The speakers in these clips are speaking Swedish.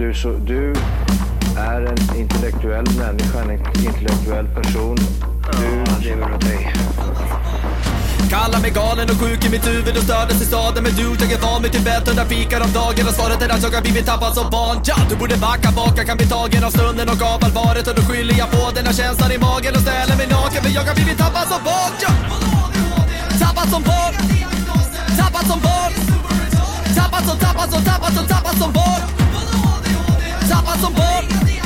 du är en intellektuell människa, en intellektuell person. Du lever åt dig. Kallar mig galen och sjuk i mitt huvud och stördes i staden. Men du, jag är van vid Tibet under fikar om dagen. Och svaret är att jag har blivit tappad som barn. Ja, du borde backa bak, jag kan bli tagen av stunden och av allvaret. Och då skyller jag på den här känslan i magen och ställer mig naken. För jag har blivit tappad som barn. Ja. Tappad som barn. Tappad som barn. Tappad som barn. Tappad som barn. Tappad som barn.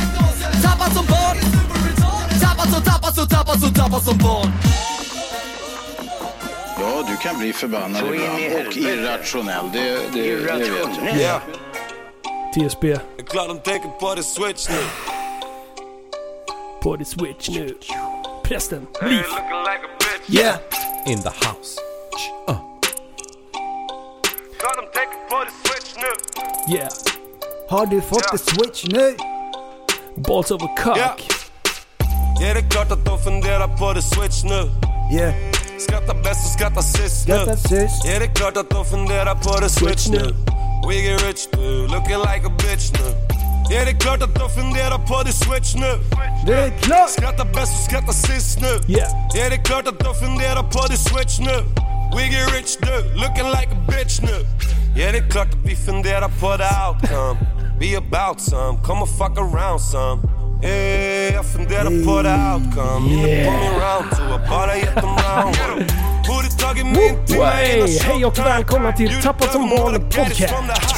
Tappad som barn. Ja, du kan bli förbannad ibland och irrationell. Det vet jag. Yeah. TSB. Det är klart de tänker på det switch nu. På det switch nu. Prästen. Liv. Yeah. In the house. Klart de tänker på det switch nu. Yeah. Har du fått det switch nu? Balls over cock. Yeah. Ja, det är klart att de funderar på det switch nu. Yeah. Skrattar bäst och skrattar sist nu. Skrattar sist. Ja, det är klart att de funderar på det switch nu. We get rich nu, looking like a bitch nu. Ja, det är klart att de funderar på det switch nu. Det är klart. Skrattar bäst och skrattar sist nu. Yeah. Ja, det är klart att de funderar på det switch nu. We get rich nu, looking like a bitch nu. Ja, det är klart att vi funderar på the outcome. Be about some, come and fuck around some. Yeah, jag funderar på the outcome. Inne på min round two, jag bara gett dem round. Borde tagit min till mig. Hej och välkomna till Tappad som barn podcast.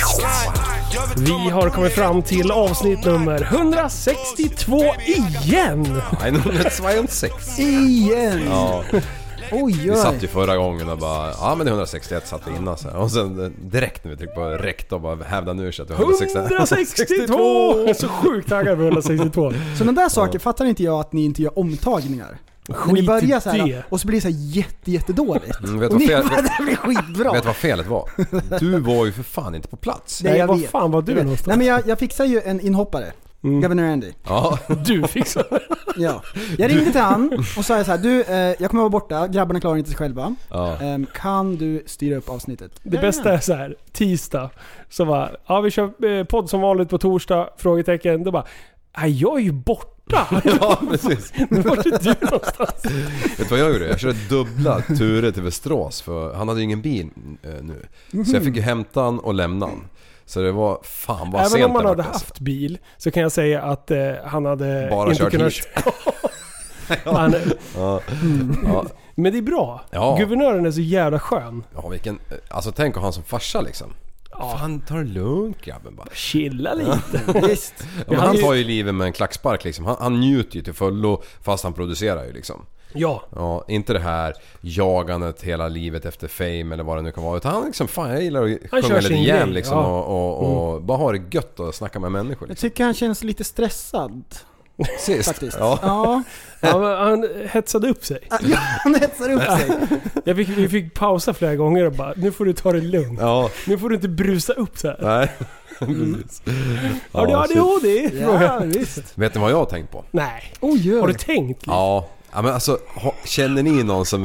Vi har kommit fram till avsnitt nummer 162 igen. Nej, nummer 206. Igen. Ja. Oj, Vi satt ju förra gången och bara, ja men det är 161 satt vi innan så här. Och sen direkt när vi tryckte på räckt och bara hävda nu så att det var 162! Jag är så sjukt taggad på 162. Sådana där saker fattar inte jag att ni inte gör omtagningar. När ni börjar så här, och så blir det så här jättedåligt. Vet och vad fel, det blir skitbra. vet vad felet var? Du var ju för fan inte på plats. Nej, jag vad vet. fan var du någonstans? Nej, men jag fixar ju en inhoppare. Governor Andy. Ja. Du fixar. Ja. Jag ringde till han och sa så här: du, jag kommer vara borta, grabbarna klarar inte sig själva. Ja. Kan du styra upp avsnittet? Det bästa är så här, tisdag så var ja vi kör podd som vanligt på torsdag, frågetecken. Då bara, jag är ju borta. Ja, precis. Vart är du någonstans? Vet du vad jag gjorde? Jag körde dubbla turer till Västerås för han hade ju ingen bil nu. Så jag fick ju hämta han och lämna han. Så det var fan vad sent. Även om man det hade var, haft bil så kan jag säga att han hade bara inte kört kunnat hit. han, Ja. Men det är bra. Ja. Guvernören är så jävla skön. Ja, vilken, alltså tänk att ha han som farsa liksom. Fan, ta det lugnt grabben bara. Chilla lite. Visst. Ja, men han tar ju livet med en klackspark liksom. Han njuter ju till fullo fast han producerar ju liksom. Ja. Ja, inte det här jagandet hela livet efter fame eller vad det nu kan vara. Utan han liksom, fan jag gillar att sjunga lite jam liksom. Ja. Och bara ha det gött och snacka med människor Jag liksom. tycker han känns lite stressad. Sist. Faktiskt. Ja. Ja. Ja, men han hetsade upp sig. Ja, han hetsar upp sig. Vi fick pausa flera gånger och bara, nu får du ta det lugnt. Ja. Nu får du inte brusa upp så här. Nej. Precis. Har du Ja, ADHD? Ja, visst. vet ni vad jag har tänkt på? Nej. Oj, Har du tänkt? Ja, men alltså känner ni någon som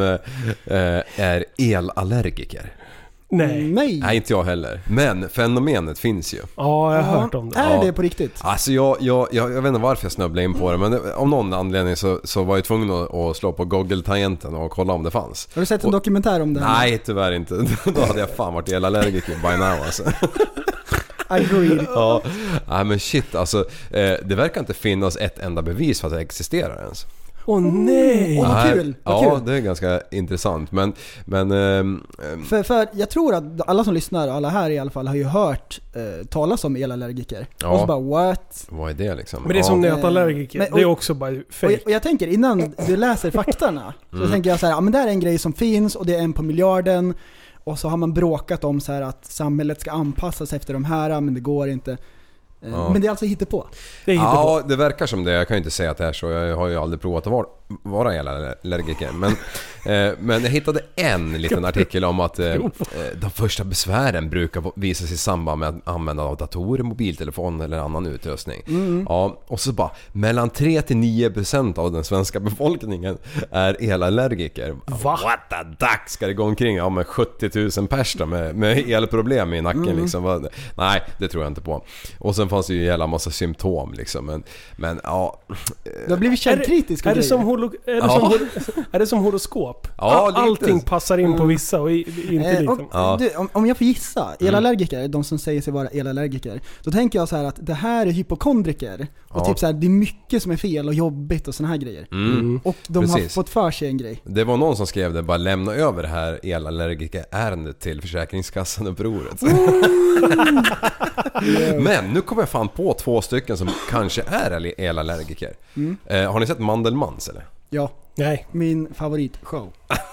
är elallergiker? Nej. Nej, inte jag heller. Men fenomenet finns ju. Ja, jag har hört om det. Är det på riktigt? Alltså jag vet inte varför jag snubblade in på det. Men om någon anledning så var jag tvungen att slå på Google-tangenten och kolla om det fanns. Har du sett en dokumentär om det här? Nej, tyvärr inte. Då hade jag fan varit elallergiker by now alltså. Agreed. Ja, nej men shit alltså. Det verkar inte finnas ett enda bevis för att det existerar ens. Åh nej! Åh, vad kul. Vad Ja, kul. det är ganska intressant. Men För jag tror att alla som lyssnar, alla här i alla fall, har ju hört talas om elallergiker. Ja. Och så bara, what? vad är det liksom? Men det är som nötallergiker. Men- Det är också bara fake. Och jag tänker, innan du läser faktarna så tänker jag så här, ja men det här är en grej som finns och det är en på miljarden. Och så har man bråkat om så här att samhället ska anpassas efter de här, men det går inte. Men det är alltså hittepå. Det är Ja, det verkar som det. Jag kan ju inte säga att det är så. Jag har ju aldrig provat att vara vara elallergiker. Men jag hittade en liten artikel om att de första besvären brukar visa sig i samband med att använda av datorer, mobiltelefon eller annan utrustning. Ja, och så bara mellan 3-9% av den svenska befolkningen är elallergiker. What the duck ska det gå omkring? Ja, med 70 000 pers då, med elproblem i nacken liksom. Nej, det tror jag inte på. Och sen fanns det ju hela massa symptom liksom. Men ja, det har blivit källkritiska är det som horoskop? Ja, allting passar in på vissa och inte liksom. Om jag får gissa, elallergiker, de som säger sig vara elallergiker, då tänker jag så här att det här är hypokondriker och typ så här, det är mycket som är fel och jobbigt och såna här grejer. Och de har fått för sig en grej. Det var någon som skrev det, bara lämna över det här elallergiker-ärendet till Försäkringskassan och provet. Men nu kommer jag fan på 2 stycken som kanske är elallergiker. Har ni sett Mandelmans eller? Ja. Nej. Min favoritshow.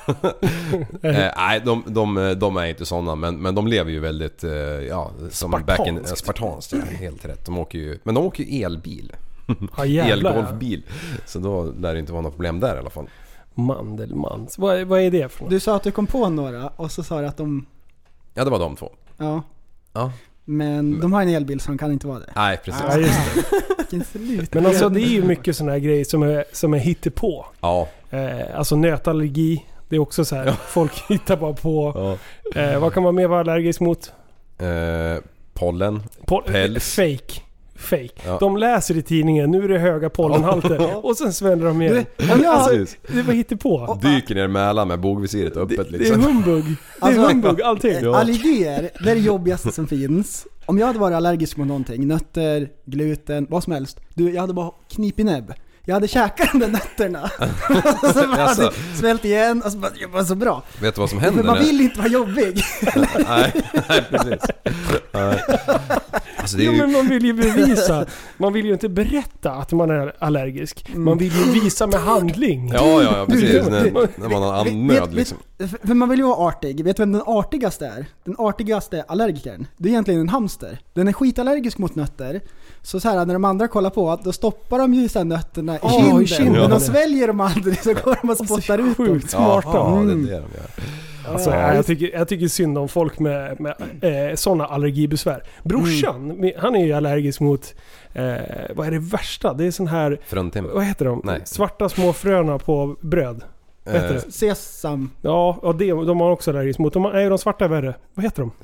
Nej, de är inte sådana, men de lever ju väldigt som back in spartanskt, helt rätt. De åker ju elbil. Elgolfbil. Så då lär det inte vara något problem där i alla fall. Mandelmans. Vad är det för något? Du sa att du kom på några och så sa du att de... Ja, det var de 2. Ja. Men de har en elbil så de kan inte vara det. Nej, precis. Ja, just det. Men alltså det är ju mycket såna här grejer som är hittepå. Ja. Alltså nötallergi, det är också så här. Folk hittar bara på. Vad kan man mer vara allergisk mot? Pollen. Päls. Fake. Ja. De läser i tidningen, nu är det höga pollenhalter och sen svänder de ner. Det var hittepå. Dyker ner Mälaren med bogvisiret öppet liksom. Det är humbug. Humbug, allting. Allergier, det är det jobbigaste som finns. Om jag hade varit allergisk mot någonting, nötter, gluten, vad som helst. Jag hade bara knipit näbb. Jag hade käkat de där nötterna. Och så hade svält igen och så bara, det var så bra. Vet du vad som händer? För man vill inte vara jobbig. Nej, precis. Alltså, det är ju... men man vill ju bevisa. Man vill ju inte berätta att man är allergisk. Man vill ju visa med handling. Ja, precis. När man har andnöd liksom. För man vill ju vara artig. Vet du vem den artigaste är? Den artigaste allergikern. Det är egentligen en hamster. Den är skitallergisk mot nötter. Så här när de andra kollar på, då stoppar de ju så nötterna i kinden. Men de sväljer dem aldrig, så går de och spottar ut dem. Sjukt smarta. Ja, det är det de gör. Alltså, jag tycker synd om folk med sådana allergibesvär. Brorsan, han är ju allergisk mot vad är det värsta? Det är sån här fruntim. Vad heter de? Nej. Svarta små fröna på bröd. Vad heter det? Sesam. Ja, de har också allergisk mot. De svarta är värre. Vad heter de?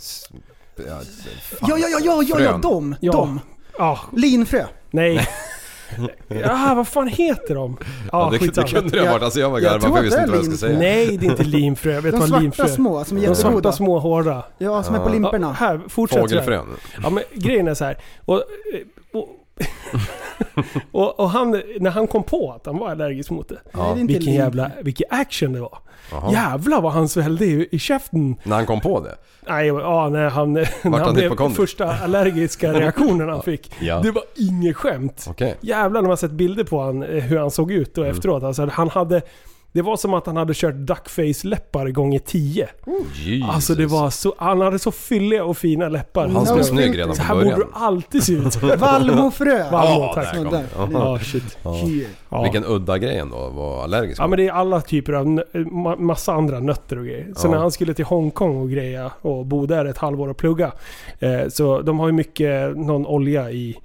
De. Linfrö. Nej. Vad fan heter de? Det kunde det ha varit. Alltså jag var garvad för jag visste inte vad jag skulle säga. Nej, det är inte linfrö. Vet de svarta små som är jättegoda. De svarta små hårda. Ja, som är på limperna. Här, fortsätt. Fågelfrön. Ja, men grejen är så här. Och han, när han kom på att han var allergisk mot det. Vilken action det var. Aha. Jävlar vad han svällde i käften. När han kom på det? Nej, när han blev första allergiska reaktionen han fick. Ja. Det var inget skämt. Okay. Jävlar när man sett bilder på hur han såg ut och efteråt. Alltså, det var som att han hade kört duckface-läppar gånger 10. Alltså det var så, han hade så fylliga och fina läppar. Han var snygg redan så från här början. borde du alltid se ut. Vallmofrö. Shit. Ja. Vilken udda grej ändå var allergisk. Ja, men det är alla typer av massa andra nötter och grejer. Så när han skulle till Hongkong och greja och bo där ett halvår och plugga, så de har ju mycket någon olja i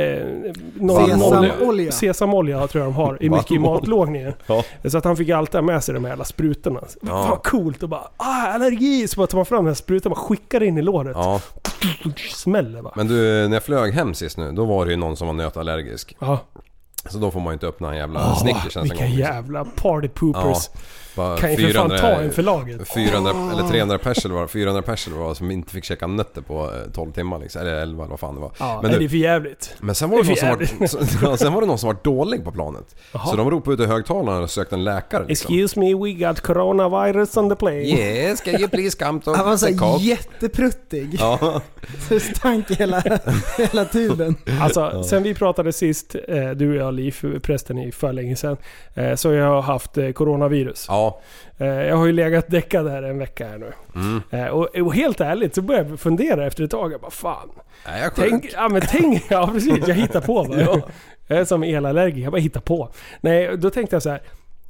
sesamolja tror jag de har i mycket i matlågningen. Så att han fick alltid med sig de här jävla sprutorna. Vad coolt och bara allergi, så bara tar man fram den här sprutan och skickar in i låret. Smäller va. Men du, när jag flög hem sist nu, då var det ju någon som var nötallergisk. Ja. Så då får man ju inte öppna en jävla Snickers ens en gång. Vilka jävla party poopers. Kan ju för fan ta en för laget. 400 eller 300 persel var som inte fick käka nötter på 12 timmar liksom, eller 11 eller vad fan det var. Ja, men det är för jävligt. Men sen var det någon som var dålig på planet. Så de ropade ut i högtalarna och sökte en läkare liksom. Excuse me, we got coronavirus on the plane. Yes, can you please come to han var så jättepruttig. Ja. Så stank hela tuben. Alltså, sen vi pratade sist, du och jag, Liv, prästen i för länge sedan, så jag har haft coronavirus. Ja. Jag har ju legat däckad där en vecka här nu. Och helt ärligt så började jag fundera efter ett tag. Jag bara, fan. Tänk, precis. Jag hittar på. Jag är som elallergiker. Jag bara hittar på. Nej, då tänkte jag så här.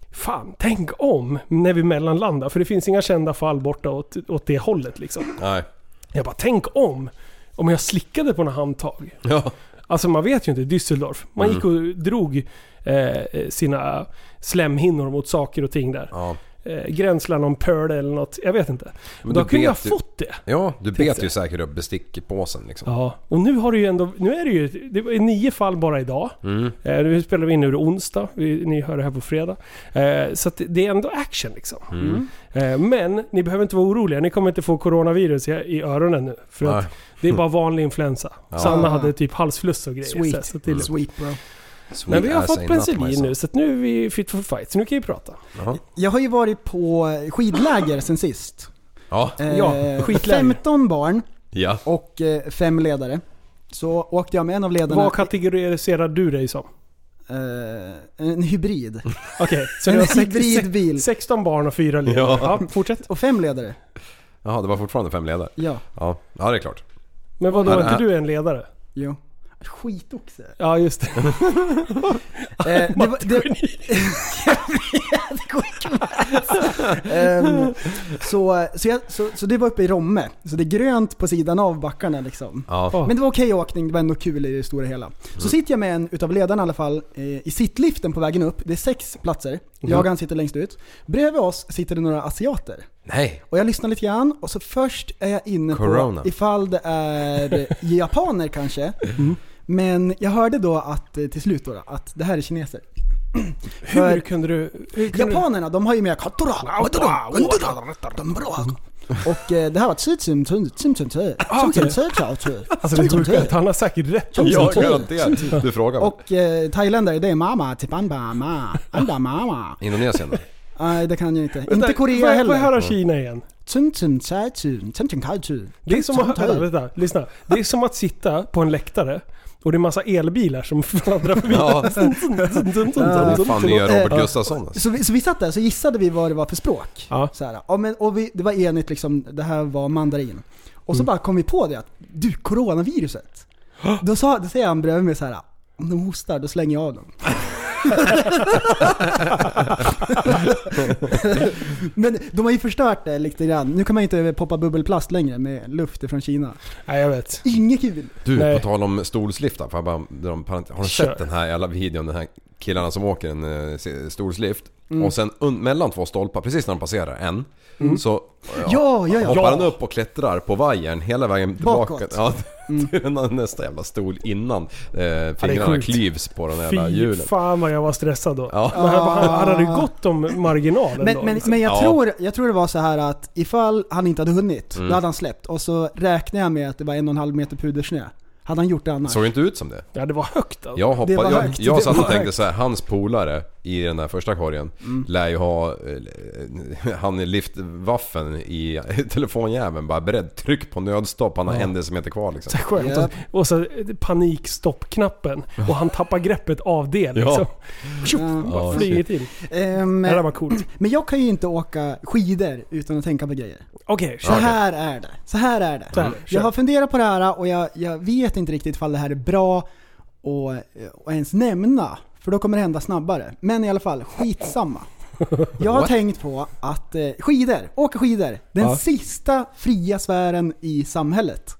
fan, tänk om när vi mellanlandar. För det finns inga kända fall borta åt det hållet liksom. Nej. Jag bara, tänk om jag slickade på några handtag. Ja. Alltså man vet ju inte, Düsseldorf. Man gick och drog sina slemhinnor mot saker och ting där. Ja. Gränslan om pöl eller något, jag vet inte. Men då kunde jag fått det. Ja, du bet ju säkert upp bestickpåsen liksom. Ja, och nu har du ju ändå, nu är det ju, det är 9 fall bara idag. Nu spelar vi in nu onsdag, ni hör det här på fredag. Så att det är ändå action liksom. Men ni behöver inte vara oroliga, ni kommer inte få coronavirus i öronen nu. För att det är bara vanlig influensa. Ja. Sanna hade typ halsfluss och grejer. Sweet bro. Men vi har fått penicillin nu, så att nu är vi fit for fight. Så nu kan vi prata. Jag har ju varit på skidläger sen sist. Ja, skidläger. 15 barn och 5 ledare. Så åkte jag med en av ledarna. Vad kategoriserar du dig som? En hybrid. Okej, så en hybridbil. 16 barn och 4 ledare. Ja, fortsätt. Och 5 ledare. Jaha, det var fortfarande 5 ledare. Ja, det är klart. Men vad då, är inte du en ledare? Jo. Skitoxe. Ja, just det. Så det var uppe i Romme. Så det är grönt på sidan av backarna liksom. Ja. Men det var okej åkning, det var ändå kul i det stora hela. Så sitter jag med en utav ledarna i alla fall i sittliften på vägen upp. Det är 6 platser. Jag och han sitter längst ut. Bredvid oss sitter det några asiater. Nej. Och jag lyssnar lite grann och så först är jag inne på ifall det är japaner kanske. Men jag hörde då att till slut då, att det här är kineser. Hur kunde du... Japanerna, de har ju mer och det här var alltså det är sjukt. Han har säkert rätt. Jag garanterar. Du frågar. Och thailändare, det är mama till mama. Indonesien då? Nej, det kan jag inte. Inte Korea heller. Får jag höra Kina igen? Det är som att vänta, lyssna. Det är som att sitta på en läktare och det är massa elbilar som fladdrar förbi. Fan, det är Robert Gustafsson. Så vi satt där, så gissade vi vad det var för språk. Så här. Det var enigt liksom, det här var mandarin. Och så bara kom vi på det att du, coronaviruset. Då säger han bredvid mig så här: om de hostar, då slänger jag av dem. Men de har ju förstört det lite grann. Nu kan man inte poppa bubbelplast längre med luft från Kina. Nej, jag vet. Inget kul. Du, på tal om stolsliftar, har du sett den här jävla videon, den här killarna som åker en stolslift och sen mellan 2 stolpar, precis när de passerar en, så hoppar han upp och klättrar på vajern hela vägen tillbaka. Bakåt. Nästa jävla stol innan fingrarna klyvs på den jävla hjulen. Fy fan vad jag var stressad då. Men han hade ju gått om marginalen då. Men jag tror det var så här att ifall han inte hade hunnit, då hade han släppt. Och så räknade jag med att det var 1,5 meter pudersnö. Hade han gjort det annars? Såg inte ut som det. Ja, det var högt alltså. Jag satt och tänkte så här, hans polare i den där första korgen lär ju ha han i liftwaffen i telefonjäveln bara beredd, tryck på nödstopp, han har 1 decimeter kvar liksom. Så skönt. Yeah. Och så panikstoppknappen och han tappar greppet av det liksom. Bara flyger till. Det där var coolt. Men jag kan ju inte åka skidor utan att tänka på grejer. Okej. Så här är det. Jag har funderat på det här och jag vet inte riktigt ifall det här är bra och ens nämna, för då kommer det hända snabbare. Men i alla fall, skitsamma. Jag har tänkt på att åka skidor, den sista fria sfären i samhället.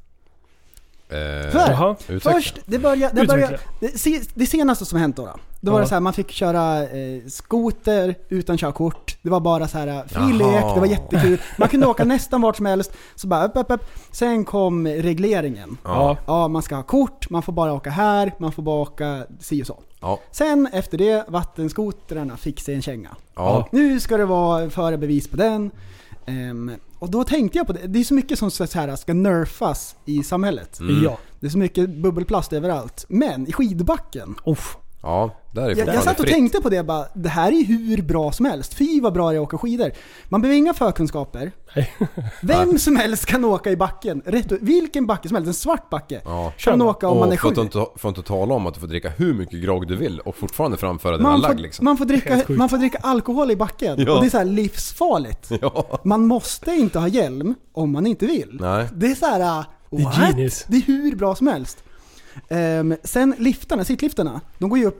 Först, det senaste som hänt då var det så här, man fick köra skoter utan körkort. Det var bara så här fri lek, det var jättekul. Man kunde åka nästan vart som helst. Så bara upp. Sen kom regleringen. Man ska ha kort, man får bara åka här, man får bara åka si och så. Sen efter det, vattenskotrarna fick sig en känga. Nu ska det vara förebevis på den. Och då tänkte jag på det. Det är så mycket som så här ska nerfas i samhället. Det är så mycket bubbelplast överallt. Men i skidbacken. Ja, där är jag satt och tänkte på det bara, det här är hur bra som helst. Fy vad bra det är att åka skidor. Man behöver inga förkunskaper. Vem som helst kan åka i backen. Vilken backe som helst, en svart backe. Kan åka om man är sjuk. Får inte tala om att du får dricka hur mycket grogg du vill och fortfarande framföra dina lagg liksom. Man får dricka alkohol i backen. Och det är så här livsfarligt. Man måste inte ha hjälm om man inte vill. Nej. Det är så här, det är hur bra som helst. Sen liftarna, sittliftarna, de går ju upp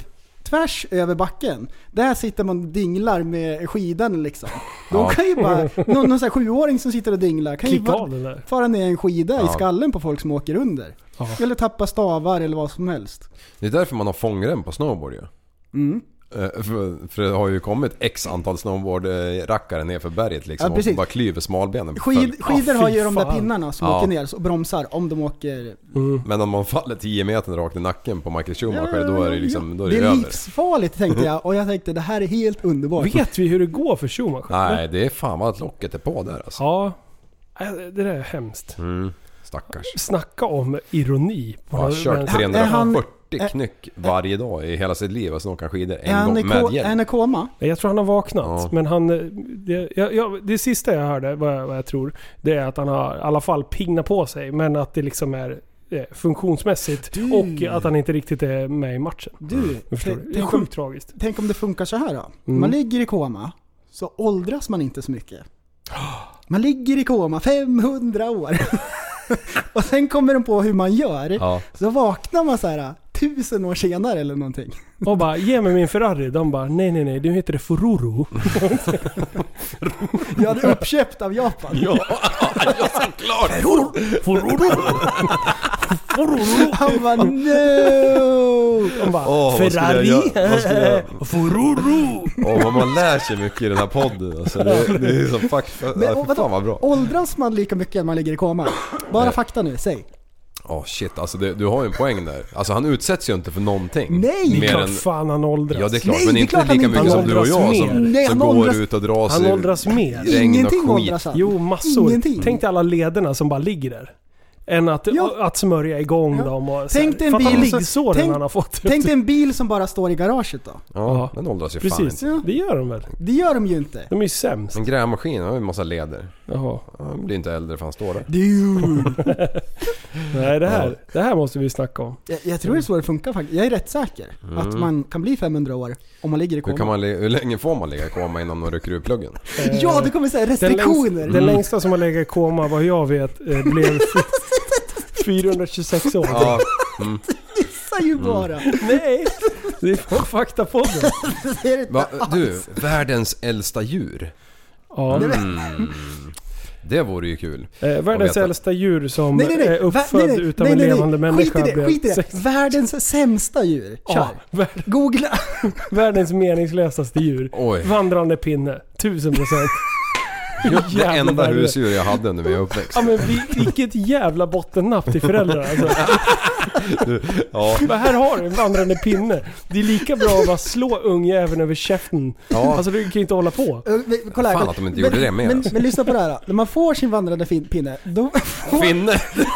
tvärs över backen. Där sitter man och dinglar med skidan liksom. De kan ju bara, någon sån här 7-åring som sitter och dinglar kan ju bara fara ner en skida i skallen på folk som åker under. Eller tappa stavar eller vad som helst. Det är därför man har fångrem på snowboard ju. För det har ju kommit x antal snowboard-rackare ner för berget liksom, och bara klyver smalbenen. Skidor har ju de där pinnarna som åker ner och bromsar om de åker. Men om man faller 10 meter rakt i nacken på Michael Schumacher, då är det liksom, då är det är över. livsfarligt tänkte jag, och jag tänkte det här är helt underbart. Vet vi hur det går för Schumacher? Nej, det är fan vad att locket är på där alltså. Ja, det där är hemskt. Stackars. Snacka om ironi. Han har kört 340 knyck varje dag i hela sitt liv och så åker skidor en gång med hjälp. Är han i koma? Jag tror han har vaknat. Men han... Det sista jag hörde, vad jag tror, det är att han har i alla fall pignat på sig. Men att det liksom är funktionsmässigt. Och att han inte riktigt är med i matchen. Det är sjukt tragiskt. Tänk om det funkar så här då. Man ligger i koma, så åldras man inte så mycket. Man ligger i koma 500 år. Och sen kommer de på hur man gör. Så vaknar man så här 1000 år senare eller någonting. Och bara, ge mig min Ferrari. De bara, nej, du heter det Fururu. Jag hade uppköpt av Japan. Ja, såklart. Fururu. Han bara, no. De bara, Ferrari. Fururu. Vad man lär sig mycket i den här podden. Alltså, det är så fan vad bra. Åldras man lika mycket när man ligger i koma? Bara fakta nu, säg. Shit, alltså du har ju en poäng där. Alltså han utsätts ju inte för någonting. Nej, det är klart fan han åldras. Ja, det är klart, men inte lika mycket som du och jag som går ut och drar sig. Han åldras mer. Ingenting åldras han. Jo, massor. Ingenting. Tänk dig alla lederna som bara ligger där. Än att smörja igång dem och tänk dig en bil han har fått. Tänk dig en bil som bara står i garaget då. Ja, den åldras ju fan inte. Det gör de väl? Det gör de ju inte. De är ju sämst. En grävmaskin har ju en massa leder. Jaha. Han blir inte äldre för han står där. Nej, det här måste vi snacka om. Jag tror det är så det funkar faktiskt. Jag är rätt säker att man kan bli 500 år om man ligger i koma. Hur länge får man ligga i koma innan man rycker ur pluggen? Ja, det kommer säga restriktioner. Den längsta som har legat i koma, vad jag vet, blev 426 år. Ja. Gissa ju bara. Nej, det är fakta på Du, världens äldsta djur. Ja. Det vore ju kul. Världens äldsta djur som är uppfödd utav en levande människa. Skit i det. Världens sämsta djur. Kör. Googla. Världens meningslösaste djur. Oj. Vandrande pinne. 1000%. Det enda husdjur jag hade när vi var uppväxt. Ja, men vilket jävla bottennapp till föräldrar alltså. Men här har du en vandrande pinne. Det är lika bra att bara slå ungjäveln över käften. Alltså du kan ju inte hålla på. Kolla här. Fan att de inte gjorde det med men lyssna på det här då. När man får sin vandrande pinne då Finne.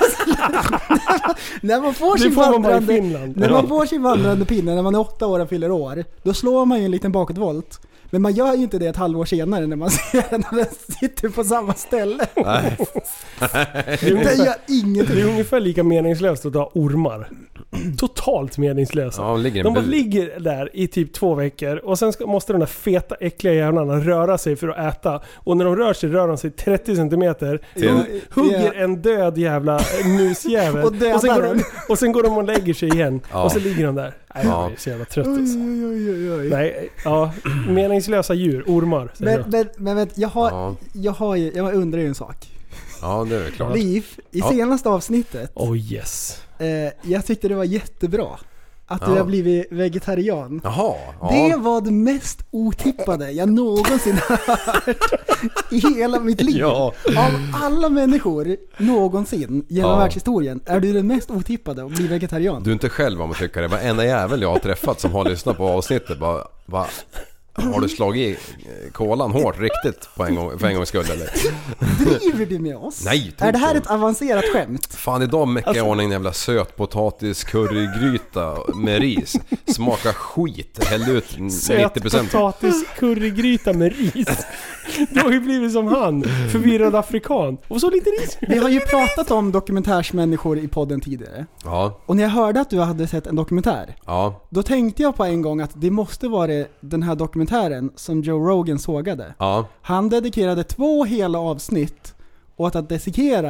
När man får sin vandrande pinne när man är 8 år och fyller år, då slår man ju en liten bakåtvolt. Men man gör ju inte det ett halvår senare när man ser den och den sitter på samma ställe. Nej. Det gör ingenting. Det är ungefär lika meningslöst att ta ormar. Totalt meningslösa. Ja, de bara ligger där i typ 2 veckor och sen måste de där feta, äckliga jävlarna röra sig för att äta. Och när de rör de sig 30 centimeter, hugger en död jävla musjävel och sen går de och lägger sig igen. Och så ligger de där. Nej, jag är så jävla trött alltså. Nej, meningslösa djur, ormar. Men jag undrar ju en sak. Ja, det är klart. Liv, i senaste avsnittet. Yes. Jag tyckte det var jättebra att du har blivit vegetarian. Jaha. Det var det mest otippade jag någonsin hört i hela mitt liv. Ja. Av alla människor någonsin genom världshistorien är du den mest otippade att bli vegetarian. Du är inte själv om att tycka det. Varenda jävel jag har träffat som har lyssnat på avsnittet bara har du slagit kolan hårt riktigt för en gångs skull eller? Driver du med oss? Nej, är det här ett avancerat skämt? Fan, idag mäckar jag ordning en jävla sötpotatis currygryta med ris. Smaka skit. Häll ut 90%. Sötpotatis currygryta med ris. Du har ju blivit som han, förvirrad afrikan. Och så lite ris. Vi har ju pratat om dokumentärsmänniskor i podden tidigare. Ja. Och när jag hörde att du hade sett en dokumentär, då tänkte jag på en gång att det måste vara den här dokumentären som Joe Rogan sågade. Ja. Han dedikerade 2 hela avsnitt åt att dissekera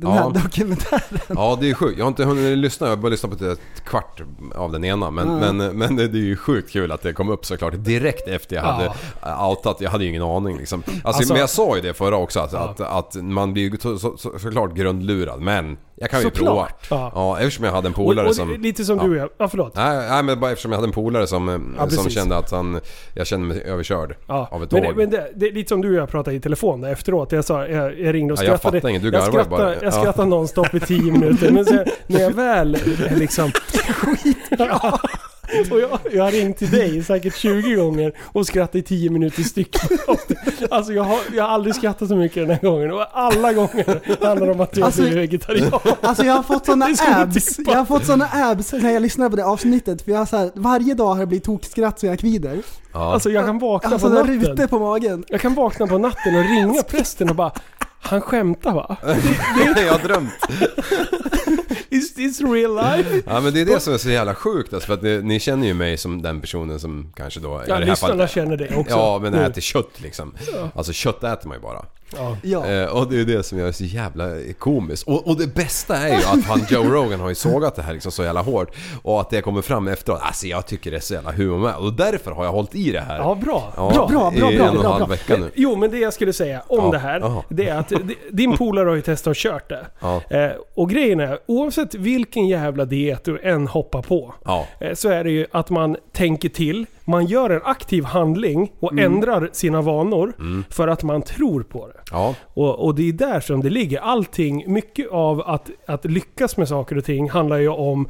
den här dokumentären. Ja, det är sjukt. Jag har inte hunnit lyssna. Jag har bara lyssnat på ett kvart av den ena. Men det är ju sjukt kul att det kom upp såklart direkt efter jag hade outat. Jag hade ju ingen aning liksom. Alltså, men jag sa ju det förra också att man blir ju såklart grundlurad. Men jag kan ju prova. Ja, eftersom jag hade en polare och som... lite som du är. Ja, förlåt. Nej, men bara eftersom jag hade en polare som kände att jag kände mig överkörd av ett tåg. Men det är lite som du och jag pratade i telefon efteråt. Jag ringde och skrattade. Jag fattar inget, du garvar bara. Jag skrattade nonstop i 10 minuter. Men sen, när jag väl liksom... Skitbra! Och jag har ringt till dig säkert 20 gånger och skrattat i 10 minuter styck. Alltså jag har aldrig skrattat så mycket den här gången. Och alla gånger handlar det om att jag blir vegetarian. Alltså jag har fått såna abs. Jag har fått såna abs när jag lyssnar på det avsnittet. För jag har så här, varje dag har det blivit tokskratt så jag kvider. Ja. Alltså jag kan vakna på natten. Rute på magen. Jag kan vakna på natten och ringa prästen och bara... Han skämtar va? Jag har drömt. Is this real life? Ja, men det är det som är så jävla sjukt alltså, för att ni känner ju mig som den personen som kanske då... Ja, lyssnarna känner det också. Ja, men äter kött liksom. Alltså kött äter man ju bara. Och det är det som är så jävla komiskt. Och det bästa är ju att Joe Rogan har ju sågat det här liksom så jävla hårt. Och att det kommer fram efteråt. Alltså jag tycker det är så jävla humor med. Och därför har jag hållit i det här. Ja, bra. I en och en halv vecka nu. Jo, men det jag skulle säga om det här, det är att din polare har ju testat och kört det. Och grejen är, oavsett vilken jävla diet du än hoppar på, så är det ju att man tänker till. Man gör en aktiv handling och ändrar sina vanor för att man tror på det. Ja. Och det är där som det ligger. Allting, mycket av att lyckas med saker och ting handlar ju om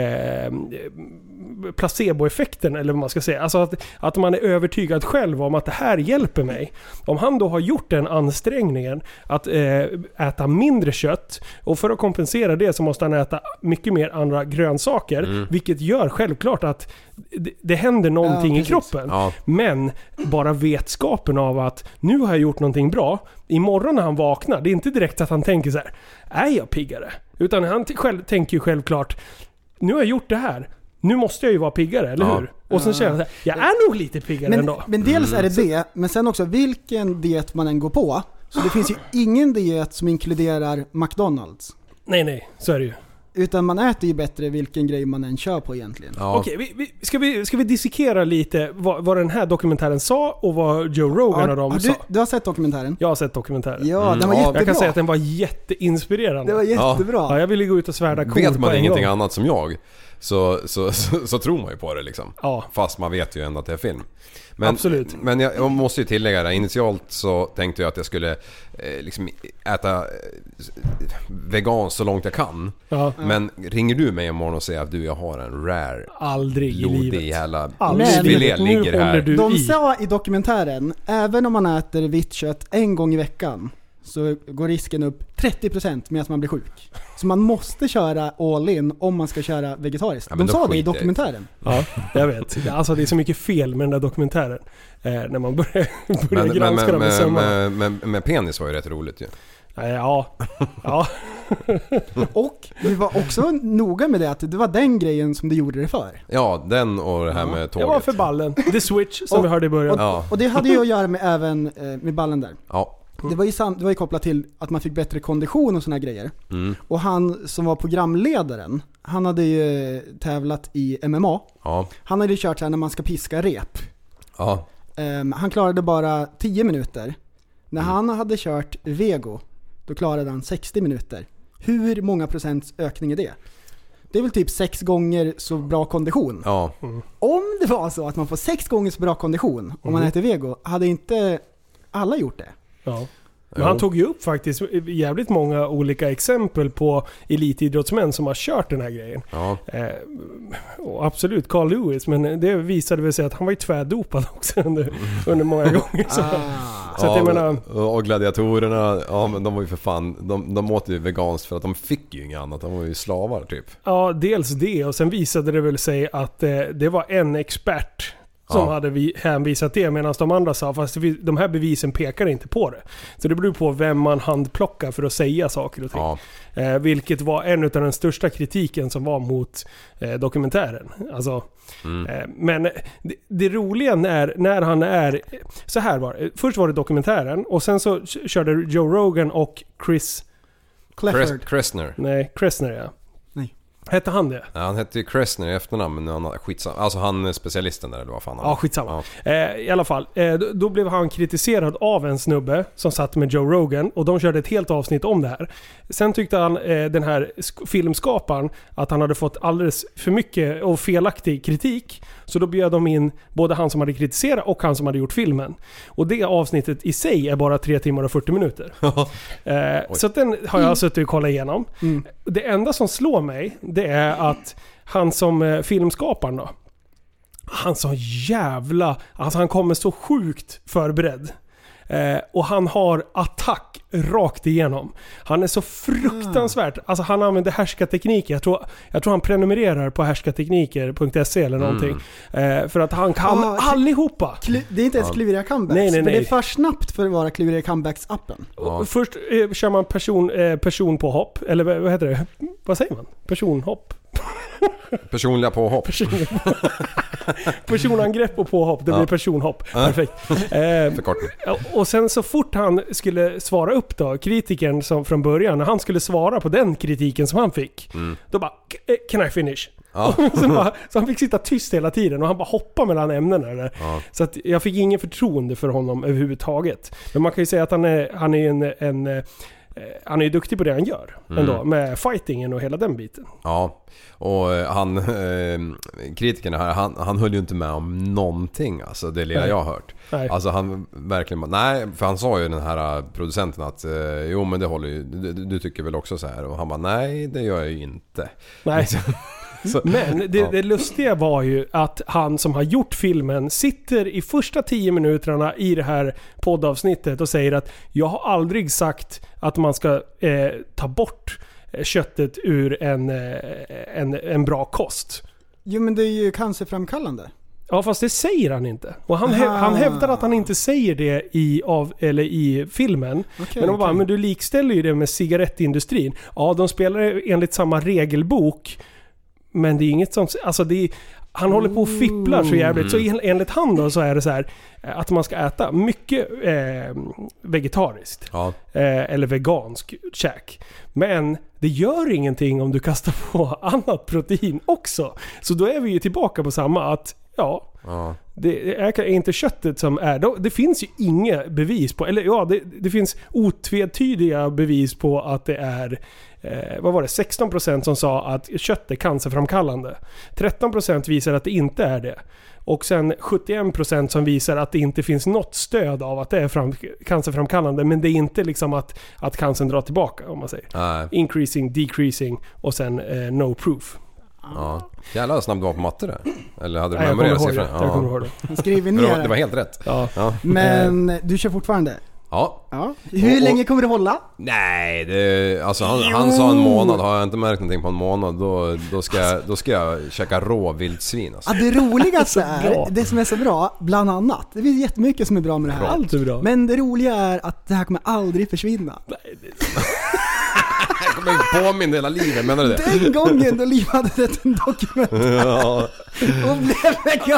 placeboeffekten, eller vad man ska säga. Alltså att man är övertygad själv om att det här hjälper mig. Om han då har gjort den ansträngningen att äta mindre kött, och för att kompensera det så måste han äta mycket mer andra grönsaker, vilket gör självklart att det händer någonting i kroppen. Men bara vetskapen av att nu har jag gjort någonting bra, imorgon när han vaknar, det är inte direkt att han tänker så här: är jag piggare? Utan han tänker ju självklart, nu har jag gjort det här, nu måste jag ju vara piggare, eller hur? Och sen känner jag så här, jag är nog lite piggare ändå. Men dels är det, men sen också vilken diet man än går på. Så det finns ju ingen diet som inkluderar McDonald's. Nej, så är det ju. Utan man äter ju bättre vilken grej man än kör på egentligen. Okej, ska vi dissekera lite vad den här dokumentären sa och vad Joe Rogan och de sa? Du har sett dokumentären? Jag har sett dokumentären. Ja, den var jättebra. Jag kan säga att den var jätteinspirerande. Det var jättebra. Ja, jag ville gå ut och svärda kor. Vet man ingenting annat som jag, så tror man ju på det liksom. Fast man vet ju ändå att det är film. Men, absolut. Men jag måste ju tillägga det. Initialt så tänkte jag att jag skulle liksom äta veganskt så långt jag kan. Men ringer du mig imorgon och säger att jag har en rare aldrig i livet jävla filé ligger här. De sa i dokumentären, även om man äter vitt kött en gång i veckan, så går risken upp 30% med att man blir sjuk. Så man måste köra all in om man ska köra vegetariskt. De sa det i dokumentären. Ja, jag vet. Alltså det är så mycket fel med den där dokumentären. När man börjar granska dem i sömmarna. Men penis var ju rätt roligt ju. Ja. Och vi var också noga med det, att det var den grejen som du gjorde det för. Ja, den och det här med tåget. Jag var för ballen. The Switch som vi hörde i början. Och det hade ju att göra med även med ballen där. Ja. Det var ju kopplat till att man fick bättre kondition och såna grejer. Och han som var programledaren, han hade ju tävlat i MMA. Han hade ju kört så här när man ska piska rep. Han klarade bara 10 minuter. När han hade kört vego, då klarade han 60 minuter. Hur många procents ökning är det? Det är väl typ 6 gånger så bra kondition. Om det var så att man får 6 gånger så bra kondition om man äter vego, hade inte alla gjort det. Men han tog ju upp faktiskt jävligt många olika exempel på elitidrottsmän som har kört den här grejen. Och absolut Carl Lewis, men det visade väl sig att han var ju tvärdopad också under många gånger. Så att jag menar, och gladiatorerna, men de var ju för fan, de åt ju veganskt för att de fick ju inget annat, de var ju slavar typ. Ja, dels det, och sen visade det väl sig att det var en expert som hade hänvisat det, medan de andra sa fast de här bevisen pekar inte på det. Så det beror på vem man handplockar för att säga saker och ting. Vilket var en av den största kritiken som var mot dokumentären. Alltså, men det roliga när han är så här var. Först var det dokumentären och sen så körde Joe Rogan och Chris Kressner. Nej, Kressner ja. Nej. Hette han det? Ja, han hette ju Kressner i efternamn, men han skitsamma. Alltså han är specialisten där, eller vad fan han Ja, skitsamma. I alla fall. Då blev han kritiserad av en snubbe som satt med Joe Rogan och de körde ett helt avsnitt om det här. Sen tyckte han, den här filmskaparen, att han hade fått alldeles för mycket och felaktig kritik. Så då bjöd de in både han som hade kritiserat och han som hade gjort filmen. Och det avsnittet i sig är bara 3 timmar och 40 minuter. Så att den har jag suttit och kollat igenom. Det enda som slår mig, det är att han som filmskaparen då, han så jävla... Alltså han kommer så sjukt förberedd. Och han har attack rakt igenom. Han är så fruktansvärt... Alltså han använder härskartekniker. Jag tror han prenumererar på härskartekniker.se eller någonting. För att han kan allihopa. Det är inte ens kluriga comebacks. Nej. Men det är för snabbt för att vara kluriga comebacks-appen. Först kör man person på hopp. Eller vad heter det? Vad säger man? Personhopp. Personliga påhopp. Personangrepp och påhopp. Det blir personhopp. Perfekt. Förkortning. Och sen så fort han skulle svara upp då, kritikern som från början, när han skulle svara på den kritiken som han fick, då bara, can I finish? Så han fick sitta tyst hela tiden och han bara hoppade mellan ämnena där. Så att jag fick ingen förtroende för honom överhuvudtaget. Men man kan ju säga att han är han är ju duktig på det han gör ändå, med fightingen och hela den biten. Ja, och han kritiken här, han höll ju inte med om någonting, alltså det lilla jag har hört. Nej. Alltså han verkligen, nej, för han sa ju den här producenten att jo men det håller ju, du tycker väl också så här, och han bara nej, det gör jag ju inte. Nej. Men det lustiga var ju att han som har gjort filmen sitter i första 10 minuterna i det här poddavsnittet och säger att jag har aldrig sagt att man ska ta bort köttet ur en bra kost. Jo men det är ju cancerframkallande. Ja, fast det säger han inte. Och han hävdar att han inte säger det i filmen. Men du likställer ju det med cigarettindustrin. Ja, de spelar enligt samma regelbok. Men det är inget som... Alltså han håller på och fipplar så jävligt. Så enligt han då så är det så här att man ska äta mycket vegetariskt. Ja. Eller vegansk käk. Men det gör ingenting om du kastar på annat protein också. Så då är vi ju tillbaka på samma att det är inte köttet som är... Det finns ju inga bevis på... Eller det finns otvetydiga bevis på att det är... vad var det? 16% som sa att kött är cancerframkallande. 13% visar att det inte är det. Och sen 71% som visar att det inte finns något stöd av att det är cancerframkallande. Men det är inte liksom att cancern drar tillbaka, om man säger. Increasing, decreasing och sen no proof. Ja. Jävlar snabb du var på matte där. Eller hade du memorerat siffrorna? Jag kommer ihåg det. Han skriver ner det var helt rätt. Ja. Men du kör fortfarande? Ja. Hur länge kommer det hålla? Nej, alltså han sa en månad. Har jag inte märkt någonting på en månad, då ska jag käka råvildsvin alltså. Det roligaste är, det som är så bra, bland annat, det finns jättemycket som är bra med det här. Allt är bra. Men det roliga är att det här kommer aldrig försvinna. Nej, jag kommer inte påminna hela livet, menar du det? Den gången då Liv hade sett en dokumentär och blev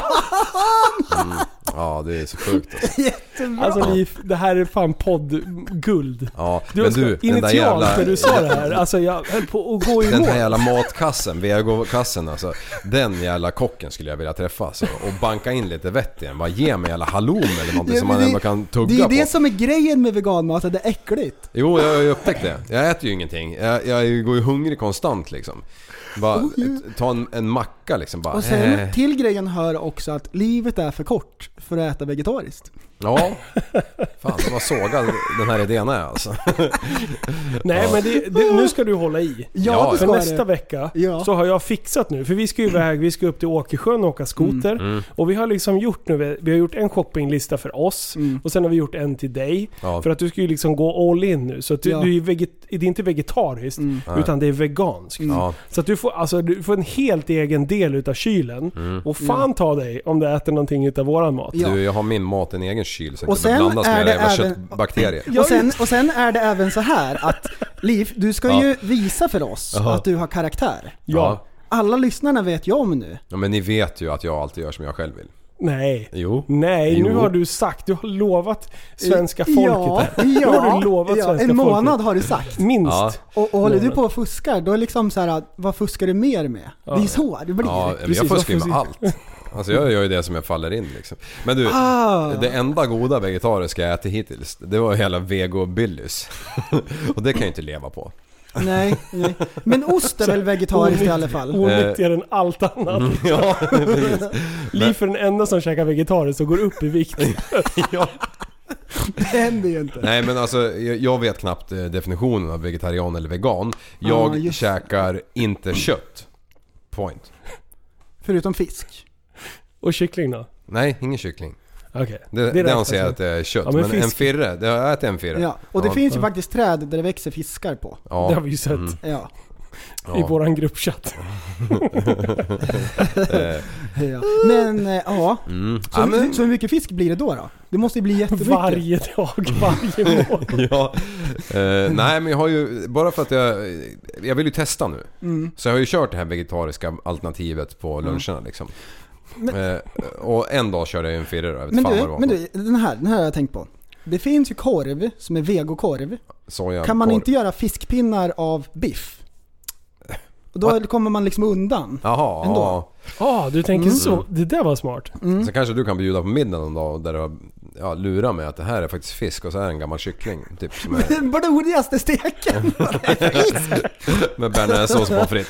vegan. Ja, det är så sjukt alltså. Jättebra. Alltså Liv, det här är fan poddguld. Ja, men du, initialt när du sa det här, alltså jag höll på att gå emot. Den här jävla matkassen, vegokassen alltså, den jävla kocken skulle jag vilja träffa alltså, och banka in lite vett igen. Bara ge mig jävla halloum eller någonting som man ändå kan tugga på. Det är det som är grejen med veganmat, att det är äckligt. Jo, jag har ju upptäckt det. Jag äter ju ingenting. Jag går ju hungrig konstant liksom. Bara ta en macka liksom bara. Och sen till grejen hör också att livet är för kort för att äta vegetariskt. Ja. Fan, det var sågad den här idén är alltså. Nej, men nu ska du hålla i. Ja, för nästa vecka så har jag fixat nu. För vi ska ju iväg, vi ska upp till Åkersjön och åka skoter. Och vi har liksom gjort nu, vi har gjort en shoppinglista för oss. Och sen har vi gjort en till dig. Ja. För att du ska ju liksom gå all in nu. Så att det är inte vegetariskt, utan det är veganskt. Så att du får en helt egen del utav kylen. Och fan ta dig om du äter någonting utav våran mat. Du, jag har min mat i en egen kyl, så och sen blandas med jävla köttbakterier. Och sen är det även så här att Liv, du ska ju visa för oss att du har karaktär. Ja. Alla lyssnarna vet jag om nu. Ja, men ni vet ju att jag alltid gör som jag själv vill. Nej. Jo. Nej, nu har du sagt. Du har lovat svenska folket här. Nu har du lovat svenska folket. En månad har du sagt. Minst. Ja. Och håller du på och fuskar, då är liksom så här, vad fuskar du mer med? Det är så det blir. Ja, men jag fuskar ju med allt. Alltså jag gör ju det som jag faller in liksom. Men du, det enda goda vegetariska jag ätit hittills, det var hela vego billys. Och det kan jag inte leva på. Nej. Men ost är väl vegetariskt i alla fall? Onyttigare än allt annat. Ja, Liv för den enda som käkar vegetariskt och går upp i vikt. Ja. Det händer ju inte. Nej, men alltså jag vet knappt definitionen av vegetarian eller vegan. Jag käkar inte kött. Point. Förutom fisk. Och kyckling då? Nej, ingen kyckling. Okay. Det anser jag att det är kött. Ja, men en firre, det har jag ätit en firre. Ja, och det finns ju faktiskt träd där det växer fiskar på. Ja. Det har vi ju sett. Ja. I våran gruppchatt. Ja. Men så hur mycket fisk blir det då? Det måste ju bli jättemycket. Varje dag, varje månad. Ja. Nej, men jag har ju, bara för att jag vill ju testa nu. Så jag har ju kört det här vegetariska alternativet på luncherna liksom. Och en dag körde jag en firre då. Men du, den här har jag tänkt på. Det finns ju korv som är vegokorv. Kan man inte göra fiskpinnar av biff? Och då kommer man liksom undan. Jaha, ändå. Ja, du tänker så. Det där var smart. Så kanske du kan bjuda på middag någon dag där du lurar mig att det här är faktiskt fisk och så är det en gammal kyckling typ som är den blodigaste steken. med bearnaisesås på fritt.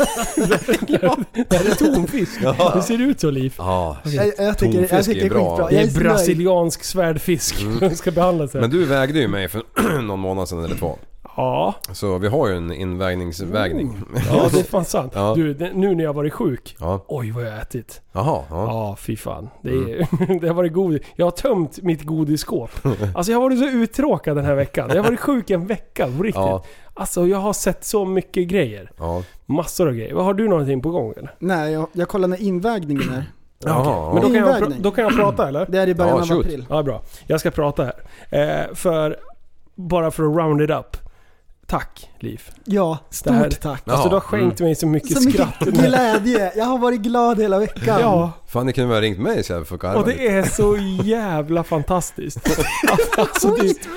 Det här är tonfisk. Det ser ut så, Liv. Ja, jag tycker det är skitbra. Det är brasiliansk svärdfisk. Den ska behandlas här. Men du vägde ju mig för någon månad sedan eller 2. Ja. Så vi har ju en invägningsvägning. Ja, det är fan sant. Ja. Du, nu när jag varit sjuk. Ja. Oj, vad jag har ätit. Jaha. Ja, fy fan. Det har varit godis. Jag har tömt mitt godisskåp. Alltså jag har varit så uttråkad den här veckan. Jag har varit sjuk en vecka, på riktigt. Ja. Alltså jag har sett så mycket grejer. Ja. Massor av grejer. Har du någonting på gång eller? Nej, jag kollar när invägningen är. Okay. Men då kan jag prata eller? Det är i början av april. Ja, bra. Jag ska prata här. Bara för att round it up. Tack, Liv. Ja, stort tack. Alltså du har skänkt mig så mycket skratt. Så mycket glädje. Jag har varit glad hela veckan. Ja. Fan, ni kunde väl ha ringt mig så jag får karva. Och det är så jävla fantastiskt. Alltså,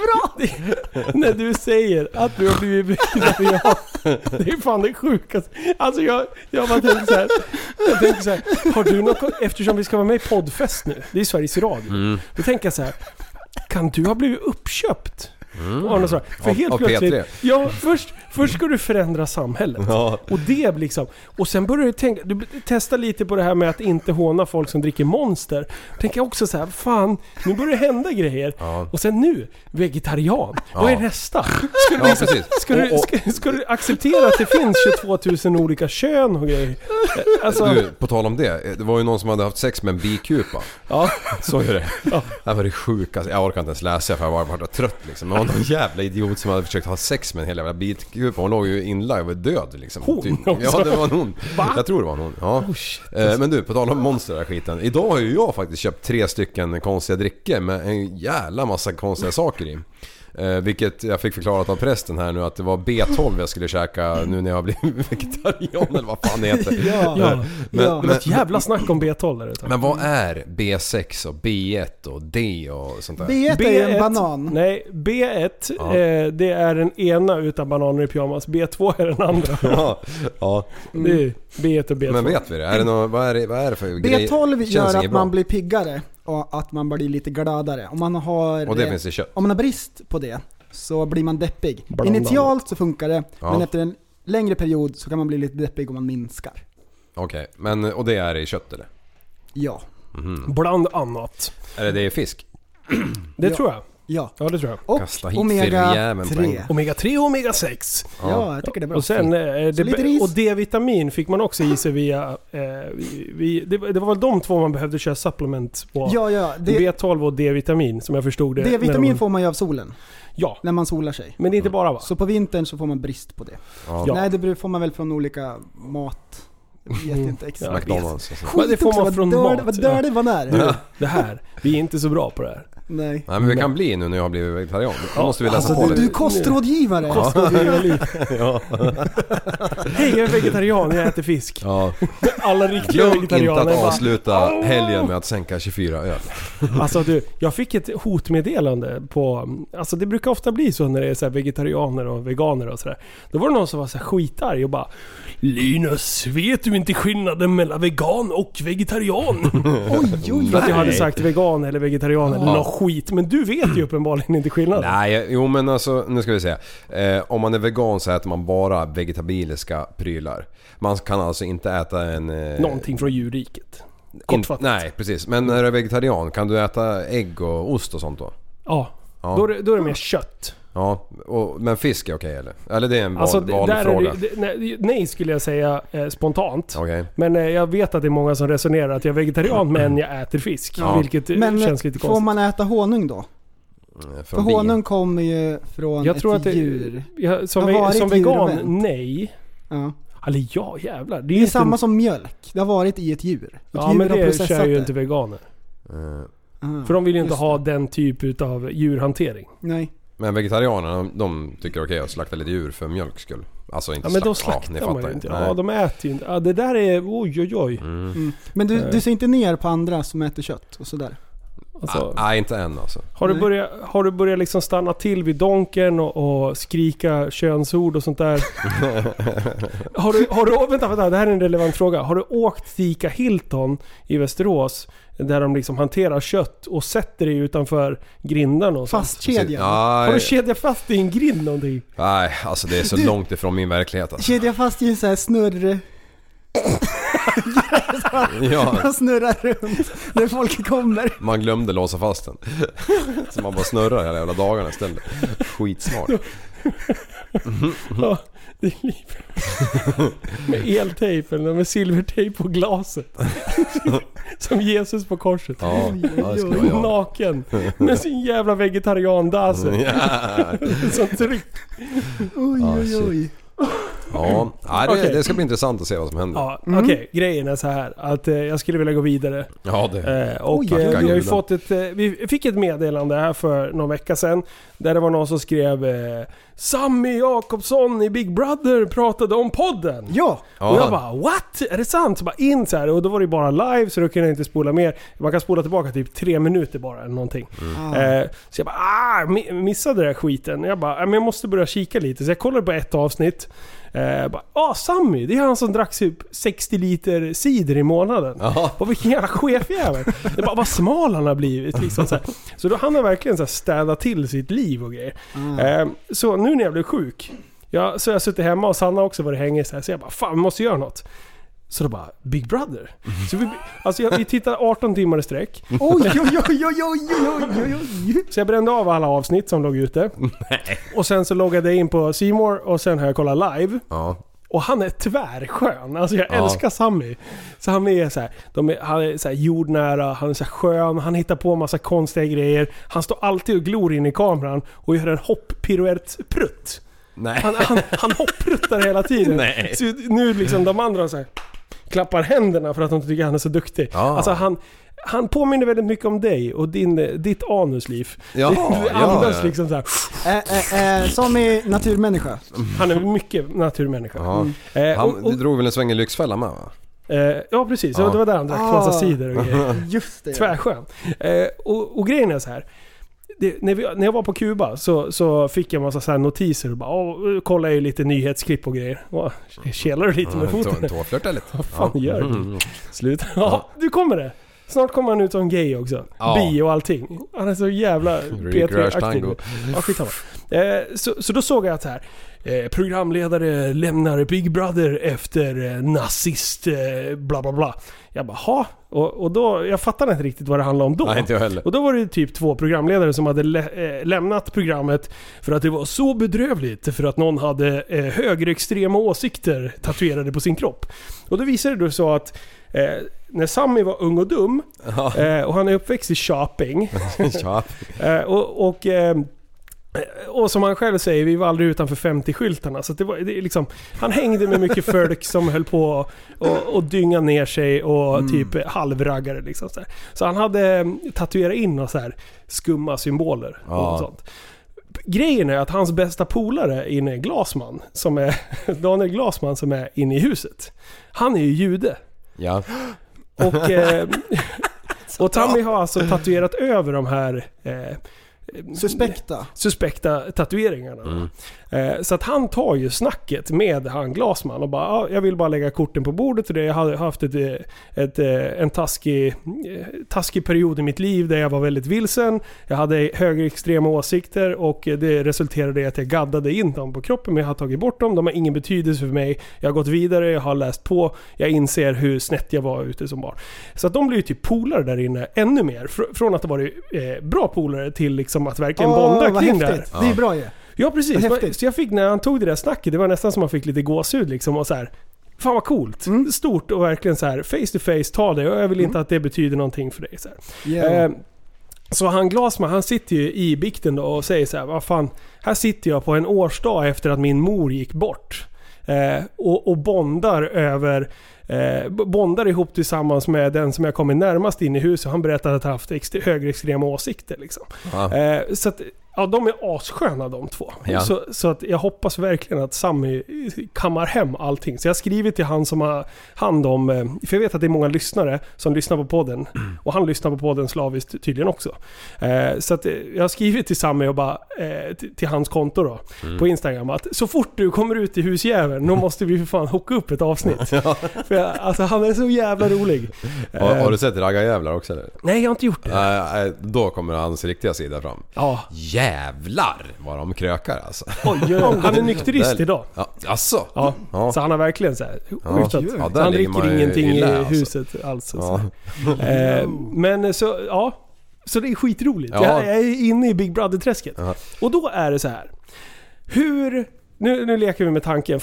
när du säger att du har blivit vegetarian. Det är fan det sjukaste. Alltså jag bara tänker så här. Jag tänker så här. Har du något, eftersom vi ska vara med i poddfest nu. Det är Sveriges Radio. Då tänker jag så här. Kan du ha blivit uppköpt? För helt plötsligt först ska du förändra samhället och det liksom, och sen börjar du tänka, du testar lite på det här med att inte håna folk som dricker Monster. Tänker jag också så här, fan, nu börjar det hända grejer. Och sen nu vegetarian. Vad är nästa? Ska du acceptera att det finns 22 000 olika kön och grejer? Alltså, du, på tal om det var ju någon som hade haft sex med en bikupa. Ja, så är det. Det var det sjukaste. Jag orkar inte ens läsa för jag var trött liksom. Men någon jävla idiot som hade försökt ha sex med en hel jävla bikupa. Hon låg ju inlagd och var död liksom. Ja, det var hon. Jag tror det var hon. Ja. Men du, på tal om Monster där skiten. Idag har ju jag faktiskt köpt 3 stycken konstiga drickor med en jävla massa konstiga saker i. Vilket jag fick förklarat av prästen här nu att det var B12 jag skulle käka nu när jag blev vegetarian eller vad fan det heter. Men ett jävla snack om B12 där. Men vad är B6 och B1 och D och sånt där? B1 är en banan. Nej, B1 det är den ena utav bananer i pyjamas. B2 är den andra. Det är B1 och B2. Men vet vi det? Är det något, vad är det för grej? B12 gör att man blir piggare och att man blir lite gladare. Om man har, och det finns i kött. Om man har brist på det så blir man deppig. Initialt så funkar det, men efter en längre period så kan man bli lite deppig om man minskar. Okej, men och det är i kött eller? Ja. Bland annat. Är det i fisk? Det tror jag. Ja, det tror jag. Och omega 3. Omega 3 och omega 6. Ja, jag tycker det är bra. Och sen och D-vitamin fick man också i sig via det var väl de två man behövde köra supplement på. Ja, B12 och D-vitamin som jag förstod det. D-vitamin får man ju av solen. Ja. När man solar sig. Men det är inte bara va? Så på vintern så får man brist på det. Nej, det får man väl från olika vet inte exakt. McDonalds. Men det får man från mat. Vad dördig man är. Det här, vi är inte så bra på det här. Nej. Men vi kan bli nu när jag har blivit vegetarian. Då måste vi läsa på Du är kostrådgivare. Ja. Hej, jag är vegetarian, jag äter fisk. Ja. Alla riktiga Glöm vegetarianer inte att bara, avsluta helgen med att sänka 24 öl. Alltså du, jag fick ett hotmeddelande på... Alltså det brukar ofta bli så när det är så här vegetarianer och veganer och sådär. Då var det någon som var så här skitarg och bara Linus, vet du inte skillnaden mellan vegan och vegetarian? Oj. För att jag hade sagt vegan eller vegetarian eller något skit. Men du vet ju uppenbarligen inte skillnaden. Nej, jo men alltså, nu ska vi se. Om man är vegan så äter man bara vegetabiliska prylar. Man kan alltså inte äta en... Någonting från djurriket. Nej, precis. Men när du är vegetarian, kan du äta ägg och ost och sånt då? Ja. Då är det mer kött. Ja, men fisk är okej eller? Eller det är en Alltså, valfråga? Nej skulle jag säga spontant. Okay. Men jag vet att det är många som resonerar att jag är vegetarian men jag äter fisk. Ja. Vilket känns lite konstigt. Får man äta honung då? För honung kommer ju från djur. Som vegan, nej. Ja. Eller ja, jävlar. Det är samma som mjölk. Det har varit i ett djur. Ja, men det kör ju inte veganer. För de vill ju inte ha den typ av djurhantering. Nej. Men vegetarianerna, de tycker okej att slakta lite djur för mjölk skull. Alltså inte men då slaktar man ju inte. Ja, de äter ju inte. Ja, det där är oj. Men du ser inte ner på andra som äter kött och sådär? Alltså, nej, inte än alltså. Har du börjat liksom stanna till vid donken och skrika könsord och sånt där? Vänta, det här är en relevant fråga. Har du åkt till Ica Hilton i Västerås där de liksom hanterar kött och sätter det utanför grindan och fastkedja? Har du kedjat fast i en grind någonting? Nej, alltså det är så långt ifrån min verklighet alltså. Kedja fast i en sån här snurr. Man snurrar runt när folk kommer. Man glömde låsa fast den. Så man bara snurrar hela jävla dagarna istället. Skitsmart. Ja, det är liv. Med eltejp eller med silvertejp på glaset. Som Jesus på korset. Ja, naken. Med sin jävla vegetariandasse. Så tryck. Oj. Ja, det ska bli intressant att se vad som händer. Ja, okej. Grejen är så här att jag skulle vilja gå vidare. Ja, det. Vi har ju fått vi fick ett meddelande här för någon vecka sedan där det var någon som skrev Sammy Jakobsson i Big Brother pratade om podden. Ja. Och jag bara, what? Är det sant? Så bara in så här, och då var det bara live så då kunde jag inte spola mer. Man kan spola tillbaka typ 3 minuter bara eller någonting. Så jag bara, missade den där skiten. Jag bara, men jag måste börja kika lite. Så jag kollade på ett avsnitt. Sammy, det är han som drack typ 60 liter cider i månaden. Och vilken jävla chefjävel. Det bara, vad smal han har blivit liksom, så då han har verkligen så här städat till sitt liv och grejer. Så nu när jag blev sjuk så jag suttit hemma och Sanna också var det hänger så här, så jag bara, fan vi måste göra något. Så då bara, Big Brother. Så vi tittade 18 timmar i sträck. Oj. Så jag brände av alla avsnitt som låg ute. Och sen så loggade jag in på C More och sen har jag kollat live. Och han är tvärskön. Alltså jag älskar Sammy. Så han är så här, han är så här jordnära, han är så här skön, han hittar på en massa konstiga grejer. Han står alltid och glor in i kameran och gör en hopp-piruett-prutt. Nej. Han hoppruttar hela tiden. Nej. Så nu liksom de andra så här klappar händerna för att de tycker han är så duktig. Alltså han påminner väldigt mycket om dig och ditt anusliv. Du andas liksom så här. Som är naturmänniska. Han är mycket naturmänniska. Du drog väl en sväng i Lyxfällan med, va? Ja, precis. Det var där han drack massa cider och grejer. Just det. Tvärskön. Och grejen är så här. När jag var på Kuba så fick jag en massa så här notiser och bara, kolla ju lite nyhetsklipp och grejer. Kelar du lite med foten? Tåflört eller? Vad fan gör du? Sluta. Du kommer det. Snart kommer han ut som gay också. Bi och allting. Han är så jävla P3-aktiv. Så då såg jag att här programledare lämnar Big Brother efter nazist bla bla bla. Jag bara, och då, jag fattade inte riktigt vad det handlade om då. Nej, inte jag heller. Och då var det typ 2 programledare som hade lämnat programmet för att det var så bedrövligt, för att någon hade högerextrema åsikter tatuerade på sin kropp. Och då visade det så att när Sammy var ung och dum och han är uppväxt i Köping Och som han själv säger, vi var aldrig utanför 50-skyltarna. Så det är liksom, han hängde med mycket folk som höll på och dynga ner sig och typ halvraggare liksom så här. Så han hade tatuerat in och så här skumma symboler och sånt. Grejen är att hans bästa polare inne är Glasman, som är Daniel Glasman, som är inne i huset. Han är ju jude. Ja. Och Tommy har alltså tatuerat över de här suspekta tatueringarna. Så att han tar ju snacket med han Glasman och bara, jag vill bara lägga korten på bordet för det. Jag hade haft en taskig period i mitt liv där jag var väldigt vilsen. Jag hade högerextrema åsikter och det resulterade i att jag gaddade in dem på kroppen, men jag har tagit bort dem. De har ingen betydelse för mig. Jag har gått vidare, jag har läst på. Jag inser hur snett jag var ute som barn. Så att de blir ju typ polare där inne ännu mer. Från att det var bra polare till liksom att verkligen bonda kring det här. Det är bra ju. Ja, precis. Så jag fick, när han tog det där snacket, det var nästan som man fick lite gåshud liksom, och så här, fan vad coolt. Stort och verkligen så här face to face, ta det, och jag vill inte att det betyder någonting för dig så här. Så han Glasman, han sitter ju i bikten då och säger så här, vad fan, här sitter jag på en årsdag efter att min mor gick bort och bondar ihop tillsammans med den som jag kommer närmast in i huset. Han berättade att han haft högerextrema åsikter liksom. Så att de är assköna de två. Ja. Så att jag hoppas verkligen att Sammy kammar hem allting. Så jag har skrivit till han som har hand om, för jag vet att det är många lyssnare som lyssnar på podden, och han lyssnar på podden slaviskt tydligen också. Så att jag har skrivit till Sammy och bara till hans konto då på Instagram att så fort du kommer ut i husjäveln, då måste vi för fan hocka upp ett avsnitt. För alltså han är så jävla rolig. Har du sett Raggarjävlar också eller? Nej, jag har inte gjort det. Då kommer hans riktiga sida fram. Ja. Jävlar vad de krökar alltså. Oj, han är nykterist idag. Ja, asså? Ja. Så han har verkligen så här han dricker ingenting i huset alls. Men så så det är skitroligt. Jag är inne i Big Brother-träsket. Och då är det så här. Nu leker vi med tanken.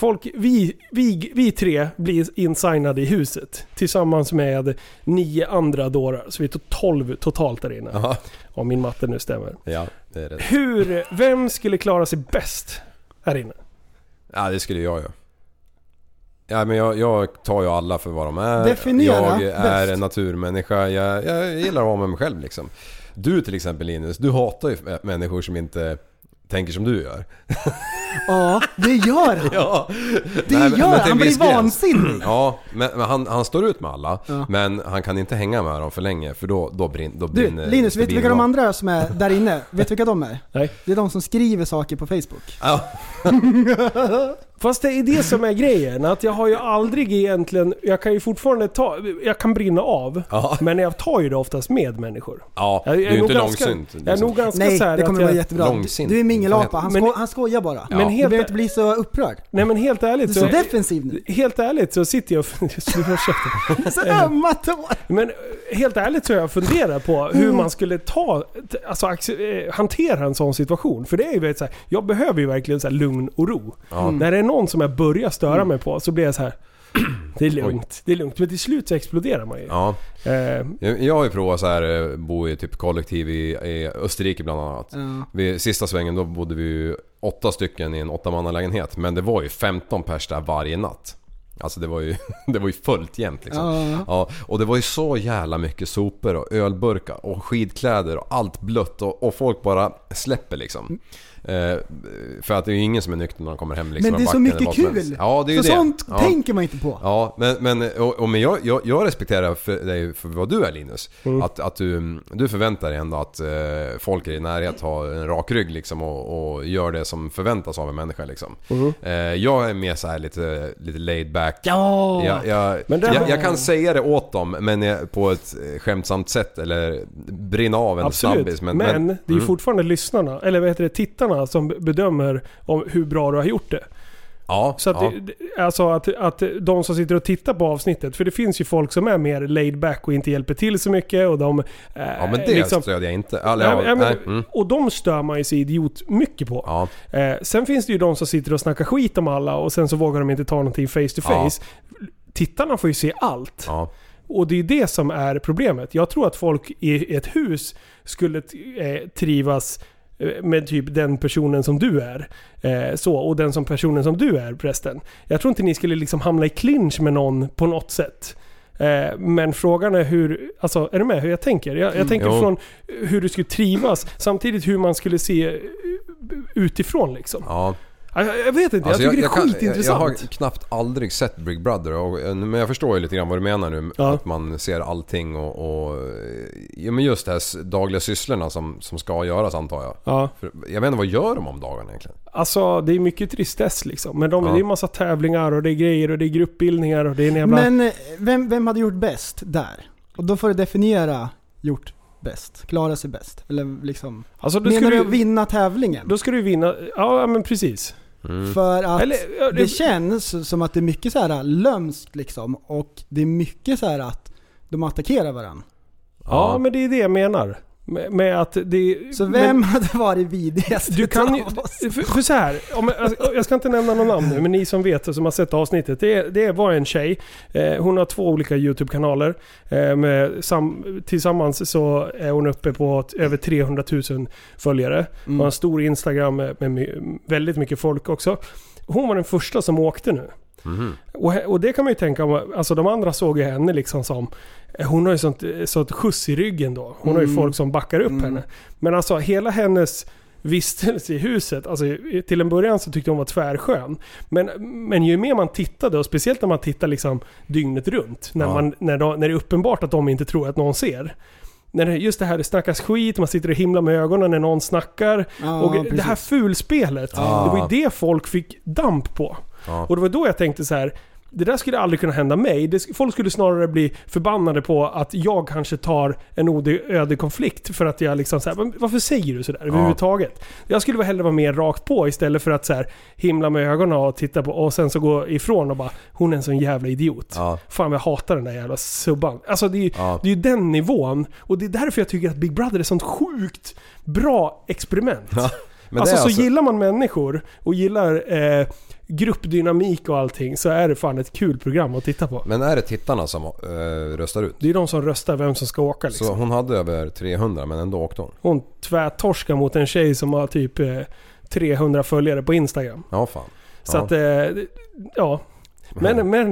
Vi tre blir insignade i huset tillsammans med 9 andra dårar. Så vi är 12 totalt där inne. Om min matte nu stämmer. Ja, det är rätt. Vem skulle klara sig bäst här inne? Ja, det skulle jag ju. Ja, men jag tar ju alla för vad de är. Definiera jag är en naturmänniska. Jag gillar att vara med mig själv liksom. Du till exempel, Linus, du hatar ju människor som inte tänker som du gör. Ja, det gör han. Ja. Han blir vansinnig. Ja, men han står ut med alla. Men han kan inte hänga med dem för länge, för då brinner. Linus, vet du vilka de andra som är där inne? Vet du vilka de är? Nej. Det är de som skriver saker på Facebook. Ja. Fast det är det som är grejen, att jag har ju aldrig egentligen, jag kan ju fortfarande jag kan brinna av, men jag tar ju det oftast med människor. Ja, du är ju inte långsynt. Jag är nog ganska nej, så här det kommer vara jättebra. Långsynt. Du är mingelapa, han skojar bara. Men du behöver inte bli så upprörd. Nej, men helt ärligt så defensiv nu. Helt ärligt så sitter jag så ömma tår. Men helt ärligt så jag funderar på hur man skulle hantera en sån situation, för det är ju väldigt så här, jag behöver ju verkligen så här lugn och ro. När det är någon som jag börjar störa mig på, så blir jag så här. Det är lugnt. Men till slut så exploderar man ju. Ja. Jag har ju provat så här, bo i typ kollektiv i Österrike bland annat. Vid sista svängen då bodde vi ju 8 stycken i en 8-mannalägenhet, men det var ju 15 pers där varje natt. Alltså det var ju fullt jämt liksom. Ja, och det var ju så jävla mycket sopor och ölburkar och skidkläder och allt blött, och folk bara släpper liksom. För att det är ju ingen som är nykter när de kommer hem liksom. Men det är så mycket kul. Ja, det är ju för sånt tänker man inte på. Ja, men jag respekterar för dig för vad du är, Linus. Att du förväntar dig ändå att folk i närhet har en rak rygg liksom, och gör det som förväntas av en människa liksom. Jag är mer så här lite laid back. Jag kan säga det åt dem, men på ett skämtsamt sätt, eller brinna av en snabbis. Men det är fortfarande lyssnarna, eller vad heter det, tittarna som bedömer om hur bra du har gjort det. Ja, så att, alltså att de som sitter och tittar på avsnittet, för det finns ju folk som är mer laid back och inte hjälper till så mycket, och de men det liksom, stödjer jag inte. Och de stör man ju sig idiot mycket på. Sen finns det ju de som sitter och snackar skit om alla, och sen så vågar de inte ta någonting face to face. Tittarna får ju se allt. Och det är det som är problemet. Jag tror att folk i ett hus skulle trivas med typ den personen som du är. Och den personen som du är prästen. Jag tror inte ni skulle liksom hamna i clinch med någon på något sätt. Men frågan är hur, alltså är du med hur jag tänker? Jag tänker från hur du skulle trivas, samtidigt hur man skulle se utifrån liksom. Ja. Jag vet inte, alltså jag tycker det är skitintressant. Jag har knappt aldrig sett Big Brother, men jag förstår ju lite grann vad du menar nu. Att man ser allting och men just det här dagliga sysslorna som ska göras, antar jag. Ja. För jag vet inte, vad gör de om dagarna egentligen? Alltså det är mycket tristess liksom. Men det är en massa tävlingar och det är grejer och det är gruppbildningar och det är en jävla... Men vem hade gjort bäst där? Och då får du definiera gjort bäst, klara sig bäst. Eller liksom, alltså, menar du vinna tävlingen? Då ska du vinna, ja men precis. För att det känns som att det är mycket så här lömskt liksom, och det är mycket så här att de attackerar varandra. Ja, men det är det jag menar. Med att det, så vem hade varit vidigast? Du kan ju, för så här, jag ska inte nämna någon namn nu, men ni som vet, som har sett avsnittet, det var en tjej. Hon har 2 olika YouTube-kanaler. Tillsammans så är hon uppe på över 300 000 följare. Hon har en stor Instagram med väldigt mycket folk också. Hon var den första som åkte nu. Och det kan man ju tänka om, alltså de andra såg ju henne liksom som, hon har ju sånt skjuts i ryggen då. Hon har ju folk som backar upp henne. Men alltså hela hennes vistelse i huset, alltså till en början så tyckte hon var tvärskön. Men ju mer man tittade, och speciellt när man tittar liksom dygnet runt, när det är uppenbart att de inte tror att någon ser. När just det här, det snackas skit, man sitter och himlar med ögonen när någon snackar. Och det här fulspelet, det var ju det folk fick damp på. Och det var då jag tänkte så här: det där skulle aldrig kunna hända mig. Folk skulle snarare bli förbannade på att jag kanske tar en öde konflikt för att jag liksom så här, varför säger du så där överhuvudtaget? Jag skulle hellre vara mer rakt på istället för att så här himla med ögonen och titta på och sen så gå ifrån och bara, hon är en sån jävla idiot. Fan, jag hatar den där jävla subban. Alltså det är ju den nivån, och det är därför jag tycker att Big Brother är sånt sjukt bra experiment. Men alltså så gillar man människor och gillar gruppdynamik och allting, så är det fan ett kul program att titta på. Men är det tittarna som röstar ut? Det är de som röstar vem som ska åka liksom. Så hon hade över 300, men ändå åkte hon. Hon tvärtorskar mot en tjej som har typ 300 följare på Instagram. Ja, fan. Så att, ja. Men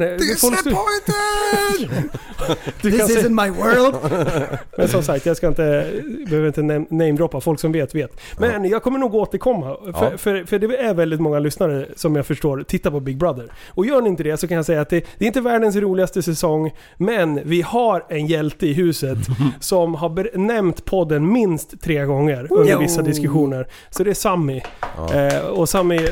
disappointed! This isn't my world. Men som sagt, jag behöver inte namedroppa. Folk som vet. Men jag kommer nog återkomma. För det är väldigt många lyssnare som jag förstår tittar på Big Brother. Och gör ni inte det så kan jag säga att det är inte världens roligaste säsong, men vi har en hjälte i huset som har nämnt podden minst 3 gånger under vissa diskussioner. Så det är Sammy. Och Sammy...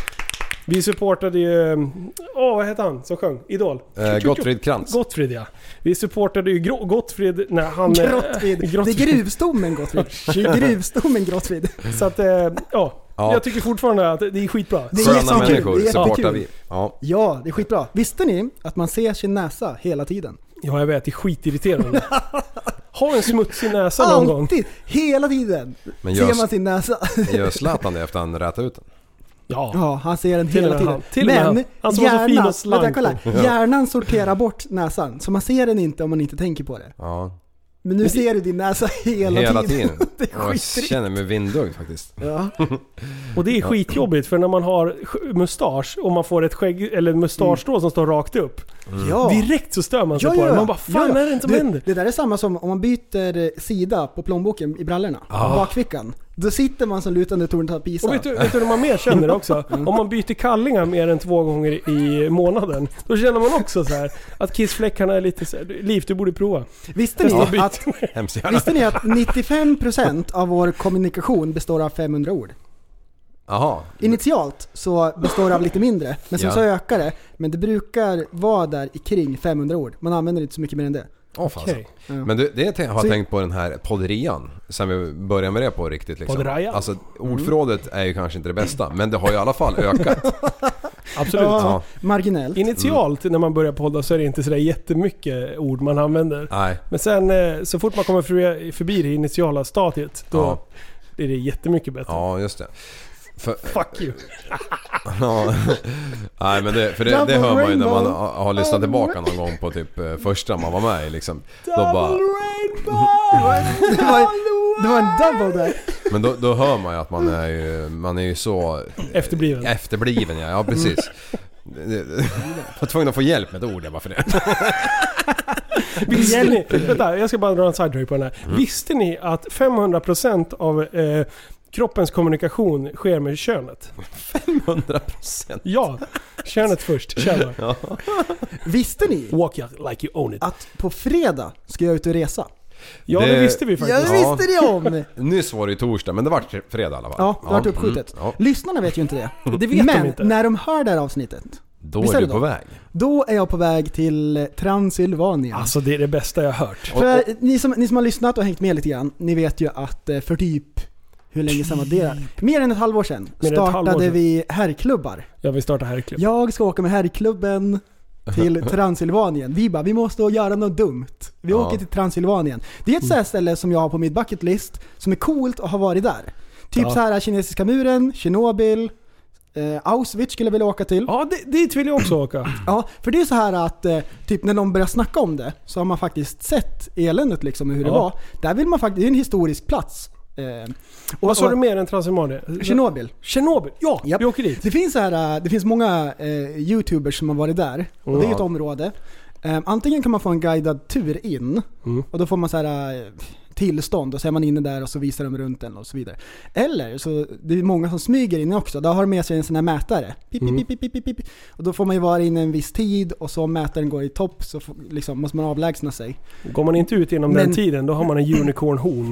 Vi supportade ju... vad heter han som sjöng? Idol. Gottfrid Krantz. Gottfrid, ja. Vi supportade ju Gottfrid när han... Gottfrid. Det är gruvstommen Gottfrid. Gruvstommen Gottfrid. Så att, jag tycker fortfarande att det är skitbra. Det är sköna människor supportar vi. Ja, det är skitbra. Visste ni att man ser sin näsa hela tiden? Ja, jag vet. Det är skitirriterande. Ha en smutsig näsa någon gång. Alltid. Hela tiden. Men ser man sin näsa. Gör Zlatan det efter han rätar ut den? Ja, han ser den hela tiden. Men hjärnan sorterar bort näsan. Så man ser den inte om man inte tänker på det. Ja. Men nu ser du din näsa hela tiden. Det är jag känner mig vindögd faktiskt. Ja. Och det är skitjobbigt, för när man har mustasch och man får ett skägg eller mustasch då som står rakt upp. Direkt så stör man sig på det. Man bara, fan är det inte som händer? Det där är samma som om man byter sida på plånboken i brallorna. Bakfickan. Då sitter man som lutande tornet att pisa. Och vet du vad man mer känner också? Om man byter kallingar mer än 2 gånger i månaden, då känner man också så här att kissfläckarna är lite så här, Liv, du borde prova. Visste ni att 95% av vår kommunikation består av 500 ord? Aha. Initialt så består det av lite mindre, men sen så ökar det. Men det brukar vara där i kring 500 ord. Man använder inte så mycket mer än det. Okay. Men det har jag tänkt på den här podderian sen vi började med det på riktigt liksom. Alltså ordförrådet är ju kanske inte det bästa, men det har ju i alla fall ökat. Absolut. Ja. Marginellt. Initialt när man börjar podda så är det inte så där jättemycket ord man använder. Nej. Men sen så fort man kommer förbi det initiala stadiet, då är det jättemycket bättre. Ja, just det. Fuck you. Nej, men det hör man ju när man har lyssnat tillbaka någon gång på typ första man var med i liksom. Då bara... Det var en double där. Men då hör man ju att man är ju så efterbliven, ja precis. Jag var tvungen att få hjälp med ett ord, bara för det. Visste ni, vänta, jag ska bara dra en side-track på den här. Visste ni att 500% av kroppens kommunikation sker med könet? 500%? Ja, könet först. Ja. Visste ni Walk like you own it. att på fredag ska jag ut och resa? Ja, det visste vi faktiskt. Ja, det visste ni om. Nyss var det ju torsdag, men det var fredag i alla fall. Ja, det var uppskjutet. Ja. Lyssnarna vet ju inte det. Det vet men de inte. När de hör det här avsnittet, då är du på väg. Då är jag på väg till Transylvanien. Alltså det är det bästa jag har hört. För ni som har lyssnat och hängt med lite grann, ni vet ju att för typ hur länge sedan var det? Mer än ett halvår sedan startade vi herrklubbar. Ja, vi startade herrklubb. Jag ska åka med herrklubben till Transylvanien. Vi måste göra något dumt. Vi åker till Transylvanien. Det är ett sådär ställe som jag har på mitt bucket list som är coolt att ha varit där. Typ så här kinesiska muren, Tjernobyl, Auschwitz skulle jag vilja åka till. Ja, dit vill jag också åka. Ja, för det är så här att typ när de börjar snacka om det så har man faktiskt sett eländet liksom hur det var. Där vill man faktiskt, det är en historisk plats. Och vad sa du mer än Transylvanien? Tjernobyl, ja, vi åker dit. Det finns många YouTubers som har varit där. Och det är ett område. Antingen kan man få en guidad tur in och då får man så här tillstånd och så är man inne där och så visar de runt den och så vidare. Eller så det är många som smyger in också. Då har de med sig en sån här mätare. Pip, pip, pip, pip. Och då får man ju vara inne en viss tid och så om mätaren går i topp så liksom måste man avlägsna sig. Går man inte ut inom den tiden då har man en unicornhorn.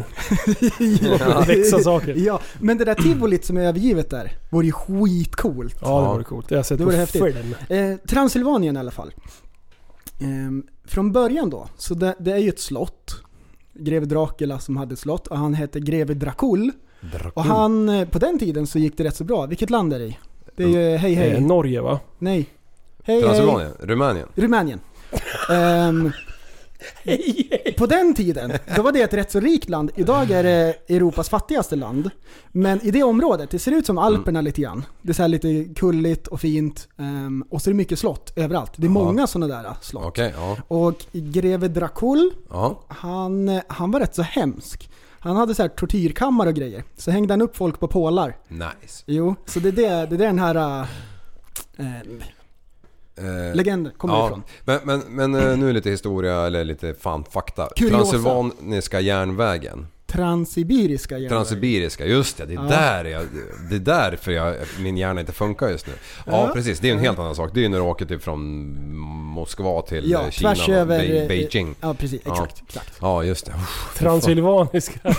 Växa saker. Ja, men det där tivolit som är övergivet där vore ju skitcoolt. Ja, det vore coolt. Det har jag sett på film. Transylvanien i alla fall. Från början då, så det är ju ett slott. Greve Dracula som hade slott och han hette Greve Dracul. Och han, på den tiden så gick det rätt så bra. Vilket land är det i? Det är ju hej. Norge, va? Nej. Transylvanien, Rumänien. På den tiden, då var det ett rätt så rikt land. Idag är det Europas fattigaste land. Men i det området, det ser ut som Alperna lite grann. Det är så här lite kulligt och fint. Och så är det mycket slott överallt. Det är många sådana där slott. Okay, ja. Och Greve Dracul, han var rätt så hemsk. Han hade så här tortyrkammare och grejer. Så hängde han upp folk på pålar. Nice. Jo, så det är den här... legender kommer ifrån. Men nu är lite historia eller lite fakta. Transylvaniska järnvägen. Transsibiriska järnvägen. Transsibiriska, just det. Det är därför min hjärna inte funkar just nu. Ja, precis. Det är en helt annan sak. Det är ju när du åker typ från Moskva till Kina och Beijing. Ja, precis. Exakt. Ja, just det. Transylvaniska. Det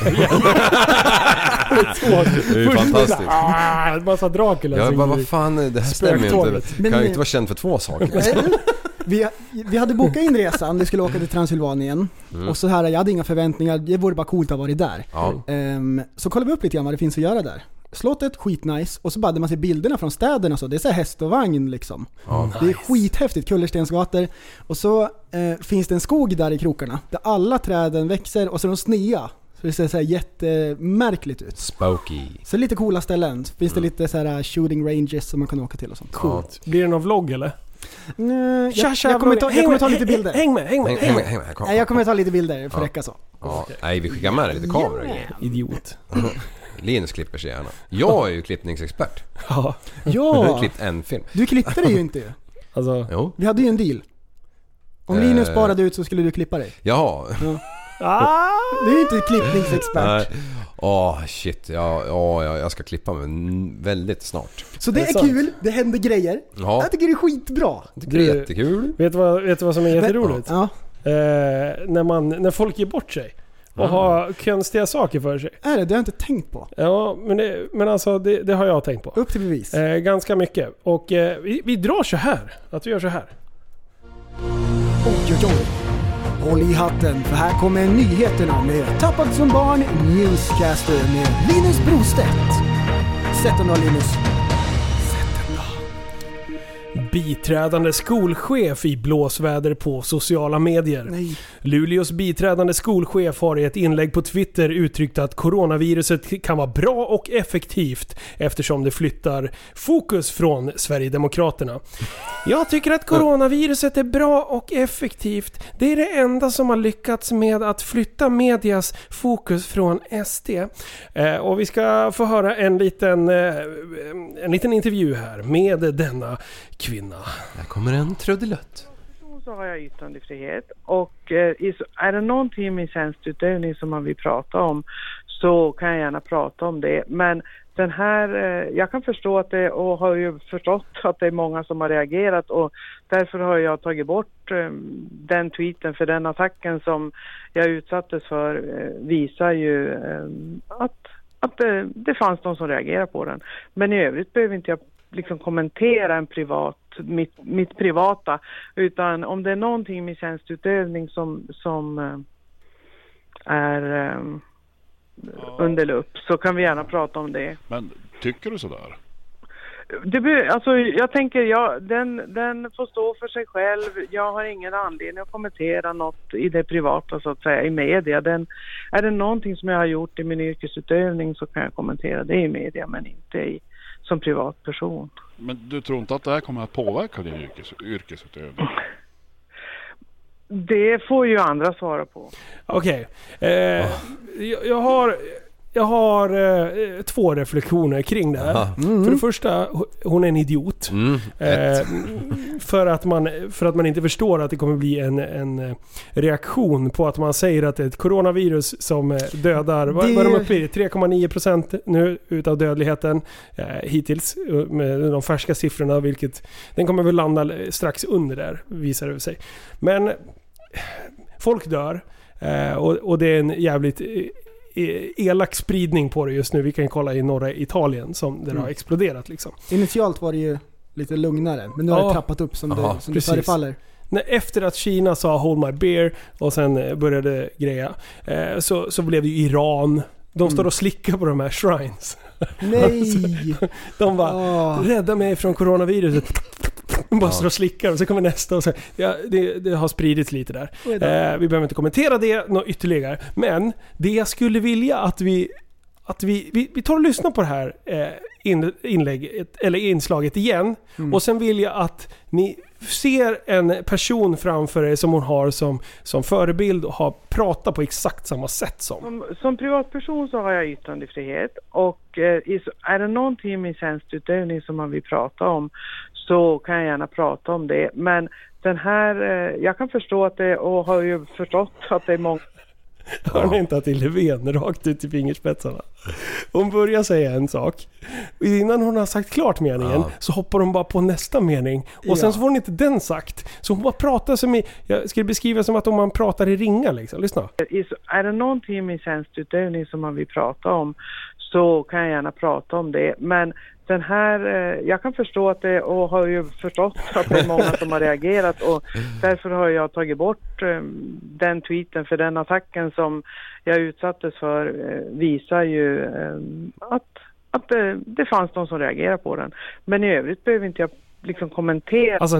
är ju fantastiskt. En massa Dracula. Ja, vad fan, det här stämmer ju inte. Kan ju inte vara känd för två saker. Vi hade bokat in resan, vi skulle åka till Transylvanien och så här, jag hade inga förväntningar, det vore bara coolt att vara där. Så kollade vi upp lite grann vad det finns att göra där. Slottet, skitnice, och så bara man ser bilderna från städerna så, det är så här häst och vagn liksom. Det är skithäftigt, kullerstensgator. Och så finns det en skog där i krokarna där alla träden växer och så är de snea. Så det ser så här jättemärkligt ut. Spooky. Så lite coola ställen. Finns det lite så här shooting ranges som man kan åka till och sånt. Coolt. Blir det någon vlogg eller? Nej, jag kommer ta lite bilder. Häng med. Nej, jag kommer ta lite bilder för räcka så. Ja. Nej, vi skickar med lite kameror. Idiot. Linus klipper sig gärna. Jag är ju klippningsexpert. Ja. Jag har klippt en film. Du klippte det ju inte. Alltså, jo. Vi hade ju en deal. Om Linus sparade ut så skulle du klippa dig. Jaha. Du är ju inte klippningsexpert. Shit. Jag ska klippa mig väldigt snart. Så det är kul, det händer grejer. Ja. Jag tycker det är skitbra. Det är jättekul. Vet du vad som är jätteroligt? Ja. När folk ger bort sig och har konstiga saker för sig. Det har jag inte tänkt på. Ja, men alltså det har jag tänkt på. Upp till bevis. Ganska mycket. Och vi drar så här. Att vi gör så här. Oj. Håll i hatten, för här kommer nyheterna med Tappad som barn, Newscaster med Linus Brostedt. Sätt den då, Linus. Sätt den då. Biträdande skolchef i blåsväder på sociala medier. Nej. Luleås biträdande skolchef har i ett inlägg på Twitter uttryckt att coronaviruset kan vara bra och effektivt eftersom det flyttar fokus från Sverigedemokraterna. Jag tycker att coronaviruset är bra och effektivt. Det är det enda som har lyckats med att flytta medias fokus från SD. Och vi ska få höra en liten intervju här med denna kvinna. Där kommer en trudelutt. Så har jag yttrandefrihet och är det någonting i min tjänstutövning som man vill prata om så kan jag gärna prata om det. Men den här, jag kan förstå att det, och har ju förstått att det är många som har reagerat och därför har jag tagit bort den tweeten, för den attacken som jag utsattes för visar ju att det fanns någon som reagerade på den. Men i övrigt behöver inte jag liksom kommentera mitt privata, utan om det är någonting med tjänstutövning som är under lupp så kan vi gärna prata om det. Men tycker du sådär? Jag tänker, den får stå för sig själv. Jag har ingen anledning att kommentera något i det privata så att säga i media. Är det någonting som jag har gjort i min yrkesutövning så kan jag kommentera det i media, men inte som privatperson. Men du tror inte att det här kommer att påverka din yrkesutövning? Det får ju andra svara på. Okej. Jag har två reflektioner kring det här. För det första, hon är en idiot. För att man inte förstår att det kommer bli en reaktion på att man säger att det är ett coronavirus som dödar, vad är de uppe i? 3,9% nu utav dödligheten hittills med de färska siffrorna, vilket den kommer väl landa strax under där, visar det sig. Men folk dör och det är en jävligt elak spridning på det just nu. Vi kan kolla i norra Italien som det har exploderat liksom. Initialt var det ju lite lugnare, men nu har det trappat upp som det förefaller. Efter att Kina sa hold my beer och sen började greja så blev det ju Iran. De står och slickar på de här shrines. Nej! De bara, rädda mig från coronaviruset. De bara står och slickar och så kommer nästa och så. Det har spridits lite där. Vi behöver inte kommentera det något ytterligare. Men det jag skulle vilja att vi tar och lyssnar på det här inlägget eller inslaget igen. Och sen vill jag att ni ser en person framför er som hon har som förebild och har pratat på exakt samma sätt som privatperson så har jag yttrandefrihet och är det någonting i min tjänstutövning som man vill prata om så kan jag gärna prata om det. Men den här, jag kan förstå att det, och har ju förstått att det är många. Hör ni inte att det är Löfven rakt ut i fingerspetsarna? Hon börjar säga en sak. Innan hon har sagt klart meningen så hoppar hon bara på nästa mening. Och sen så får hon inte den sagt. Så hon bara pratar som jag skulle beskriva som att om man pratar i ringar liksom. Lyssna. Är det någonting i min tjänstutövning som man vill prata om så kan jag gärna prata om det. Men den här, jag kan förstå att det, och har ju förstått att det är många som har reagerat och därför har jag tagit bort den tweeten, för den attacken som jag utsattes för visar ju att det fanns någon som reagerade på den. Men i övrigt behöver inte jag liksom kommentera. Alltså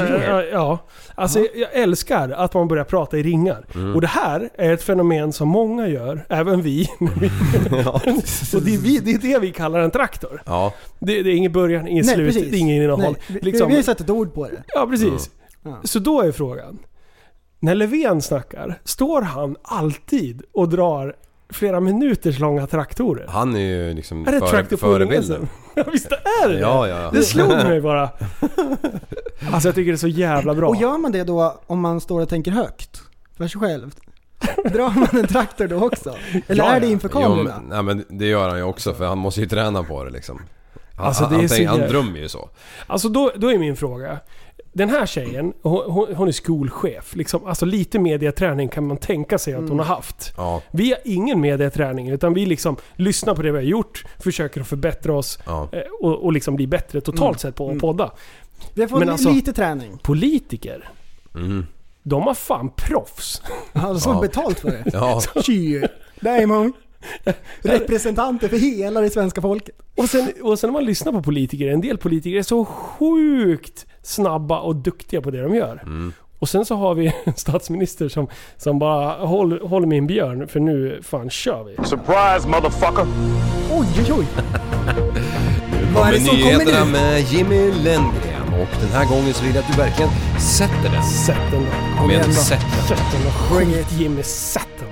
jag älskar att man börjar prata i ringar. Och det här är ett fenomen som många gör, även vi. Och det är det vi kallar en traktor. Ja. Det är ingen början, ingen slut, det är ingen innehåll. Vi har satt ett ord på det. Ja, precis. Så då är frågan, när Löfven snackar, står han alltid och drar flera minuters långa traktorer? Han är ju liksom förebilden. Ja, visst är det. Ja. Det slog mig bara. Alltså jag tycker det är så jävla bra. Och gör man det då om man står och tänker högt för sig själv? Drar man en traktor då också? Eller är det inför kamerorna? Nej, men det gör han ju också, för han måste ju träna på det liksom. Han drömmer ju så. Alltså då är min fråga. Den här tjejen, hon är skolchef. Liksom, alltså lite mediaträning kan man tänka sig att hon har haft. Ja. Vi har ingen mediaträning, utan vi liksom lyssnar på det vi har gjort, försöker att förbättra oss och liksom bli bättre totalt sett på att podda. Vi har fått lite träning. Politiker, de har fan proffs. Alltså betalt för det. Ja. Däremot representanter för hela det svenska folket. Och sen när man lyssnar på politiker, en del politiker är så sjukt snabba och duktiga på det de gör. Och sen så har vi en statsminister som bara håller med en björn, för nu fan kör vi. Surprise, motherfucker! Oj. Vad är det som nyheterna med Jimmy Lenngren, och den här gången så vill jag att du verkligen sätter den. Sätt den då. Kom igen, sätt den. Bring it, Jimmy, sätt den.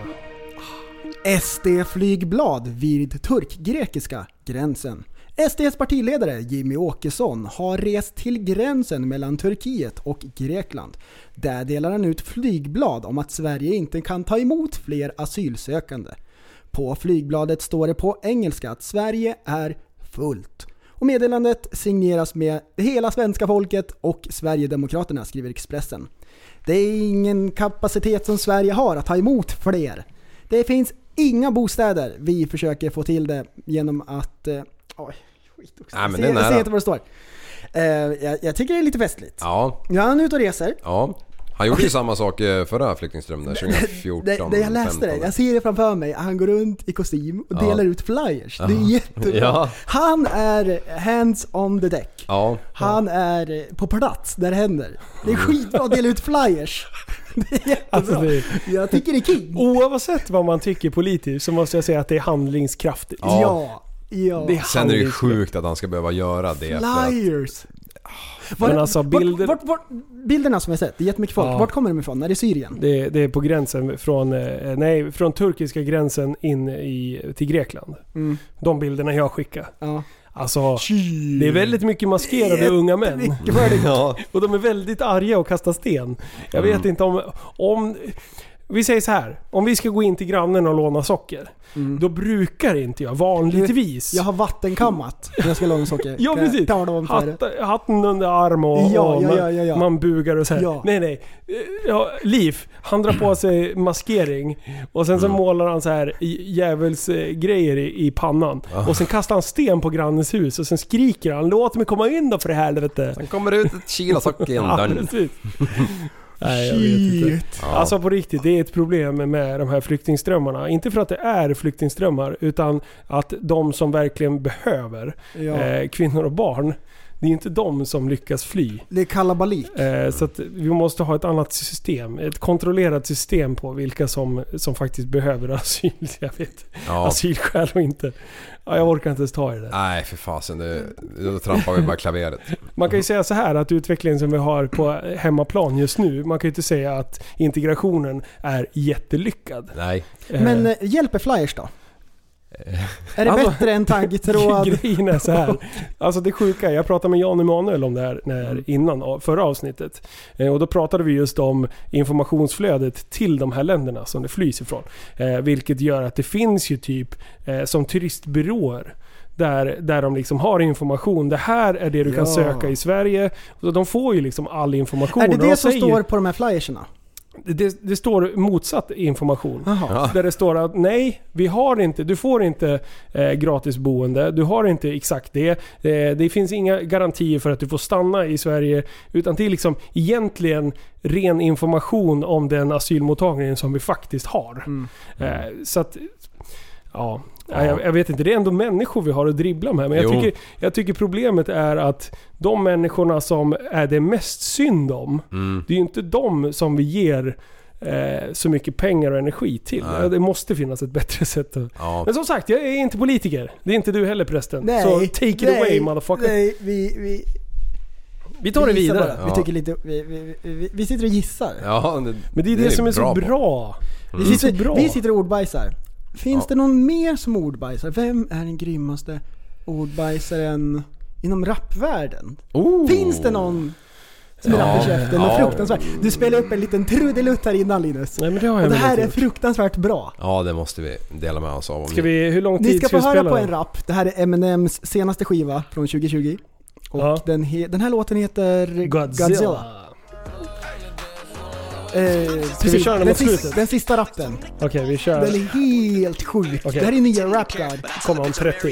SD-flygblad vid turk-grekiska gränsen. SDs partiledare Jimmy Åkesson har rest till gränsen mellan Turkiet och Grekland. Där delar han ut flygblad om att Sverige inte kan ta emot fler asylsökande. På flygbladet står det på engelska att Sverige är fullt. Och meddelandet signeras med hela svenska folket och Sverigedemokraterna, skriver Expressen. Det är ingen kapacitet som Sverige har att ta emot fler. Det finns inga bostäder. Vi försöker få till det genom att... skit också. Ja, men jag ser inte vad det står. Jag tycker det är lite festligt. Ja. Han är ute och reser. Ja. Han gjorde ju samma sak förra flyktingströmmen där 2014. Det jag läste det. Jag ser det framför mig. Han går runt i kostym och delar ut flyers. Det är jättebra. Ja. Han är hands on the deck. Ja. Han är på plats där det händer. Det är skitbra att dela ut flyers. Det är jättebra. Alltså jag tycker det är king. Oavsett vad man tycker politiskt så måste jag säga att det är handlingskraftigt. Ja. Det sen är det ju sjukt att han ska behöva göra det. Flyers. Men alltså bilderna som jag sett, det är jättemycket folk. Vart kommer de ifrån? Är det Syrien? Det är på gränsen från turkiska gränsen in till Grekland. De bilderna jag skickar. Ja. Alltså, det är väldigt mycket maskerade unga män. Ja. Och de är väldigt arga och kastar sten. Jag vet inte om vi säger så här, om vi ska gå in till grannen och låna socker, då brukar inte jag vanligtvis. Jag har vattenkammat när jag ska låna socker. Ja, precis. Hatten under arm och man bugar och så här. Ja. Nej. Liv, han drar på sig maskering och sen så målar han så här djävulsgrejer i pannan. Och sen kastar han sten på grannens hus och sen skriker han: låt mig komma in då för det helvete. Sen kommer det ut ett kilo socker i dörren. Nej, jag vet inte. Alltså på riktigt, det är ett problem med de här flyktingströmmarna. Inte för att det är flyktingströmmar, utan att de som verkligen behöver, kvinnor och barn, det är inte de som lyckas fly. Det är kalabalik. Så att vi måste ha ett annat system. Ett kontrollerat system på vilka som faktiskt behöver asyl. Jag vet. Asylskäl och inte. Jag orkar inte ens ta i det. Nej, för fasen. Då trampar vi bara klaveret. Man kan ju säga så här att utvecklingen som vi har på hemmaplan just nu, man kan ju inte säga att integrationen är jättelyckad. Nej. Men hjälper flyers då? Är det bättre än taggtråd? Grejen är så här. Alltså det sjuka, jag pratade med Jan Emanuel om det här innan förra avsnittet. Och då pratade vi just om informationsflödet till de här länderna som det flys ifrån. Vilket gör att det finns ju typ som turistbyråer där de liksom har information. Det här är det du kan söka i Sverige. Och de får ju liksom all information. Är det som står på de här flyersarna? Det står motsatt information. Där det står att nej, vi har inte, du får inte gratis boende, du har inte exakt det. Det finns inga garantier för att du får stanna i Sverige, utan det är liksom egentligen ren information om den asylmottagningen som vi faktiskt har. Så att jag vet inte, det är ändå människor vi har att dribbla med. Men jag tycker problemet är att de människorna som är det mest synd om, det är ju inte de som vi ger så mycket pengar och energi till. Det måste finnas ett bättre sätt. Men som sagt, jag är inte politiker. Det är inte du heller, prästen. Nej, så take it away, motherfucker. Nej, vi tar det vidare. Vi tycker lite, vi sitter och gissar. Ja, men det är det som är så bra. Vi sitter och ordbajsar. Finns det någon mer som ordbajsar? Vem är den grymmaste ordbajsaren inom rapvärlden? Finns det någon som är rapp i käften? Något fruktansvärt. Du spelar upp en liten trudelutt här innan, Linus. Nej, men det här är fruktansvärt bra. Ja, det måste vi dela med oss av. Hur lång tid ni ska få höra spela på en rap. Det här är Eminems senaste skiva från 2020. Och den här låten heter Godzilla. Ska vi köra den mot slutet? Den sista rappen. Okej, vi kör. Den är helt sjuk. Det här är nya Rap God. Kommer om 30.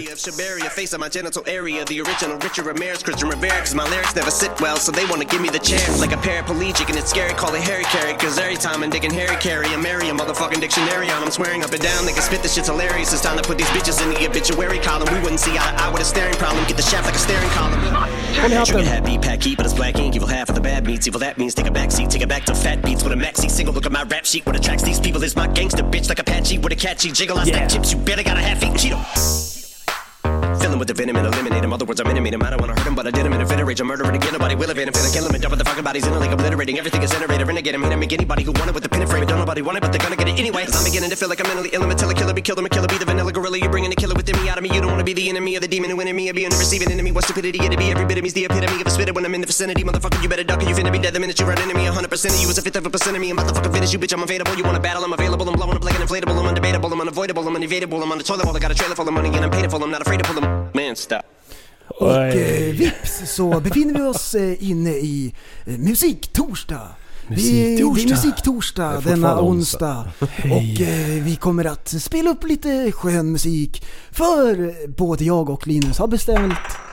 I'm swearing up and down, they can spit this shit's hilarious. It's time to put these bitches in the obituary column. We wouldn't see eye to eye with a staring problem. Get the shaft like a staring column. Sugar hat, beat pack heat, but it's black ink. Evil half of the bad meats. Evil that means take a back seat. Take it back to fat beats with a maxi single. Look at my rap sheet. What attracts these people is my gangster bitch like Apache with a catchy jiggle. I stack chips. You better got a half-eaten Cheeto. Fill with the venom and eliminate him. Other words, I'm intimate him. I don't want to hurt him, but I did him in a fit of rage. I'm murdering again. Nobody will evade him. Finna kill him and dump the fucking bodies in a lake, obliterating everything is generated. Renegade him. Hit him. Make anybody who want it with the pin and frame it. Don't nobody want it, but they're gonna get it anyway. Cause I'm beginning to feel like I'm mentally ill. I'm a killer, be killed. I'm a killer, be the vanilla gorilla. You're bringing the killer within me out of me. You don't want to be the enemy of the demon who in me. I'll be in the receiving enemy. What stupidity it'd be. Every bit of me's the epitome of a spitter when I'm in the vicinity. Motherfucker, you better duck or you finna be dead the minute you run into me. 100% of you is a fifth of a percent of me. I'm about to fucking finish you, bitch. I'm available. You want to battle? I'm available. I'm blowing up like an inflatable. I'm undebatable. I'm unavoidable. I'm unevadable. I'm on the toilet wall. I got a trailer full of money and I'm paid for. I'm not afraid to pull them. Man, stop. Och vips så befinner vi oss inne i musiktorsdag. Det är musiktorsdag denna onsdag. Och vi kommer att spela upp lite skön musik. För både jag och Linus har beställt.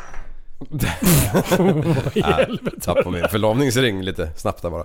Tapp på min förlovningsring lite snabbt där bara.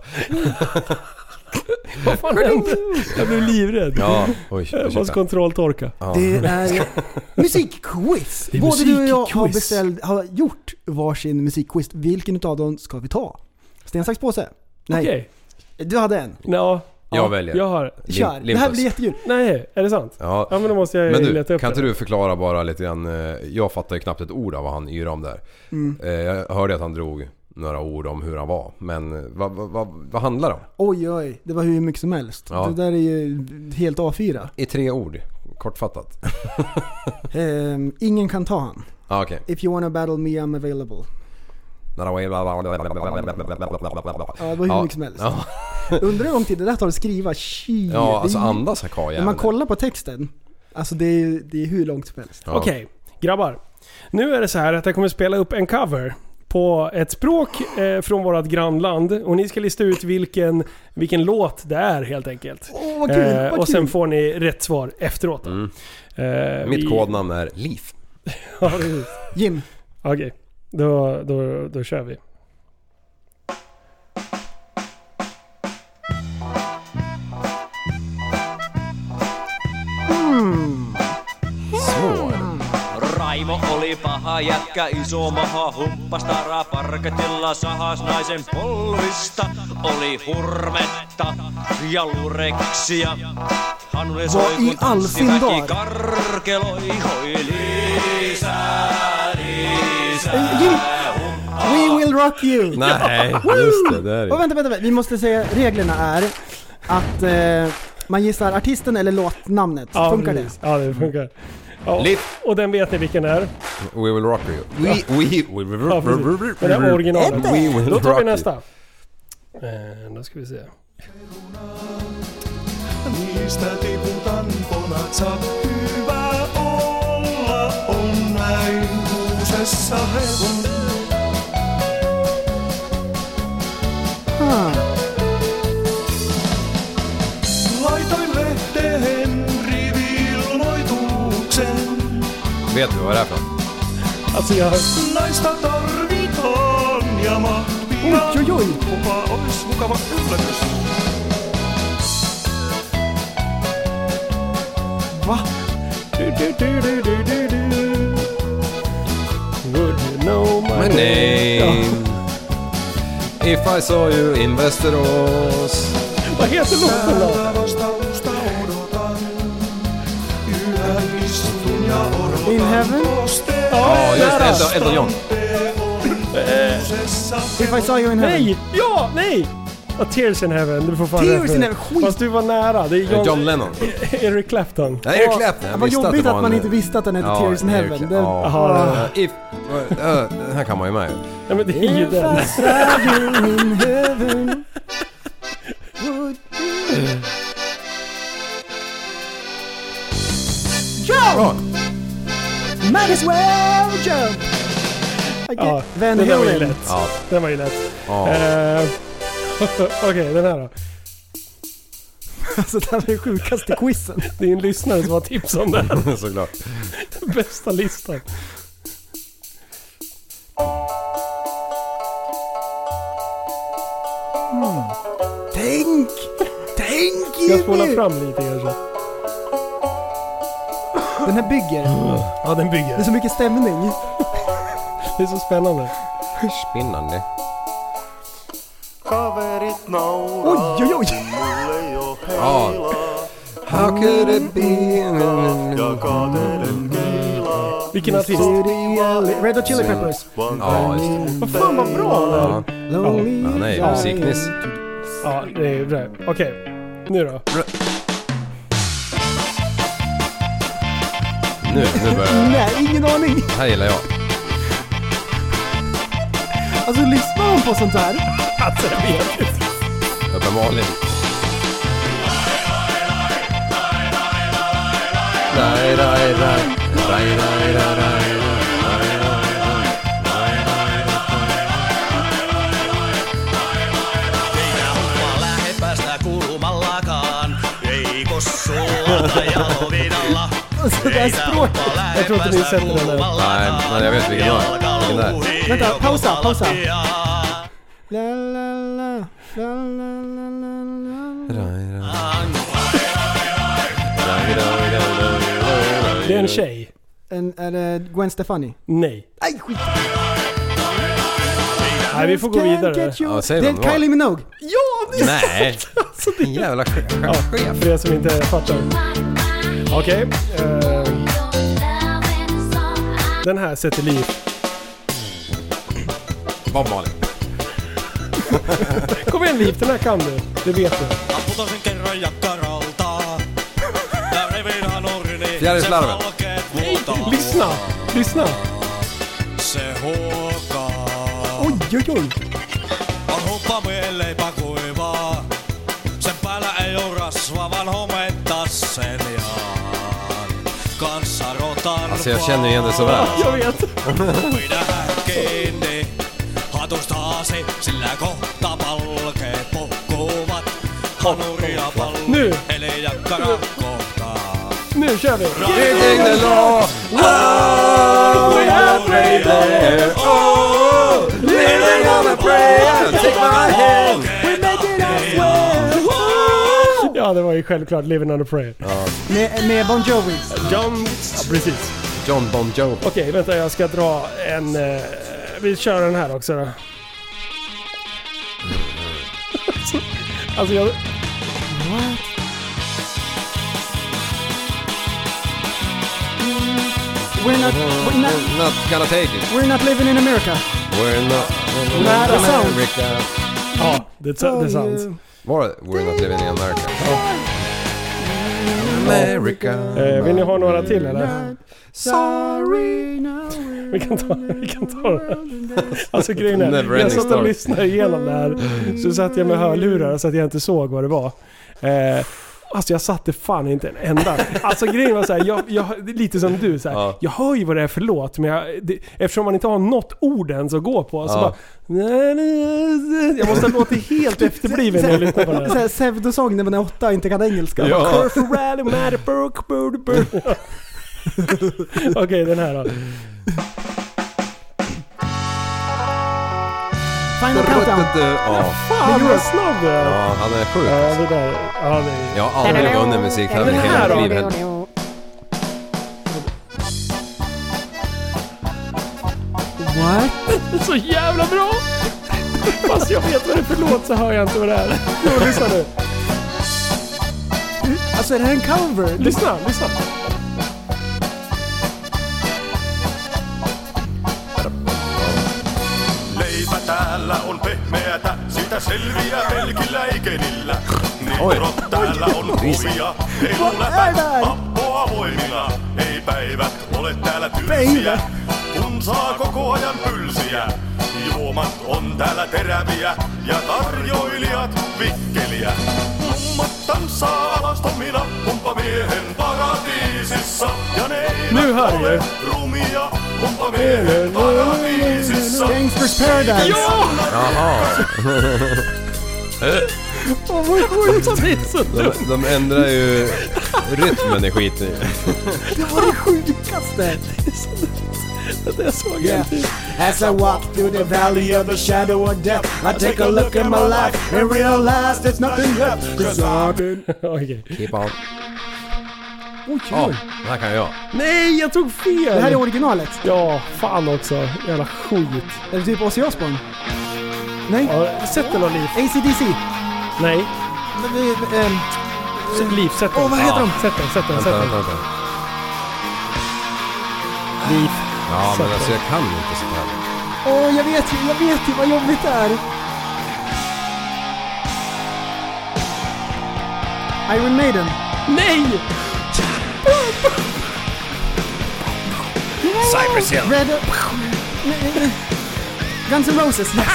Vad fan hände? Jag blev livrädd. Ja, jag måste kontrolltorka. Ja. Det är musikquiz. Både du och jag har gjort varsin musikquiz. Vilken av dem ska vi ta? Sten, sax, påse? Nej. Okej. Du hade en? Ja. Jag väljer. Jag har. Kör. Det här blir jättekul. Nej, är det sant? Ja. Men då måste jag leta upp kan inte du förklara bara lite grann? Jag fattar ju knappt ett ord av vad han yrade om där. Jag hörde att han drog några ord om hur han var. Men vad handlar det om? Oj, det var hur mycket som helst. Ja. Det där är ju helt A4. I 3 ord, kortfattat. Ingen kan ta han. Okay. If you wanna battle me, I'm available. Ja, det var hur mycket som helst. Ja. Undrar hur lång tid det där tar att skriva. Ja, alltså andas här kvar. När man kollar på texten, alltså det är hur långt som helst. Ja. Okej, grabbar. Nu är det så här att jag kommer spela upp en cover på ett språk från vårt grannland. Och ni ska lista ut vilken låt det är helt enkelt. Vad kul, och sen får ni rätt svar efteråt. Mitt kodnamn är Liv. Ja, Jim. Okej, då kör vi. Raimo oli paha jätkä, iso maha, humppas taraa parketilla, sahas naisen polvista. Oli hurmetta ja lureksia. Hanune soi kun tanssiväki karkeloi, hoi lisää. We will rock you. Nej, just det där. Och vänta, vi måste säga reglerna är att man gissar artisten eller låtnamnet. Ja, funkar precis. det? Ja, det funkar. Ja, och den vet ni vilken är. We will rock you. We will rock you. Det är originalet. Då tar vi nästa. Då ska vi se. Niistä tiputan ponat, saa hyvä olla, on näin kuusessa hevon. Laitoin lehteen rivilmoituksen. Vet du vad det är för? Alltså jag... Naista tarvitaan ja mahtia. Oi. Kuka ois mukava yllätys. Va? Would you know my name? If I saw you in Västerås. Vad heter låten då? In Heaven? Ja, just Elton John. If I saw you in Heaven. Nej! Ja, nej! Tears in Heaven, du får fan Tears in Heaven, skit. Fast du var nära, det är John Lennon. Eric Clapton. Nej, Eric Clapton. Det var jobbigt att man inte visste att den hette Tears in Heaven. Den här kan man ju med. Ja, men det är ju den. If I saw you in heaven. Jump! Might as well jump! Ja, Van den var ju Halen. lätt. Ja. Den var ju lätt. Okej, den här då. Alltså det här är det sjukaste quizen. Det är en lyssnare som har tips om det här. Såklart. Den bästa listan. Tänk Ska jag spola fram lite kanske? Den här bygger. Ja, den bygger. Det är så mycket stämning. Det är så spännande. Spännande. Kaverit nauraa. Oj, oj, oj. Mulle jo Ja. How could it be? ja kaverin kiilaa. Vilken artist? Red Hot Chili Peppers. Ja, just det. Vad fan vad bra det är. Ja, han är ju musikniss. Ja, det är bra. Okej, nu då. Nu börjar jag. Nej, ingen aning. Det här gillar jag. Alltså lyssnar de på sånt här? Alltså jag vet inte. Uppenbarligen. Rai, rai, rai. Rai, rai, rai, rai. Lähepästä kuulumallakaan, ei kossuolta jalovidalla. Alltså det här språket. Jag tror inte ni sätter den där. Nej, men jag vet vilken det är. Vänta, pausa. La la la. La la la la la. Det är en tjej. Är det Gwen Stefani? Nej. Nej, skit. Nej, vi får gå vidare. Ja, säg Det vad är Kylie Minogue. Ja, det är Nej. alltså det. Jävla Ja, chef. för er som inte fattar. Okej. Den här sätter liv. Bob Marley. Kom igen Liv, den här kan du. Det vet du. Putosin kerran jakkaralta. Ja revin hanurni. Fjärilslarven. Lyssna. Se huokaa. Oj. On huppamies kuivaa. Sen päällä ei oo rasva, vaan hometta sen jaan. Kanssa rotan Alltså jag känner igen det så väl. Jag vet. Pidähän kiinni hatustasi, sillä kohta palkeet puhkuvat. Hanuria pallo, Nu. eli jakkara kohtaa. Nu kör vi. Breaking the law. Oh, we have prayed there. Oh, living on a prayer. Take my hand. We make it as well. Ja, det var ju självklart Living on a Prayer. Ja. Med Bon Jovi. Ja, precis. John Bon Jovi. Okej, vänta, jag ska dra en... vi kör den här också då. Alltså jag... What? We're not gonna take it. We're not living in America. We're not Nära in sound. America. Ja, det sounds. Var det We're not living in America? America. Vill ni ha några till eller? Sorry, Vi kan ta det. Alltså grejen är, jag satt och lyssnade igenom det här. Så satt jag med hörlurar så att jag inte såg vad det var. Alltså jag satte fan inte en enda. Alltså grejen var så här, jag lite som du så här, ja. Jag hör ju vad det är för låt, men eftersom man inte har något ord ens att gå på så bara jag måste låta helt efterbliven när jag lyssnar på det här. Så här pseudosång när man är 8 och inte kan engelska. Ja. Okej, den här då. Final Countdown. Ja. Fan vad snabb du är. Ja, han är sjuk. Ja, det där. Ja, det är... Jag har aldrig vunnit musiktävling i hela mitt liv heller. What? Det är så jävla bra! Fast jag vet vad det är för låt så hör jag inte vad det är. Jo, lyssna nu. Alltså är det en cover? Lyssna. Leipä täällä on pehmeätä, sitä selviää pelkillä ikenillä. Nitrot täällä on huvia, ei mun läpä appoa voimilla. Ei päivät ole täällä tylsiä, kun saa koko ajan pylsiä. Juomat on täällä teräviä ja tarjoilijat vikkeliä. Mummat tanssaa alastomina, humppamiehen paratiisissa. Ja ne eivät ole rumia, humppamiehen paratiisissa. Gangsters Paradise. Ja! Jaha. vad sjukt. Det är så dumt. De ändrar ju rytmen i skiten. Det var det sjukaste. Det är så gött. As I walk through the valley of the shadow of death, I take a look at my life and realize there's nothing left. 'Cause I've been... Okej. Keep on. Oj, det här kan jag. Nej, jag tog fel. Det här är originalet. Ja, fan också. Jävla skit. Är det typ Ozzy Osbourne? Nej. Ja, sätt den av liv. AC/DC. Nej. Liv, sätt den. Vad heter de? Sätt den. Liv. Ja, men alltså jag kan inte sånt här. Jag vet ju vad jobbigt det är. Iron Maiden. Nej! Cypress Hill. Red... Guns N' Roses, yes.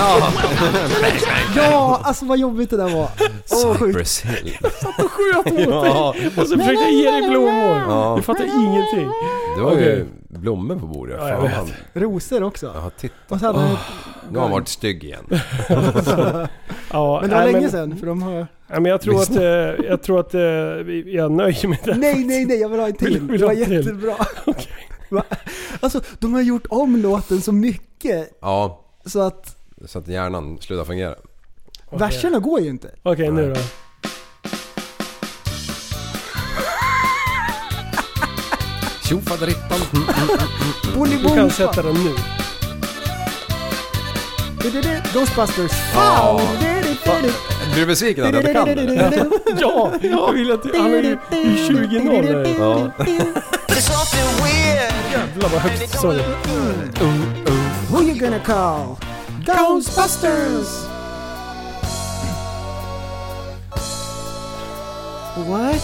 Ja, alltså vad jobbigt det där var. Cypress Hill. Satt och sköt mot dig. Och så försökte jag ge dig blommor. Ja. Du fattar ingenting. Det var ju blommor på bordet. Ja, jag vet. Rosor också. Ja, titta. Och så hade nu har han varit stygg igen. Ja, men det var länge sedan, för de har... Ja, men jag tror att jag nöjer mig där. Nej, jag vill ha en till. Det var jättebra. Okay. Alltså, de har gjort om låten så mycket. Ja. Så att hjärnan slutar fungera. Verserna går ju inte. Okej, nu då. Tjofaderittan. Du kan sätta den nu. Ghostbusters. Blir du besviken att jag inte kan det? Ja, jag vill att han är ju 20-0. Ja. Jävlar vad högt så det. Who you gonna call? Ghostbusters. What?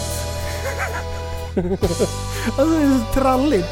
Alltså det är så tralligt.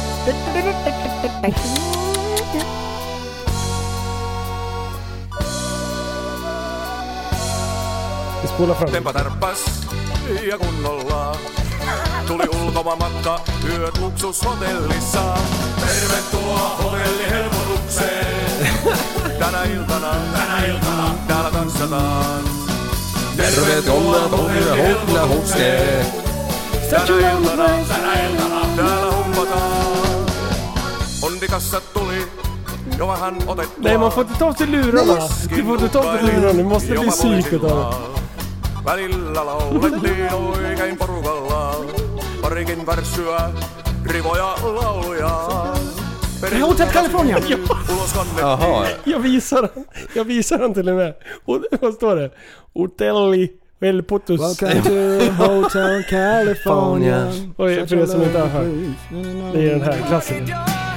Vi spolar fram. Tempa tärppäs ja kunnolla. Tuli ulkomaanmatka, yöt luksushotellissa. Tervetuloa hotellihelpotukseen. Tänä iltana täällä tanssataan. Tervetuloa hotellihelpotukseen. Tänä iltana täällä humpataan. Ondikassa tuli jo vähän otettua. Nej, man får inte ta till lurarna. Du får inte ta till lurarna, du måste bli psyket av välillä laulettiin oikein porukalla. Parikin värssyä, rivoja lauluja. Hotel California. Jaha. Jag visar den till och med. Och vad står det? Hotelli Helpotus. Welcome to Hotel California. Oj, för det som inte har hört. Det är den här klassen.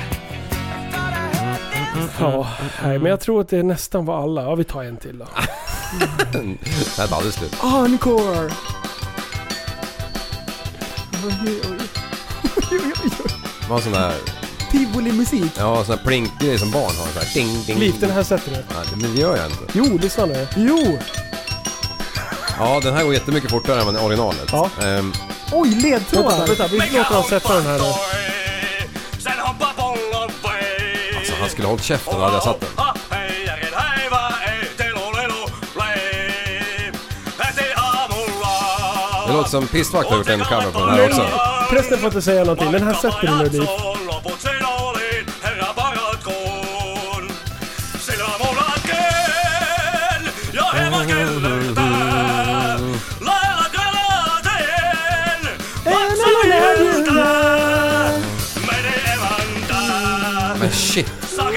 Ja, nej, men jag tror att det nästan var alla. Ja, vi tar en till då. Det här var alldeles slut. Encore. Vad sån här Tivoli-musik. Ja, sån här plink-grej som barn har. Så här ding, ding. Liv, den här sätter du. Nej, det gör jag inte. Jo, lyssna nu. Jo. Ja, den här går jättemycket fortare än originalet. Ja. Oj, ledtrådar. Vänta, vi låter dem sätta den här då. Alltså, han skulle ha hållit käften och hade jag satt den. Det låter som Pistvakt har gjort en cover på den här också. Prästen får inte säga någonting, men här sätter du nu dit. Men shit.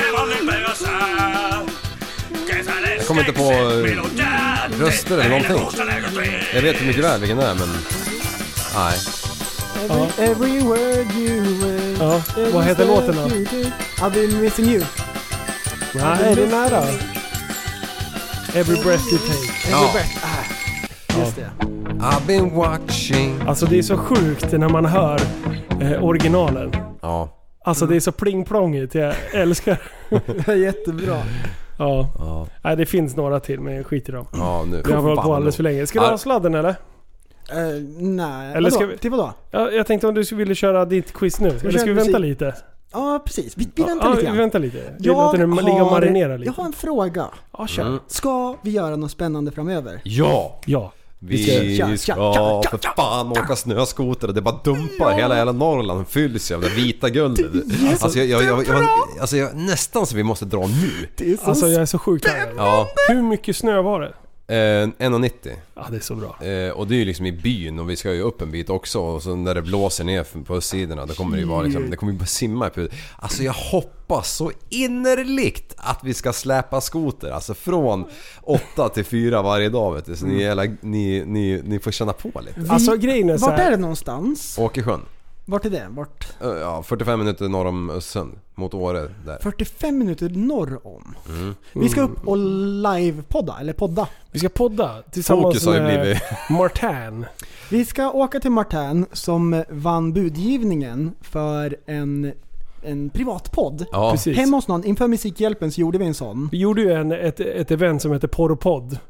Jag kommer inte på röster eller någonting. Jag vet mycket väl vilken det är, men nej. Every word you will. Ja, vad heter låten då? I've been missing you. Nej, det är nära. Every breath you take. Every breath. Just det. I've been watching. Alltså det är så sjukt när man hör originalen. Ja. Alltså det är så pling-plongigt, jag älskar. Det är jättebra. Ja. Nej, det finns några till, men skit i dem. Ja, nu. Vi har hållit på alldeles för länge. Ska du ha sladden eller? Nej. Eller ska vi... Till vadå? Ja, jag tänkte om du ville köra ditt quiz nu. Eller ska vi vänta lite? Ja, precis. Vi väntar lite grann. Vi väntar lite. Vi låter den ligga och marinera lite. Jag har en fråga. Ska vi göra något spännande framöver? Ja! Vi ska för fan åka snöskoter och det bara dumpar hela Norrland fylls av det vita guldet. Alltså jag nästan så vi måste dra nu. Alltså jag är så sjukt taggad. Ja. Hur mycket snö var det? 1,90. Ja, det är så bra. Och det är ju liksom i byn och vi ska ju upp en bit också. Och så när det blåser ner på sidorna, då kommer det ju vara liksom, det kommer ju bara simma i pudet. Alltså jag hoppas så innerligt att vi ska släpa skoter. Alltså från 8 till 4 varje dag, vet du. Så ni får känna på lite. Alltså grejen är så här. Vart är det någonstans? Åkersjön. Vart är det? Ja, 45 minuter norr om Össund. Mot Åre där. 45 minuter norr om. Vi ska upp och live-podda, eller podda. Vi ska podda tillsammans med Martin. Vi ska åka till Martin som vann budgivningen för en privatpodd. Ja. Precis. Hemma hos någon, inför Musikhjälpen så gjorde vi en sån. Vi gjorde ju ett event som heter Porropodd.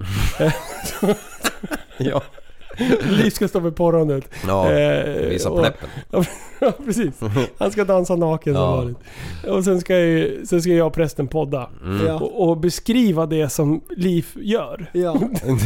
Ja. Liv ska stå med porrandet. Ja, visa pläppen. Ja, precis. Han ska dansa naken som vanligt. Och sen ska jag och prästen podda. Och beskriva det som Liv gör. Ja.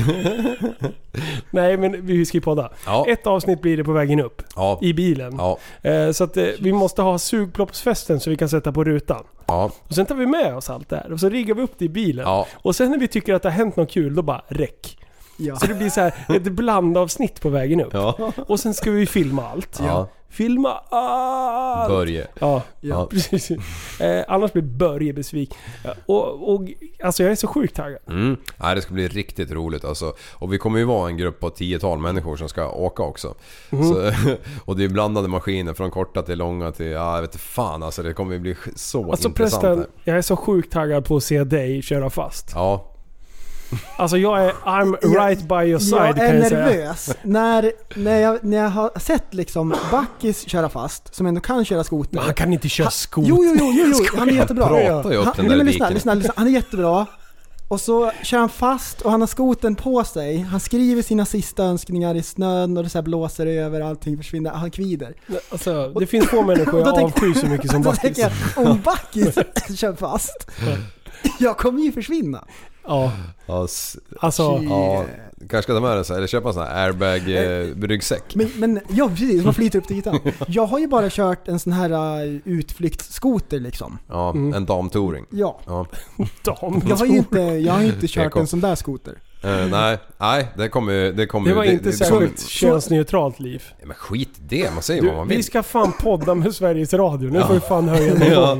Nej, men vi ska ju podda. Ja. Ett avsnitt blir det på vägen upp. Ja. I bilen. Ja. Så att vi måste ha sugploppsfesten så vi kan sätta på rutan. Ja. Och sen tar vi med oss allt det här. Och så riggar vi upp det i bilen. Ja. Och sen när vi tycker att det har hänt något kul, då bara räck. Ja. Så det blir så här ett blandavsnitt på vägen upp. Ja. Och sen ska vi filma allt. Ja. Filma allt. Börje. Ja, precis. Annars blir Börje besviken. Och alltså jag är så sjukt taggad. Nej, det ska bli riktigt roligt alltså. Och vi kommer ju vara en grupp på 10-tal människor som ska åka också. Så, och det är blandade maskiner från korta till långa till, jag vet inte fan alltså, det kommer bli så alltså, intressant. Prästen, jag är så sjukt taggad på att se dig köra fast. Ja. Alltså I'm right by your side, jag kan är jag säga. nervös när jag har sett liksom Backis köra fast, som ändå kan köra skoter. Men han kan inte köra skoter. Jo, han är jättebra. Pratar ju upp den där lyssna, han är jättebra. Och så kör han fast och han har skoten på sig. Han skriver sina sista önskningar i snön och det så här blåser över, allting försvinner. Han kvider. Alltså, det finns få människor jag avskyr så mycket som Backis. Om Backis kör fast, jag kommer ju försvinna. Ja. Alltså kanske ska ta med den så här, eller köpa en sån här airbag ryggsäck. Men ja, precis, man flyter upp till ytan. Jag har ju bara kört en sån här utflyktsskoter liksom. Ja, en damtouring. Ja. Damtouring. Jag har inte kört en sån där skoter. Nej, det kommer. Det var inte särskilt könsneutralt, Liv. Ja, men skit i det, man säger vad man vill. Vi ska fan podda med Sveriges Radio. Nu får vi fan höja nivån.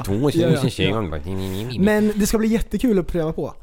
Men det ska bli jättekul att pröva på.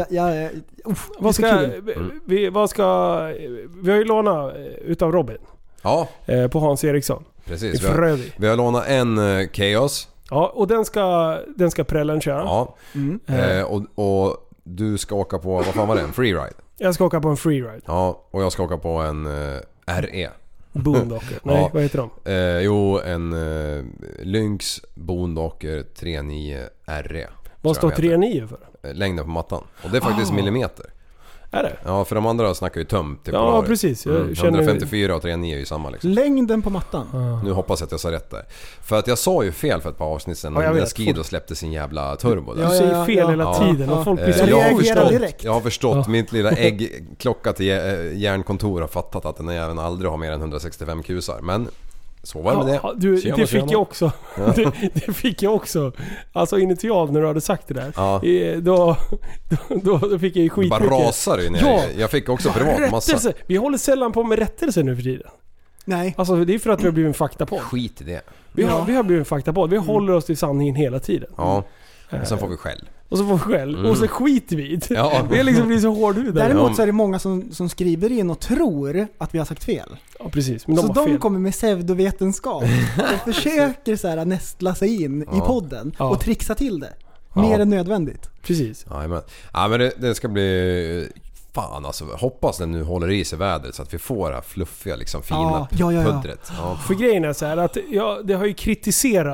Vi har ju lånat utav Robin. Ja. På Hans Eriksson. Precis. Vi har lånat en Chaos. Ja, och den ska prällen köra. Ja. Och du ska åka på, vad fan var det? En freeride? Jag ska åka på en freeride. Ja, och jag ska åka på en RE. Boondocker. Nej, vad heter de? En Lynx Boondocker 39 RE. Vad står 39 för? Längden på mattan. Och det är faktiskt millimeter. Är det? Ja, för de andra snackar ju töm till Polari. Ja, precis. 154 och 39 är ju samma liksom. Längden på mattan. Nu hoppas jag att jag sa rätt där. För att jag sa ju fel för ett par avsnitt sedan när Skido släppte sin jävla turbo där. Du säger fel hela tiden och folk blir så jag har förstått mitt lilla äggklocka till järnkontor har fattat att den även aldrig har mer än 165 kusar. Men så var det med det. Det fick jag också. Det fick jag också. Alltså initialt när du hade sagt det där. Ja. Då fick jag ju skit. Bara rasar ju när jag fick också privat massa. Vi håller sällan på med rättelse nu för tiden. Nej. Alltså det är för att vi har blivit en faktapodd. Skit i det. Vi har blivit en faktapodd. Vi håller oss till sanningen hela tiden. Ja. Och sen får vi skäll. Och så får vi skäll. Och så skiter vi i det. Ja. Vi har liksom blivit så hårdhudade. Däremot så är det många som skriver in och tror att vi har sagt fel. Ja, precis. Men de kommer med pseudovetenskap och försöker så här nästla sig in i podden och trixa till det. Mer än nödvändigt. Precis. Ja, men det ska bli... Fan alltså, hoppas den nu håller i sig vädret så att vi får det här fluffiga liksom, fina puddret. För grejen är så här att det har ju kritiserats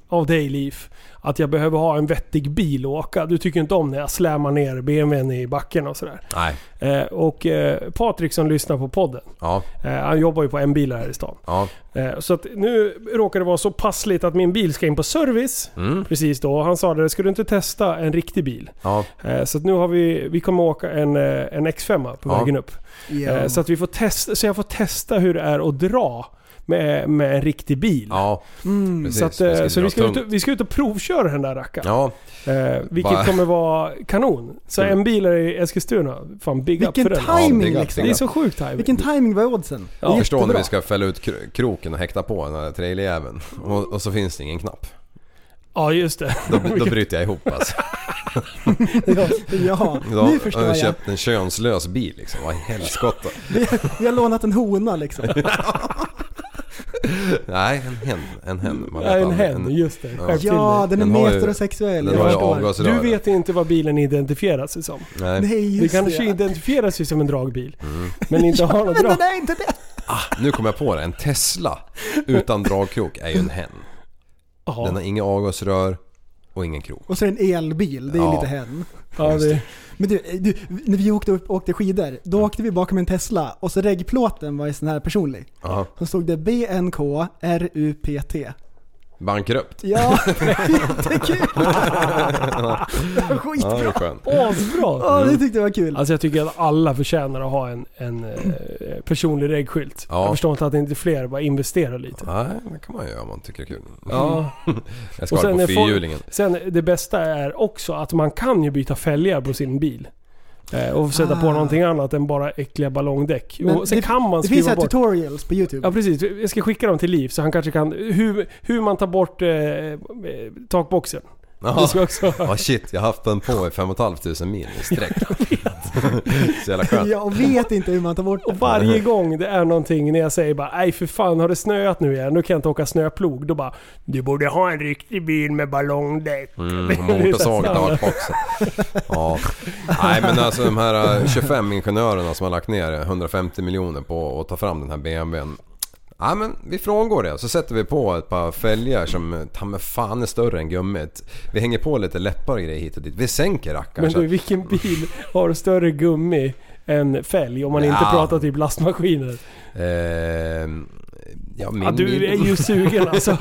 av dig, Liv, att jag behöver ha en vettig bil att åka. Du tycker inte om när jag slämmar ner BMWn i backen och sådär. Nej. Och Patrik som lyssnar på podden, han jobbar ju på en bil här i stan. Ja. Så att nu råkar det vara så passligt att min bil ska in på service precis då. Han sa det, ska du inte testa en riktig bil? Ja. Så att nu har vi kommer åka en X5 på vägen upp. Ja. Så att vi får testa, så jag får testa hur det är att dra med en riktig bil. Ja, precis. Så vi ska ut och provköra den där rackaren. Ja. Vilket kommer vara kanon. Så en bil är i Eskilstuna. Fan, big up för den. Vilken timing liksom. Det är så sjukt timing. Vilken timing var oddsen? Jag förstår när vi ska fälla ut kroken och häkta på den här trailerjäveln. Och så finns det ingen knapp. Ja, just det. Då bryter jag ihop alltså. Ja, nu förstår jag. Jag har köpt en könslös bil liksom. Vad i helskotta. Vi har lånat en hona liksom. Nej, en hen. En hen, just det. Ja, den är metrosexuell. Den har ju avgasrör. Du vet inte vad bilen identifierar sig som. Nej, just det. Kanske identifierar sig som en dragbil. Men inte har något drag. Men det är inte det. Nu kommer jag på det. En Tesla utan dragkrok är ju en hen. Aha. Den har inga avgasrör och ingen krok. Och så är det en elbil, det är lite hen. Ja, det... Men du, när vi åkte skidor, då åkte vi bakom en Tesla och så reggplåten var ju sån här personlig. Så stod det BNKRUPT. Bankrupt. Ja, jättekul. Skitbra. Asbra. Ja, det tyckte jag var kul. Alltså jag tycker att alla förtjänar att ha en personlig reggskylt. Ja. Jag förstår inte att inte fler bara investerar lite. Nej, det kan man göra om man tycker det är kul. Ja. Jag ska ha på fyrhjulingen. Sen det bästa är också att man kan ju byta fälgar på sin bil. Och sätta på någonting annat än bara äckliga ballongdäck. Och sen kan man det finns här tutorials på YouTube. Ja, precis. Jag ska skicka dem till Liv så han kanske kan hur man tar bort takboxen. Ja, shit, jag har haft den på i 5 500 mil i sträck. Så jävla skönt. Jag vet inte hur man tar bort det. Och varje gång det är någonting när jag säger bara nej för fan har det snöat nu igen, nu kan jag inte åka snöplog, då bara du borde ha en riktig bil med ballongdäck. Motorsåg takboxen. Ja. Nej men alltså de här 25 ingenjörerna som har lagt ner 150 miljoner på att ta fram den här BMWn. Ja men vi frångår det. Så sätter vi på ett par fälgar som med fan är större än gummit. Vi hänger på lite läppar och grejer hit och dit. Vi sänker rackaren. Men du, vilken bil har större gummi än fälg om man inte pratar typ lastmaskiner? Du är ju sugen alltså.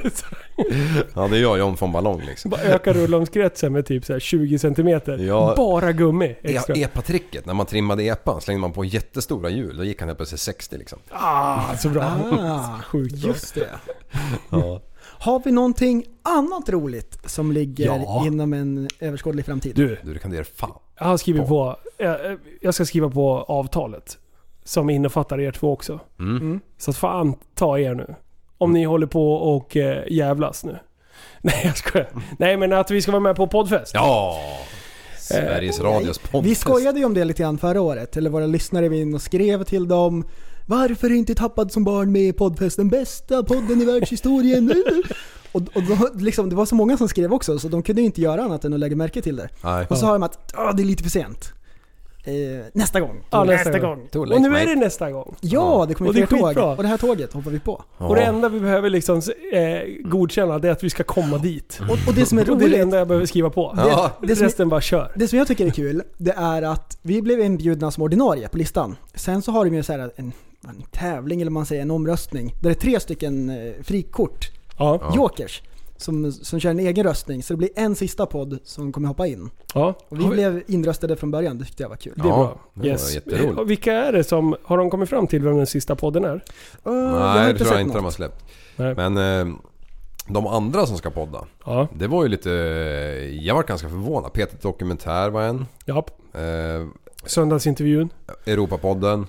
Ja, det gör John von Ballong liksom. Bara öka rullomskretsen med typ så här 20 centimeter. Ja, bara gummi extra. Epa-tricket, när man trimmade epan slängde man på jättestora hjul. Då gick han helt plötsligt 60 liksom. Så bra. Sjukt bra. Just det. Ja. Har vi någonting annat roligt som ligger inom en överskådlig framtid? Du kan det fan. Jag har skrivit på jag ska skriva på avtalet som innefattar er två också. Så att fan ta er nu. Om ni håller på och jävlas nu. Nej, jag skojar. Nej, men att vi ska vara med på poddfest. Ja! Sveriges Radios poddfest. Vi skojade ju om det lite grann förra året. Eller våra lyssnare vi in och skrev till dem. Varför är inte Tappad som barn med i poddfest? Den bästa podden i världshistorien. Och då, liksom, det var så många som skrev också. Så de kunde inte göra annat än att lägga märke till det. Nej. Och så har de att det är lite för sent. Nästa gång. Nästa gång. Och nu är det nästa gång. Ja, det kommer fler tåg. Och det här tåget hoppar vi på. Och det enda vi behöver liksom godkänna det är att vi ska komma dit. Och det som är roligt, det är det enda jag behöver skriva på. Resten bara kör. Det som jag tycker är kul, det är att vi blev inbjudna som ordinarie på listan. Sen så har de ju så här en tävling eller man säger en omröstning. Där det är 3 stycken frikort. Jokers. Som kör en egen röstning. Så det blir en sista podd som kommer hoppa in. Ja. Och vi blev inröstade från början. Det tyckte jag var kul. Det är bra. Det var jätteroligt. Vilka är det som... Har de kommit fram till vem den sista podden är? Nej, det tror jag inte de har släppt. Nej. Men de andra som ska podda. Det var ju lite... Jag var ganska förvånad. Peter Dokumentär var en. Ja. Söndagsintervjun. Europapodden.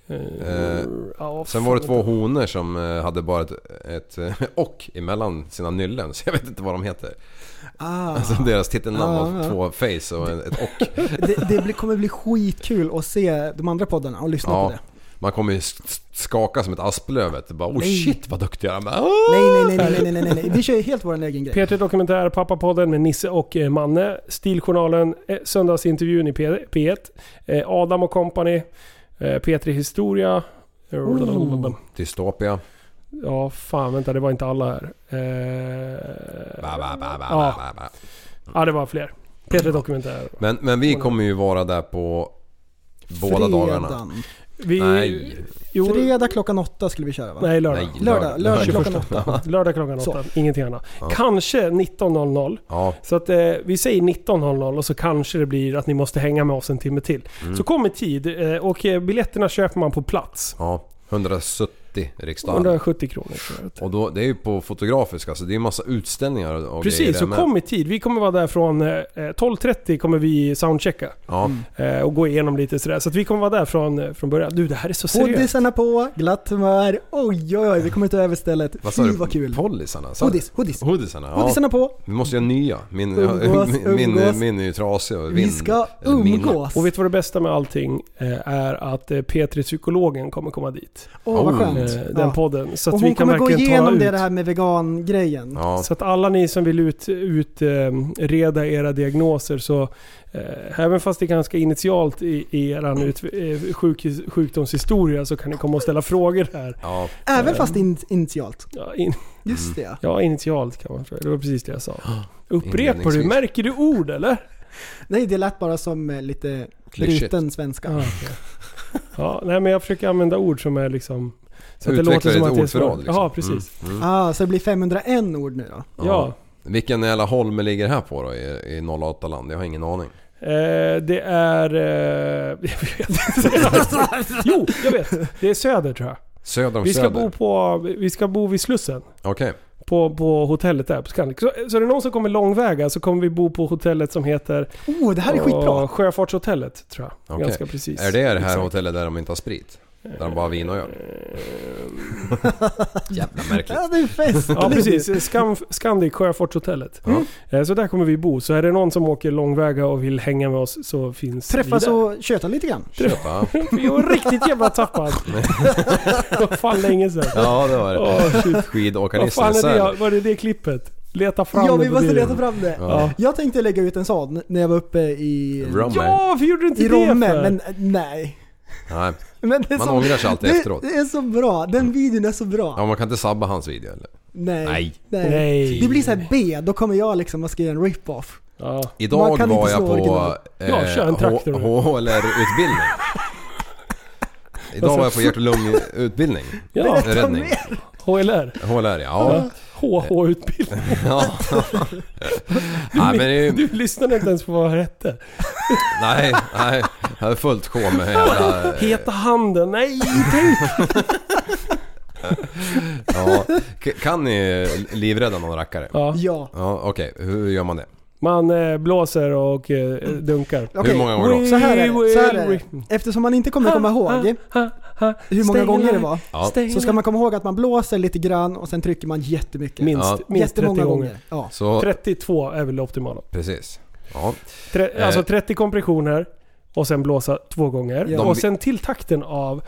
Sen var det 2 honor som hade bara ett och emellan sina nyllen, så jag vet inte vad de heter. Alltså deras titelnamn var 2 face och ett och. Det kommer bli skitkul att se de andra poddarna och lyssna på det. Man kommer ju skaka som ett asplövet. Bara, shit vad duktiga de är. Nej. Vi kör helt vår egen grej. Peter Dokumentär, Pappapodden med Nisse och Manne. Stiljournalen, söndagsintervjun i P1. Adam och Company. Petri Historia. Dystopia. Ja, fan vänta, det var inte alla här. Ja, det var fler. P3 Dokumentär. Men vi kommer ju vara där på båda dagarna. Fredag klockan 8 skulle vi köra, va? Nej, lördag. Lördag klockan 8. Lördag klockan 8, ingenting annat. Ja. Kanske 19.00. Ja. Så att vi säger 19.00 och så kanske det blir att ni måste hänga med oss en timme till. Så kom i tid och biljetterna köper man på plats. Ja, 170 riksdagen. 170 kronor. Och då, det är ju på Fotografiska, så det är en massa utställningar och precis, så kom i tid. Vi kommer vara där från 12.30 kommer vi soundchecka. Ja. Och gå igenom lite sådär. Så att vi kommer vara där från början. Du, det här är så seriöst. Hoodisarna på, glatt humör. Oj, vi kommer inte över stället. Vad sa du? Vad kul. Pollisarna? Hoodisarna, ja. Hoodisarna på. Vi måste göra nya. Min är ju trasig. Vi ska umgås. Och vet du vad det bästa med allting är? Att P3 Psykologen kommer komma dit. Vad skönt. Den podden. Så att och hon kommer gå igenom det här med vegan-grejen. Ja. Så att alla ni som vill utreda era diagnoser, så även fast det är ganska initialt i eran sjukdomshistoria, så kan ni komma och ställa frågor här. Ja. Även fast initialt? Ja, just det. Ja, initialt kan man fråga. Det var precis det jag sa. Upprepar du? Märker du ord eller? Nej, det lät bara som lite bruten svenska. Okay. Ja, nej, men jag försöker använda ord som är liksom... Så att det låter som att det är svårt. Liksom. Ja, precis. Så det blir 501 ord nu då? Ja. Vilken jävla Holme ligger här på då i 08-land? Jag har ingen aning. Det är... jag vet. Jo, jag vet. Det är söder, tror jag. Söder om vi ska bo vid Slussen. Okej. På hotellet där på Scandic. Så är det någon som kommer långväga, så kommer vi bo på hotellet som heter... det här är skitbra. Sjöfartshotellet, tror jag. Okay. Ganska precis. Är det här hotellet där de inte har sprit? Där de bara har vin och öl? Jävla märkligt. Ja, det är fest. Ja, precis. Scandic, Sjöfartshotellet. Så där kommer vi bo. Så är det någon som åker långväga och vill hänga med oss, så finns träffas och köta lite grann. Köta. Vi var riktigt jävla tappad. Det var fan länge sedan. Ja, det var det. Skidåkarnissen. Vad fan är det? Var det klippet? Leta fram det. Vi måste leta fram det. Ja. Jag tänkte lägga ut en sån när jag var uppe i... Romme. Ja, varför gjorde du inte i Romme, men nej. Nej. Men man ångrar sig alltid efteråt. Det är så bra. Den videon är så bra. Ja, man kan inte sabba hans video eller? Nej. Det blir så här B. Då kommer jag liksom att skriva en rip-off. Ja. Idag var jag på HLR-utbildning. Idag var jag på hjärt- och lungutbildning. Ja. Räddning. HLR, ja. HH-utbildning. Ja. Du lyssnade inte ens på vad det hette. Nej. Jag hade fullt sjå med hela... Heta handen. Nej, tänk. Ja. Kan ni livrädda någon rackare? Ja. Okej. Hur gör man det? Man blåser och dunkar. Hur många gånger då? Så här är det. Eftersom man inte kommer komma ihåg hur många gånger det var, så ska man komma ihåg att man blåser lite grann och sen trycker man jättemycket. Minst 30 gånger. Ja. Så 32 är väl optimala. Precis. Ja. Alltså 30 kompressioner och sen blåsa 2 gånger. Ja. Och sen till takten av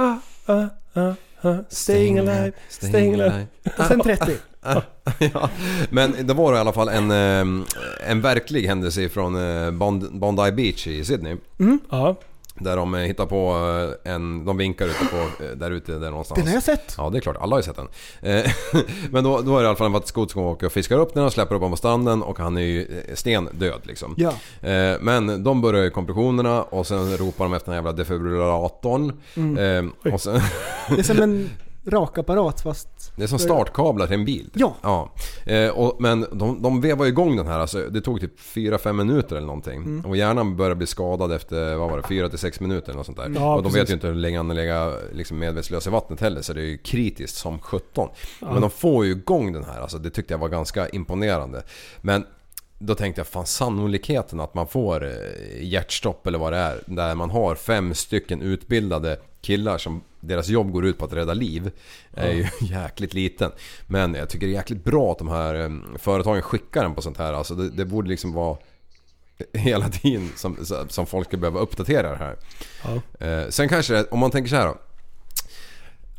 staying alive. Och sen 30. Ja, men det var i alla fall en verklig händelse från Bondi Beach i Sydney. Ja. Där de hittar på de vinkar ute på där ute där någonstans. Den har jag sett. Ja, det är klart, alla har ju sett den. Men då är det i alla fall en vattenskoter som åker och fiskar upp den och släpper upp honom på stranden, och han är ju stendöd liksom. Ja. Men de börjar kompressionerna och sen ropar de efter den jävla defibrillatorn. Och sen det är som en rakapparat fast... Det är som startkablar till en bil. Ja. Men de vevar igång den här. Alltså, det tog typ 4-5 minuter eller någonting. Och hjärnan började bli skadad efter, 4-6 minuter eller något sånt där. Ja, och de vet ju inte hur länge han lägger liksom medvetslös i vattnet heller. Så det är ju kritiskt som 17. Ja. Men de får ju igång den här. Alltså, det tyckte jag var ganska imponerande. Men då tänkte jag, fan, sannolikheten att man får hjärtstopp eller vad det är, där man har 5 stycken utbildade killar som deras jobb går ut på att rädda liv, är ju jäkligt liten. Men jag tycker det är jäkligt bra att de här företagen skickar den på sånt här. Alltså det borde liksom vara hela tiden som folk ska behöva uppdatera det här. Ja. Sen kanske, om man tänker så här då,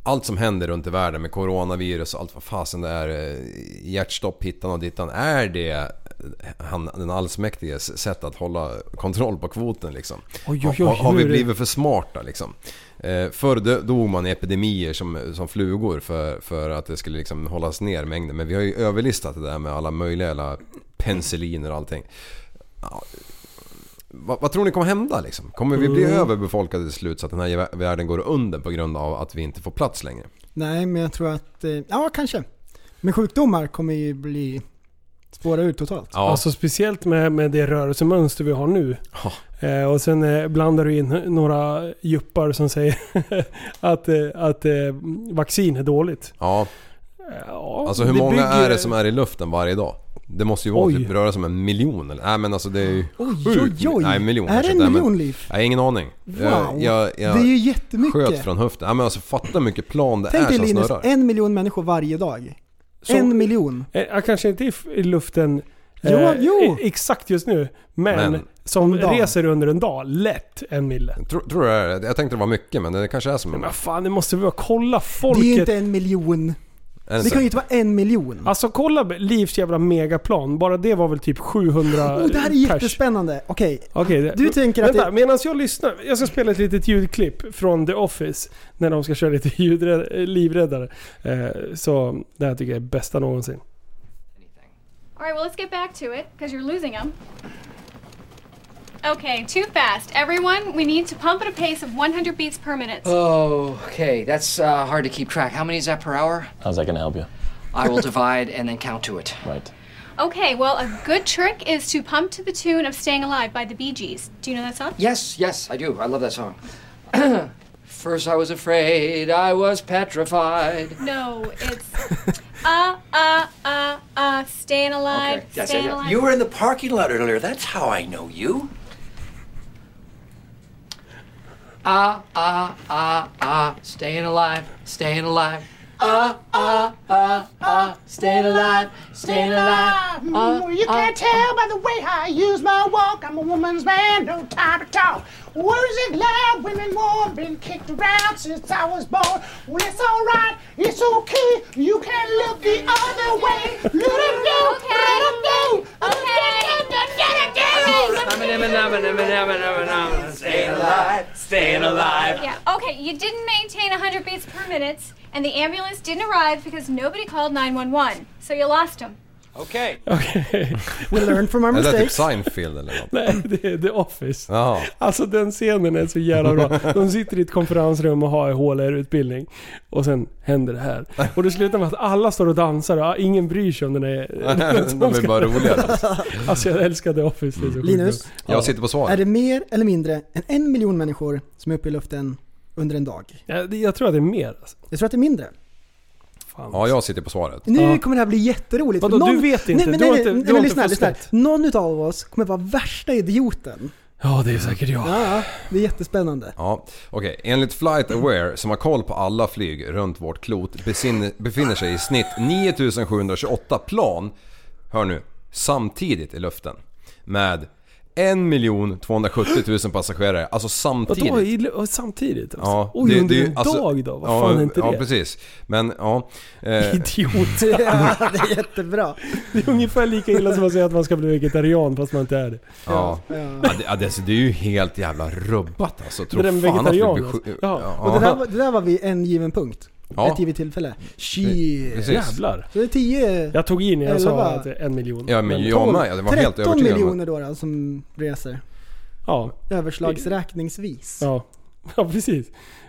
allt som händer runt i världen med coronavirus och allt vad fasen det är, hjärtstopp, hittan och dittan, är det den allsmäktiges sätt att hålla kontroll på kvoten liksom? Har vi blivit för smarta liksom? Förr dog man i epidemier som flugor för att det skulle liksom hållas ner mängden, men vi har ju överlistat det där med alla möjliga penicilliner och allting. Ja. Vad tror ni kommer hända liksom? Kommer vi bli överbefolkade till slut så att den här världen går under på grund av att vi inte får plats längre? Nej, men jag tror att ja, kanske. Men sjukdomar kommer ju bli spåra ut totalt. Ja. Alltså speciellt med det rörelsemönster vi har nu. Och sen blandar du in några juppar som säger att vaccin är dåligt. Ja. Alltså hur många är det som är i luften varje dag? Det måste ju vara typ röra som 1 miljon eller? Nej men alltså det är ju Nej, 1 miljon. Är det 1 miljon liv? Jag har ingen aning. Wow. Jag det är ju jättemycket. Sköt från höften. Ja men alltså fatta mycket plan det tänk är som Linus, snurrar. 1 miljon människor varje dag. Så, 1 miljon. Kanske inte i luften exakt just nu, men som reser under en dag. Lätt 1 mille. Tror du det? Jag tänkte det var mycket, men det kanske är som... Men fan, det måste vi kolla folket. Det är ju inte 1 miljon. Det kan ju inte vara 1 miljon. Alltså kolla Livs jävla megaplan. Bara det var väl typ 700 det här är jättespännande. Okej. Du tänker att vänta, medan jag lyssnar, jag ska spela ett litet ljudklipp från The Office när de ska köra lite livräddare. Så det här tycker jag är bästa någonsin. All right, well let's get back to it because you're losing them. Okay, too fast. Everyone, we need to pump at a pace of 100 beats per minute. Oh, okay. That's hard to keep track. How many is that per hour? How's that going to help you? I will divide and then count to it. Right. Okay, well, a good trick is to pump to the tune of Staying Alive by the Bee Gees. Do you know that song? Yes, I do. I love that song. First I was afraid, I was petrified. No, it's... Staying Alive, okay. Staying Alive. You were in the parking lot earlier. That's how I know you. Staying alive, staying alive. Staying alive, staying alive. You can't tell by the way I use my walk. I'm a woman's man, no time to talk. Words are glad, women more, been kicked around since I was born. Well, it's alright, it's okay. You can look the other way. Staying alive, staying alive. Yeah, okay, you didn't maintain 100 beats per minute, and the ambulance didn't arrive because nobody called 911. So you lost them. Okej. We learn from our mistakes. Eller typ Seinfeld eller något. Nej, det är The Office. Jaha. Alltså den scenen är så jävla bra. De sitter i ett konferensrum och har HLR-utbildning. Och sen händer det här. Och det slutar med att alla står och dansar och ingen bryr sig om den är... De är bara roliga. Alltså jag älskar The Office. Det är så Linus, jag sitter på svar. Är det mer eller mindre än 1 miljon människor som är uppe i luften under en dag? Jag tror att det är mer. Alltså. Jag tror att det är mindre. Ja, jag sitter på svaret. Nu kommer det här bli jätteroligt. Vadå, du vet inte? Nej, lyssna. Någon av oss kommer vara värsta idioten. Ja, det är säkert jag. Ja, det är jättespännande. Ja, okej. Enligt Flight Aware, som har koll på alla flyg runt vårt klot, befinner sig i snitt 9728 plan, hör nu, samtidigt i luften. Med 1,270 000 passagerare. Alltså samtidigt. Vadå, samtidigt? Alltså. Ja, oj, under en dag då? Vad fan är inte det? Ja, precis. Men, ja. Idiot. Ja, det är jättebra. Det är ungefär lika illa som att säga att man ska bli vegetarian fast man inte är det. Ja. Det är ju helt jävla rubbat alltså. Tror fan vegetarian. Och det där var vid en given punkt. Ett givet tillfälle. Shit. Jävlar. Så det är 10... Jag tog in, jag sa att 1 miljon. Ja, men jag med. Det var helt övertygad. 13 miljoner då som reser. Ja. Överslagsräkningsvis. Ja, precis.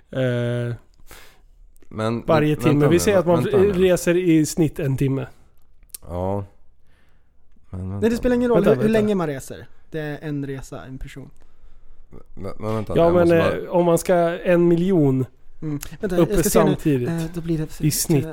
Men, varje timme. Vi säger att man reser i snitt 1 timme. Ja. Nej, det spelar ingen roll hur länge man reser. Det är en resa, en person. Men om man ska 1 miljon Vänta, uppe samtidigt då blir det i snitt.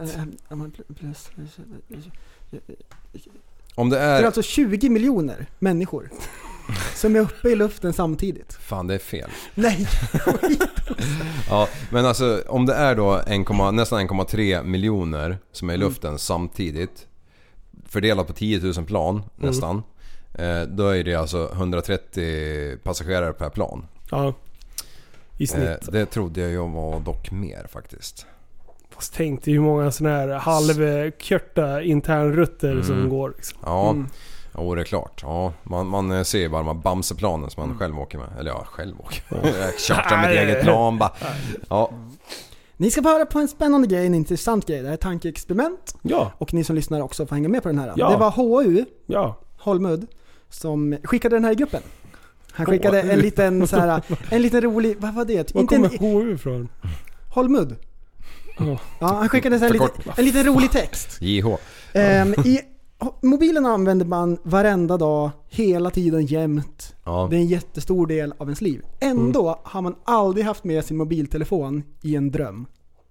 Om det är alltså 20 miljoner människor som är uppe i luften samtidigt. Fan, det är fel. Nej. Ja, men alltså om det är då nästan 1,3 miljoner som är i luften samtidigt, fördelat på 10 000 plan nästan, då är det alltså 130 passagerare per plan. Ja. I snitt. Det trodde jag var dock mer faktiskt. Fast tänk dig hur många sådana här halvkörta internrutter som går. Liksom. Ja, det är klart. Ja, man ser bara de här Bamseplanen som man själv åker med. Eller själv åker med. Jag chartrar mitt eget plan bara. Ja. Ni ska få höra på en spännande grej, en intressant grej. Det här är tankeexperiment. Ja. Och ni som lyssnar också får hänga med på den här. Ja. Det var HU, Holmud, som skickade den här i gruppen. Han skickade en liten så här, en liten rolig, vad var det? Var kommer HU ifrån? Holmud. Ja, han skickade en liten rolig text. JH. I mobilen använder man varenda dag, hela tiden, jämt. Ja. Det är en jättestor del av ens liv. Ändå har man aldrig haft med sin mobiltelefon i en dröm.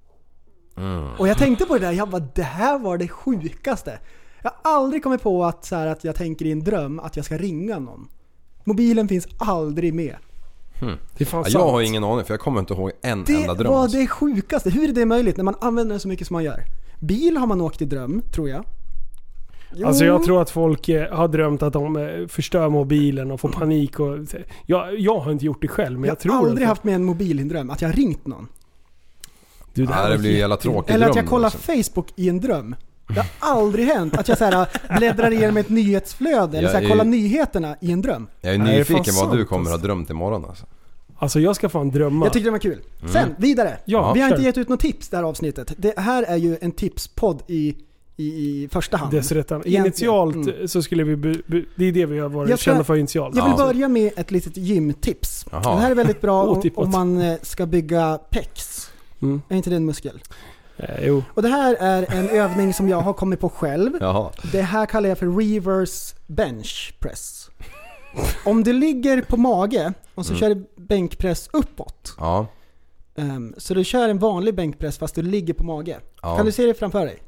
Och jag tänkte på det där, jag bara, det här var det sjukaste. Jag har aldrig kommit på att, så här, att jag tänker i en dröm att jag ska ringa någon. Mobilen finns aldrig med. Det är fan jag har ingen aning, för jag kommer inte ihåg en enda dröm. Det var det sjukaste. Hur är det möjligt när man använder den så mycket som man gör? Bil har man åkt i dröm, tror jag. Jo. Alltså jag tror att folk har drömt att de förstör mobilen och får panik. Och, jag har inte gjort det själv, men jag tror har aldrig haft med en mobil i en dröm, att jag har ringt någon. Du, det blir jävla tråkigt. Eller att jag kollar Facebook i en dröm. Det har aldrig hänt att jag så här bläddrar igenom ett nyhetsflöde eller så här, kollar nyheterna i en dröm. Jag är nyfiken vad du kommer att ha drömt imorgon alltså. Alltså jag ska fan drömma. Jag tyckte det var kul. Sen, vidare. Vi har inte gett ut något tips det här avsnittet. Det här är ju en tipspodd i första hand. Dessutom. Initialt så skulle vi... det är det vi har varit kända för initialt. Jag vill börja med ett litet gymtips. Det här är väldigt bra om man ska bygga pecs. Är inte det en muskel? Jo. Och det här är en övning som jag har kommit på själv. Jaha. Det här kallar jag för reverse bench press. Om du ligger på mage och så kör du bänkpress uppåt. Ja. Så du kör en vanlig bänkpress fast du ligger på mage. Ja. Kan du se det framför dig?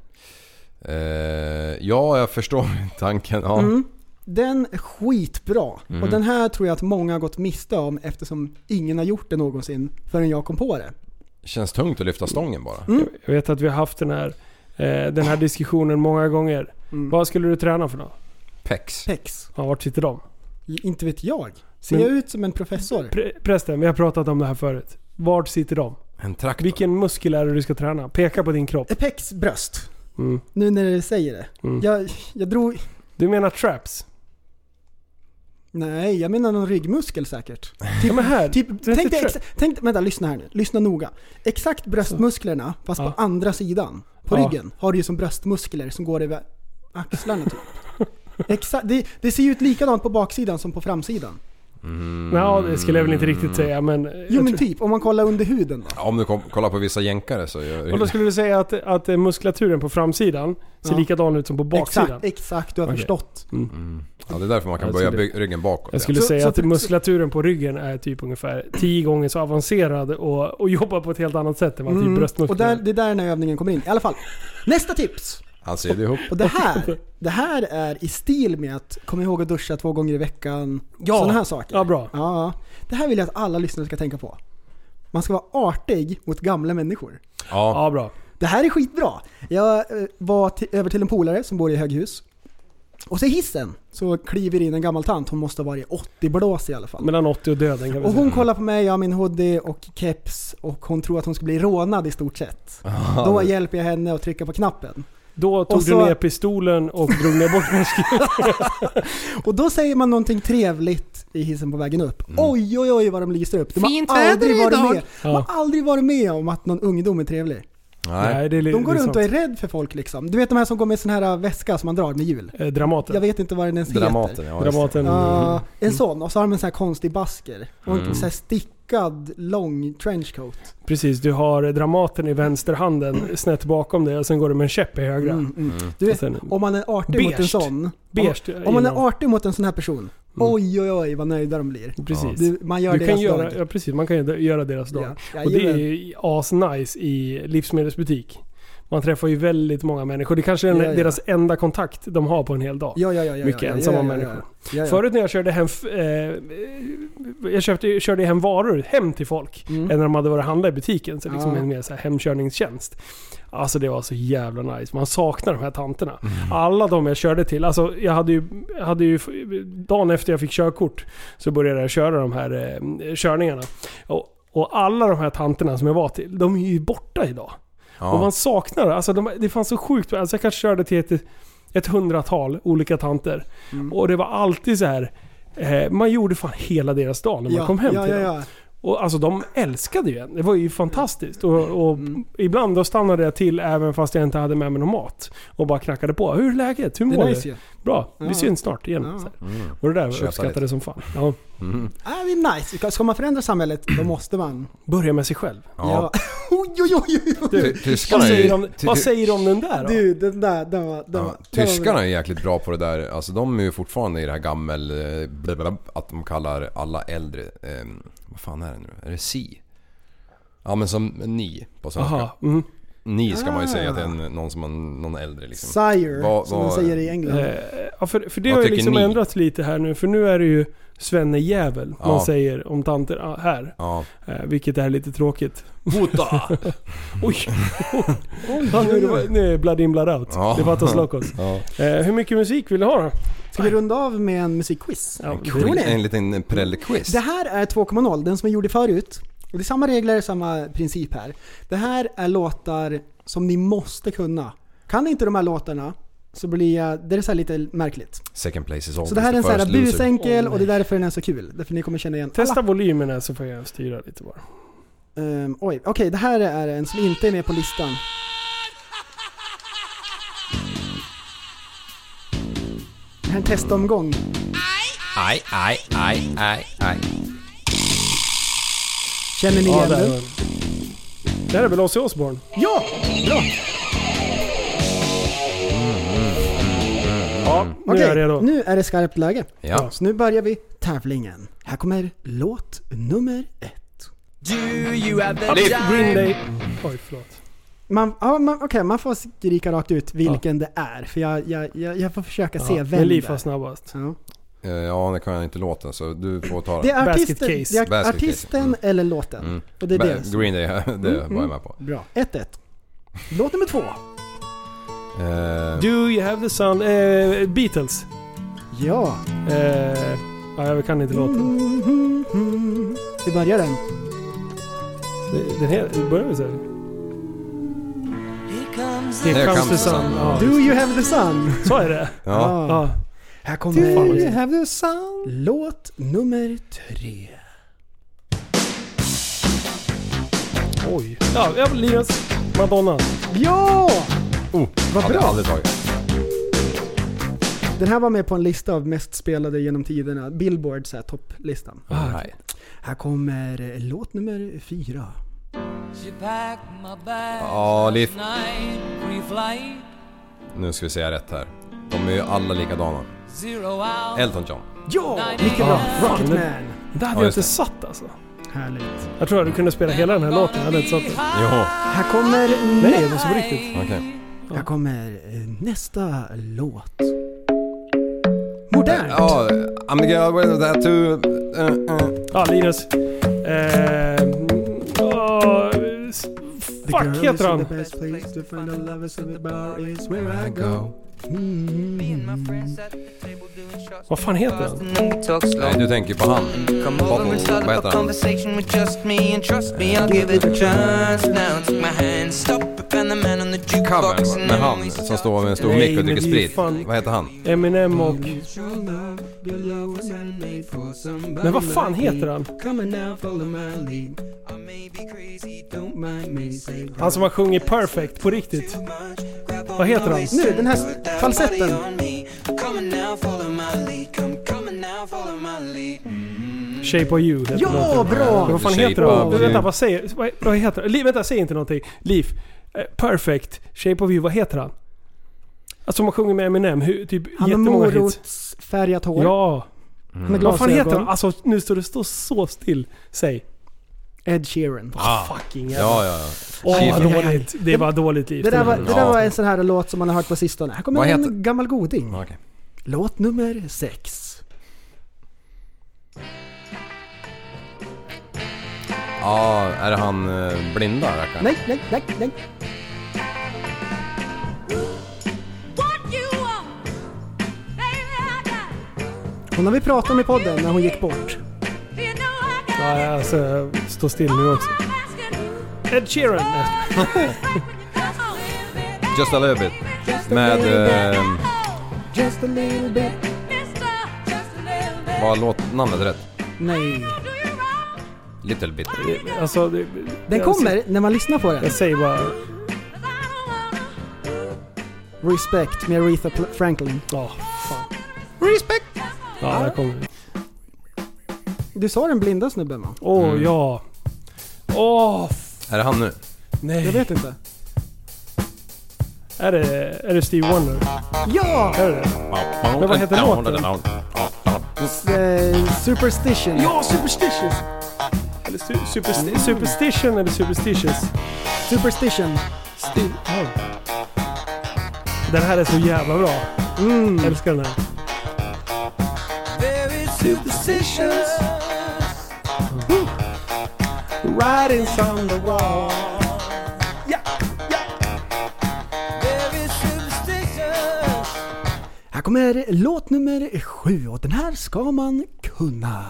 Ja, jag förstår tanken. Ja. Den är skitbra. Och den här tror jag att många har gått miste om eftersom ingen har gjort det någonsin förrän jag kom på det. Känns tungt att lyfta stången bara. Jag vet att vi har haft den här diskussionen många gånger. Vad skulle du träna för då? Pecs. Ja, vart sitter de? Inte vet jag. Ser jag ut som en professor? Prästen, vi har pratat om det här förut. Vart sitter de? En traktor. Vilken muskel är det du ska träna? Peka på din kropp. Pecs bröst. Nu när du säger det. Jag drog... Du menar traps? Nej, jag menar någon ryggmuskel säkert. Men här, tänk, vänta, lyssna här nu. Lyssna noga. Exakt bröstmusklerna, fast på andra sidan. På ryggen har du ju som bröstmuskler som går över axlarna typ. Exakt, det ser ju ut likadant på baksidan som på framsidan. Ja, det skulle jag väl inte riktigt säga, men... Jo, men typ, om man kollar under huden då. Ja, om du kollar på vissa jänkare så... Och då skulle du säga att muskulaturen på framsidan ser likadan ut som på baksidan? Exakt, du har förstått. Ja, det är därför man kan böja ryggen bakåt. Jag skulle säga att muskulaturen på ryggen är typ ungefär 10 gånger så avancerad och jobbar på ett helt annat sätt än vad typ bröstmuskler. Och det är där den här övningen kommer in. I alla fall, nästa tips! Alltså är det ihop. Och det här är i stil med att komma ihåg att duscha 2 gånger i veckan. Sådana här saker. Ja, bra. Ja, det här vill jag att alla lyssnare ska tänka på. Man ska vara artig mot gamla människor. Ja, bra. Det här är skitbra. Jag var över till en polare som bor i höghus. Och så i hissen så kliver in en gammal tant. Hon måste ha varit 80 blås i alla fall. Mellan 80 och döden kan vi och säga. hon kollar på mig, jag har min hoodie och keps. Och hon tror att hon ska bli rånad i stort sett. Då hjälper jag henne att trycka på knappen. Då tog du ner pistolen och drog ner bort muskeln. Och då säger man någonting trevligt i hissen på vägen upp. Oj vad de lyser upp. Fint väder idag. De har aldrig varit med om att någon ungdom är trevlig. Nej, det är de går runt och är rädd för folk liksom. Du vet de här som går med sån här väska som man drar med hjul. Dramaten. Jag vet inte vad den ens heter. Dramaten. En sån. Och så har de en sån här konstig basker. Och en sån här stickad lång trenchcoat. Precis, du har Dramaten i vänsterhanden snett bakom dig och sen går du med en käpp i högra. Du vet, om man är artig mot en sån. Om man är artig mot en sån här person. Oj vad nöjda de blir. Precis. Man gör deras dag. Ja, precis. Man kan göra deras dag. Och det är asnice i livsmedelsbutik. Man träffar ju väldigt många människor. Det kanske är deras enda kontakt de har på en hel dag. Mycket ensamma människor. Förut när jag körde hem körde hem varor hem till folk än när de hade varit och handla i butiken. Så liksom en mer så här hemkörningstjänst. Alltså det var så jävla nice. Man saknar de här tanterna. Alla de jag körde till. Alltså jag hade ju dagen efter jag fick körkort så började jag köra de här körningarna. Och alla de här tanterna som jag var till, de är ju borta idag. Och man saknar det. Alltså det fanns så sjukt. Alltså jag kanske körde till ett 100-tal olika tanter. Och det var alltid så här. Man gjorde fan hela deras dag när man kom hem till dem. Och alltså de älskade ju en. Det var ju fantastiskt. Och ibland då stannade jag till även fast jag inte hade med mig någon mat. Och bara knackade på. Hur är läget? Hur mår du? Bra, vi syns snart igen. Och det där uppskattade som fan. Ja. Det är nice. Ska man förändra samhället, då måste man börja med sig själv. Ja. Vad säger de om den där då? Du, den var tyskarna är jäkligt bra på det där. Alltså de är ju fortfarande i det här gammel att de kallar alla äldre vad fan är det nu? Är det si? Ja, men som ni på svenska. Ni ska man ju säga till någon som någon äldre liksom. Sire, som man säger i England. För det har ju liksom ändrats lite här nu. För nu är det ju svennejävel man säger om tanter här. Vilket är lite tråkigt. Hota! Oj! Nu är blood in, blood out. Det är bara att ta slag oss. Hur mycket musik vill du ha då? Ska vi runda av med en musikquiz? En liten prellquiz. Det här är 2.0, den som jag gjorde förut. Och det är samma regler, samma princip här. Det här är låtar som ni måste kunna. Kan ni inte de här låtarna så blir det är så här lite märkligt. Second place is always så det här är en sån här busenkel och det är därför den är så kul. Därför ni kommer känna igen Testa volymerna så får jag styra lite bara. Okej, det här är en som inte är med på listan. Det här är en testomgång. Aj. Känner ni igen den? Det här är väl Ozzy Osbourne? Ja, bra! Nu är jag redo. Nu är det skarpt läge. Ja. Så nu börjar vi tävlingen. Här kommer låt nummer 1. Green Day. Oj, förlåt. Man får skrika rakt ut vilken det är. För jag får försöka se vem det är. Men Liv var snabbast. Ja, det kan jag inte låta, så du får ta det. Det är artisten eller låten. Och det är det. Green Day, det var jag med på. Bra. 1-1. Låt nummer 2. Do you have the sun? Beatles. Ja. Jag kan inte låta. Vi börjar den. Den här börjar vi säga. Here comes the sun. Do you have the sun? Så är det. Ja. Här kommer Do you have the sun? Låt nummer 3. Oj. Ja, Linus. Madonna. Ja! Vad bra. Aldrig tagit. Den här var med på en lista av mest spelade genom tiderna. Billboard så här topplistan. Här kommer låt nummer 4. Ja, Liv. Nu ska vi säga rätt här. De är ju alla likadana. Elton John. Ja, mycket bra. Rocketman. Det hade jag inte satt alltså. Härligt. Jag tror att du kunde spela hela den här låten. Jag hade inte satt den. Här kommer... Nej, det var så riktigt. Okej. Här kommer nästa låt. Modernt. Ja, I'm the girl with that too. Ja, Linus. Fuck heter han? Vad fan heter han? Nej, du tänker på han. Vad heter han? Covern med han som står med en stor mick och dricker sprit. Vad heter han? Eminem och... Men vad fan heter han? Han som har sjungit Perfect på riktigt. Vad heter han? Nu, den här falsetten. Shape of You heter ja, bra! Vad fan heter han? Vänta, vad heter han? Vänta, säg inte någonting. Liv, Perfect, Shape of You, vad heter han? Alltså man sjunger med Eminem, typ han jättemånga hits. Han har morotsfärgat hår. Ja. Vad fan heter han? Alltså nu står det så still. Säg. Ed Sheeran. Fucking ja. Dåligt. Det var dåligt Liv. Det där var en sån här låt som man har hört på sistone. Här kommer en gammal goding. Okay. Låt nummer 6. Ja, är det han blinda rackaren? Nej. Hon har vi pratat om i podden när hon gick bort. Ja, alltså stå still nu också. Ed Sheeran. Just a little bit. Med... Just a little bit. Var låtnamnet rätt? Nej. Little bit. Alltså, den kommer när man lyssnar på den. Jag säger bara... Respect med Aretha Franklin. Ja, fan. Respect! Ja, där kommer det. Du sa den blinda snubben, man. Ja. Är det han nu? Nej. Jag vet inte. Är det Steve Wonder? Ja! Är det? Men vad heter låten? Superstition. Ja, Superstitious! Eller Superstition eller Superstitious? Superstition. Den här är så jävla bra. Jag älskar den här. Very superstitious. Writings on the wall. Very superstitious. Här kommer låt nummer 7 och den här ska man kunna.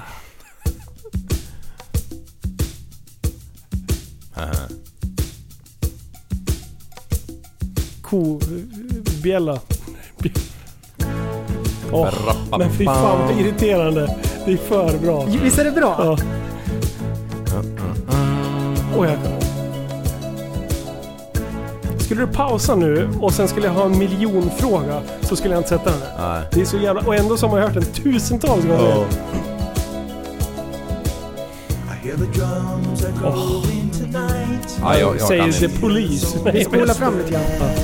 Bjälla. Men fy fan vad irriterande. Det är för bra. Visst är det bra? Ja. Skulle du pausa nu och sen skulle jag ha en miljonfråga så skulle jag inte sätta den här. Nej. Det är så jävla... Och ändå så har man hört den tusentals gånger. Jag säger kan The inte. Police. Vi spolar fram lite grann.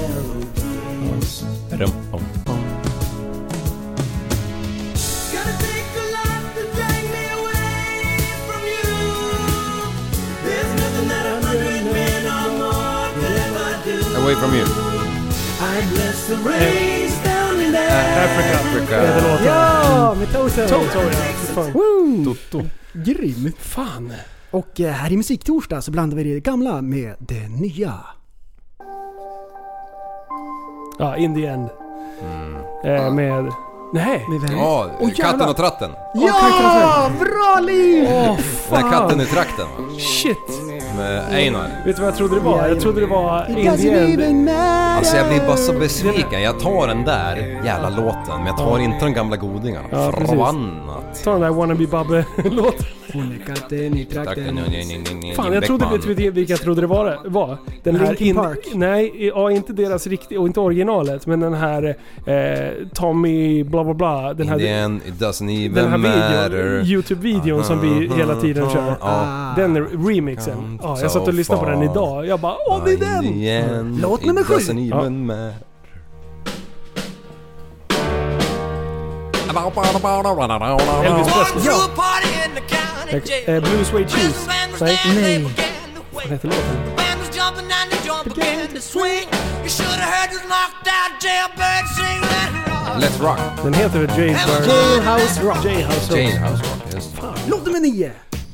Away from you. Africa. Ja, med Toto. Toto. Grym. Fan. Och här i Musiktorsdag så blandar vi det gamla med det nya. Ja, In the End. Med... Nej. Ja, katten och tratten. Ja, bra liv! Den här katten i trakten, va? Shit. Med Einar. Vet du vad jag trodde det var? Jag trodde det var In the End. Alltså jag blir bara så besviken. Jag tar den där jävla låten, men jag tar inte de gamla godingarna. Ja, Förbannat. Ta den där Wanna Be Babbe-låten. Hon är katten i trakten. Fan, jag trodde, vet du vilka jag trodde det var? Den här Linkin Park. Nej, ja, inte deras riktiga och inte originalet, men den här Tommy bla bla bla, den här it doesn't even den här matter. YouTube-videon som vi hela tiden kör. Den remixen. Ja, jag satt och lyssnade på den idag. Jag bara, det är den! Låt nummer 7. Elvis Presley. Blue Suede Shoes. Nej. Vad heter låten? Let's Rock. Den heter väl Jailhouse Rock. Jailhouse Rock, just. Låt nummer 9.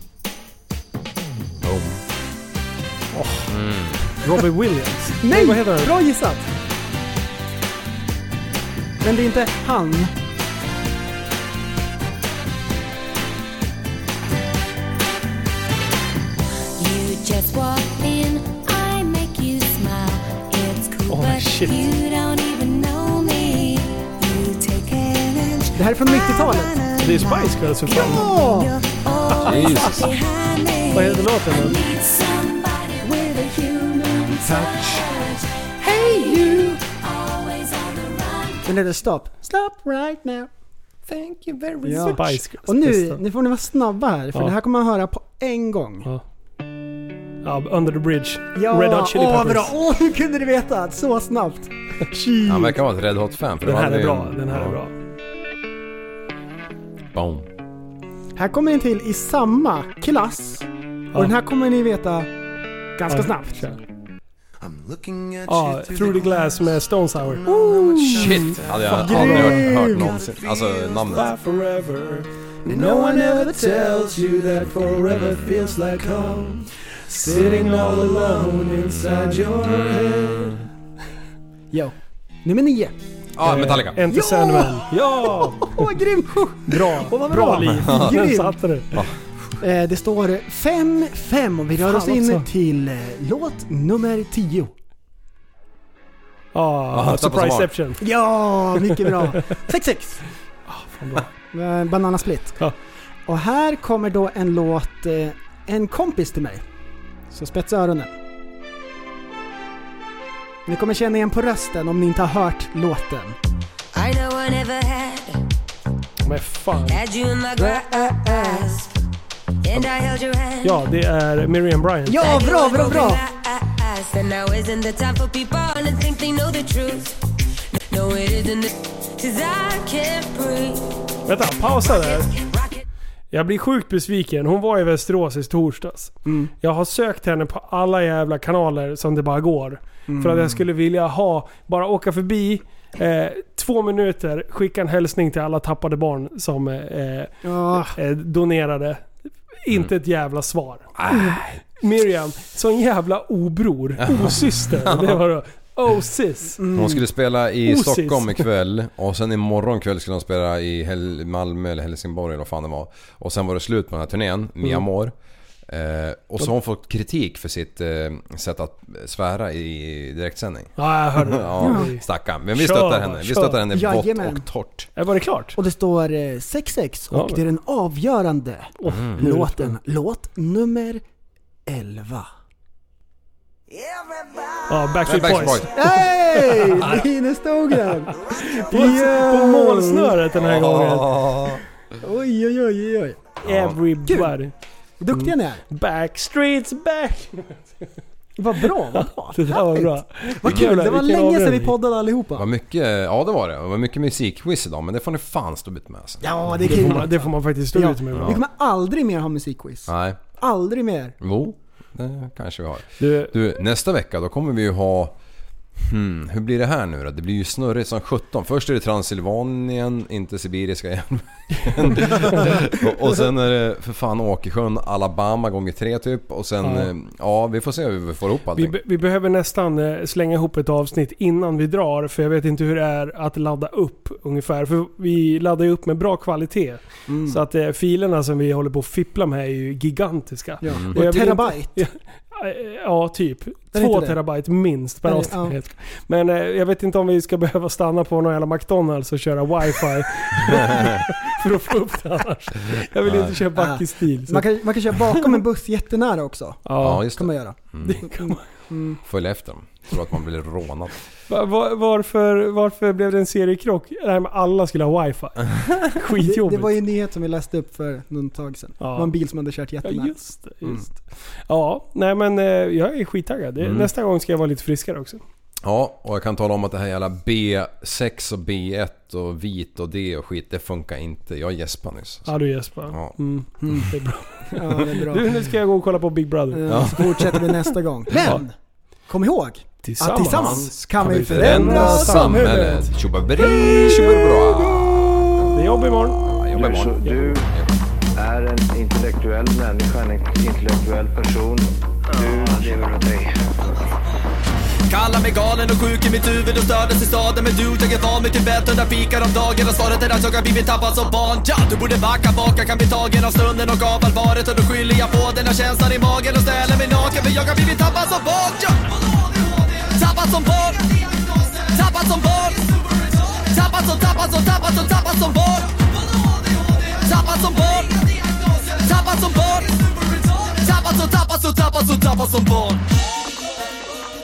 Robbie Williams. Nej, vad heter den? bra gissat. Men det är inte han. Just walk in, I make you smile. It's cool, but shit. you don't even know me. You take an inch. Det här är från 90-talet. Det är Spice Girls för fan. Ja! Jesus. Vad heter låten då? Somebody with a human touch. Hey you! Den heter Stop. Stop right now. Thank you very Ja. much. Spice Girls. Och nu får ni vara snabba här, för det här kommer man höra på en gång. Ja, Under the Bridge. Ja, Red Hot Chili Peppers. bra. Hur kunde du veta? Så snabbt. Han verkar vara ett Red Hot-fan. Den här är bra. Den här är bra. Boom. Här kommer en till i samma klass. Och den här kommer ni veta ganska snabbt. Ja, Through the Glass med Stone Sour. Shit, hade jag aldrig hört någonsin. Alltså namnet. Forever. No one ever tells you that forever feels like home. Sitting all alone inside your head. Jo. Nummer 9. Ja, Metallica. Enter Sandman. Ja! Grym! Bra liv. Grym. Satte det. Det står 5-5 och vi rör oss in till låt nummer 10. Surpriseception. Ja, mycket bra. 6-6. Fan bra. Bananasplit. Ja. Och här kommer då en låt, en kompis till mig. Så spetsa öronen. Ni kommer känna igen på rösten om ni inte har hört låten. I know I never had. Men fan. Had you in my grass. And I held your hand. Ja, det är Miriam Bryant. Ja, bra. And now isn't the time for people to think they know the truth. No, it isn't the... 'Cause I can't breathe. Vänta, pausa där. Jag blir sjukt besviken. Hon var i Västerås i torsdags. Jag har sökt henne på alla jävla kanaler som det bara går. För att jag skulle vilja bara åka förbi 2 minuter, skicka en hälsning till alla tappade barn som donerade. Inte ett jävla svar. Miriam, sån jävla obror, osyster. Det var då sis. Hon skulle spela i Stockholm ikväll och sen imorgon kväll skulle hon spela i Malmö eller Helsingborg eller vad fan det var. Och sen var det slut på den här turnén, Mia Moore. Och så har hon fått kritik för sitt sätt att svära i direktsändning. Ja, jag hörde det. Ja, stackarn. Men vi stöttar henne. Vi stöttar henne vått och torrt. Var det klart? Och det står 6-6 och det är den avgörande låten. Låt nummer 11. Ja, Backstreet Boys. Hej! Linus stod den. På målsnöret den här gången. Oj. Everybody. Duktiga ni är. Backstreet's back. Vad bra. Det där var bra. Vad kul, det var länge sedan vi poddade allihopa. Vad mycket, ja det var det. Det var mycket musikquiz idag, men det får ni fan stå ut med. Alltså. Ja, det är kul. Det får man faktiskt stå ut med. Vi kommer aldrig mer ha musikquiz. Nej. Aldrig mer. Jo, det kanske vi har. Du, nästa vecka då kommer vi ju ha... hur blir det här nu då? Det blir ju snurrigt som 17. Först är det Transylvanien, inte Sibiriska järnvägen. och sen är det för fan Åkersjön, Alabama gånger 3 typ. Och sen, vi får se hur vi får ihop allting. Vi behöver nästan slänga ihop ett avsnitt innan vi drar. För jag vet inte hur det är att ladda upp ungefär. För vi laddar ju upp med bra kvalitet. Så att filerna som vi håller på att fippla med är ju gigantiska. Ja. Och terabyte. Ja, typ 2 terabyte minst per avsnitt. Men jag vet inte om vi ska behöva stanna på någon jävla McDonalds och köra wifi för att få upp det annars. Jag vill inte köra back i stil. Man kan köra bakom en buss jättenära också. Ja, just det. Kan man göra. Det kan man. Följ efter dem. Tror att man blir rånad. Varför blev det en seriekrock? Nej, men alla skulle ha wifi. Skitjobbigt. Det var ju en nyhet som vi läste upp för någon tag sedan. Det var en bil som hade kört jättenära. Ja, just det. Ja, nej men jag är skittaggad. Nästa gång ska jag vara lite friskare också. Ja, och jag kan tala om att det här jävla B6 och B1 och vit och D och skit, det funkar inte. Jag gäspar nyss. Ja, du gäspar. Ja. Det är bra. Ja, det är bra. Nu ska jag gå och kolla på Big Brother. Så fortsätter vi nästa gång. Men, kom ihåg att tillsammans kan vi förändra samhället. Tjobabri, tjobabra. Det är jobb imorgon. Du är en intellektuell människa, en intellektuell person. Du lever med dig. Kallar mig galen och sjuk i mitt huvud och stördes i staden. Men du, jag är van vid Tibet under fikar om dagen. Och svaret är att jag har blivit tappad som barn. Ja, du borde backa bak, jag kan bli tagen av stunden och av allvaret. Och då skyller jag på den här känslan i magen och ställer mig naken. För jag har blivit tappad som barn. Ja. Tappad som barn. Tappad som barn. Tappad som barn. Tappad som barn. Tappad som barn. Tappad som barn.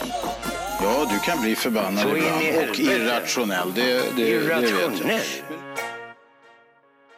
Ja, du kan bli förbannad ibland och irrationell. Det vet jag.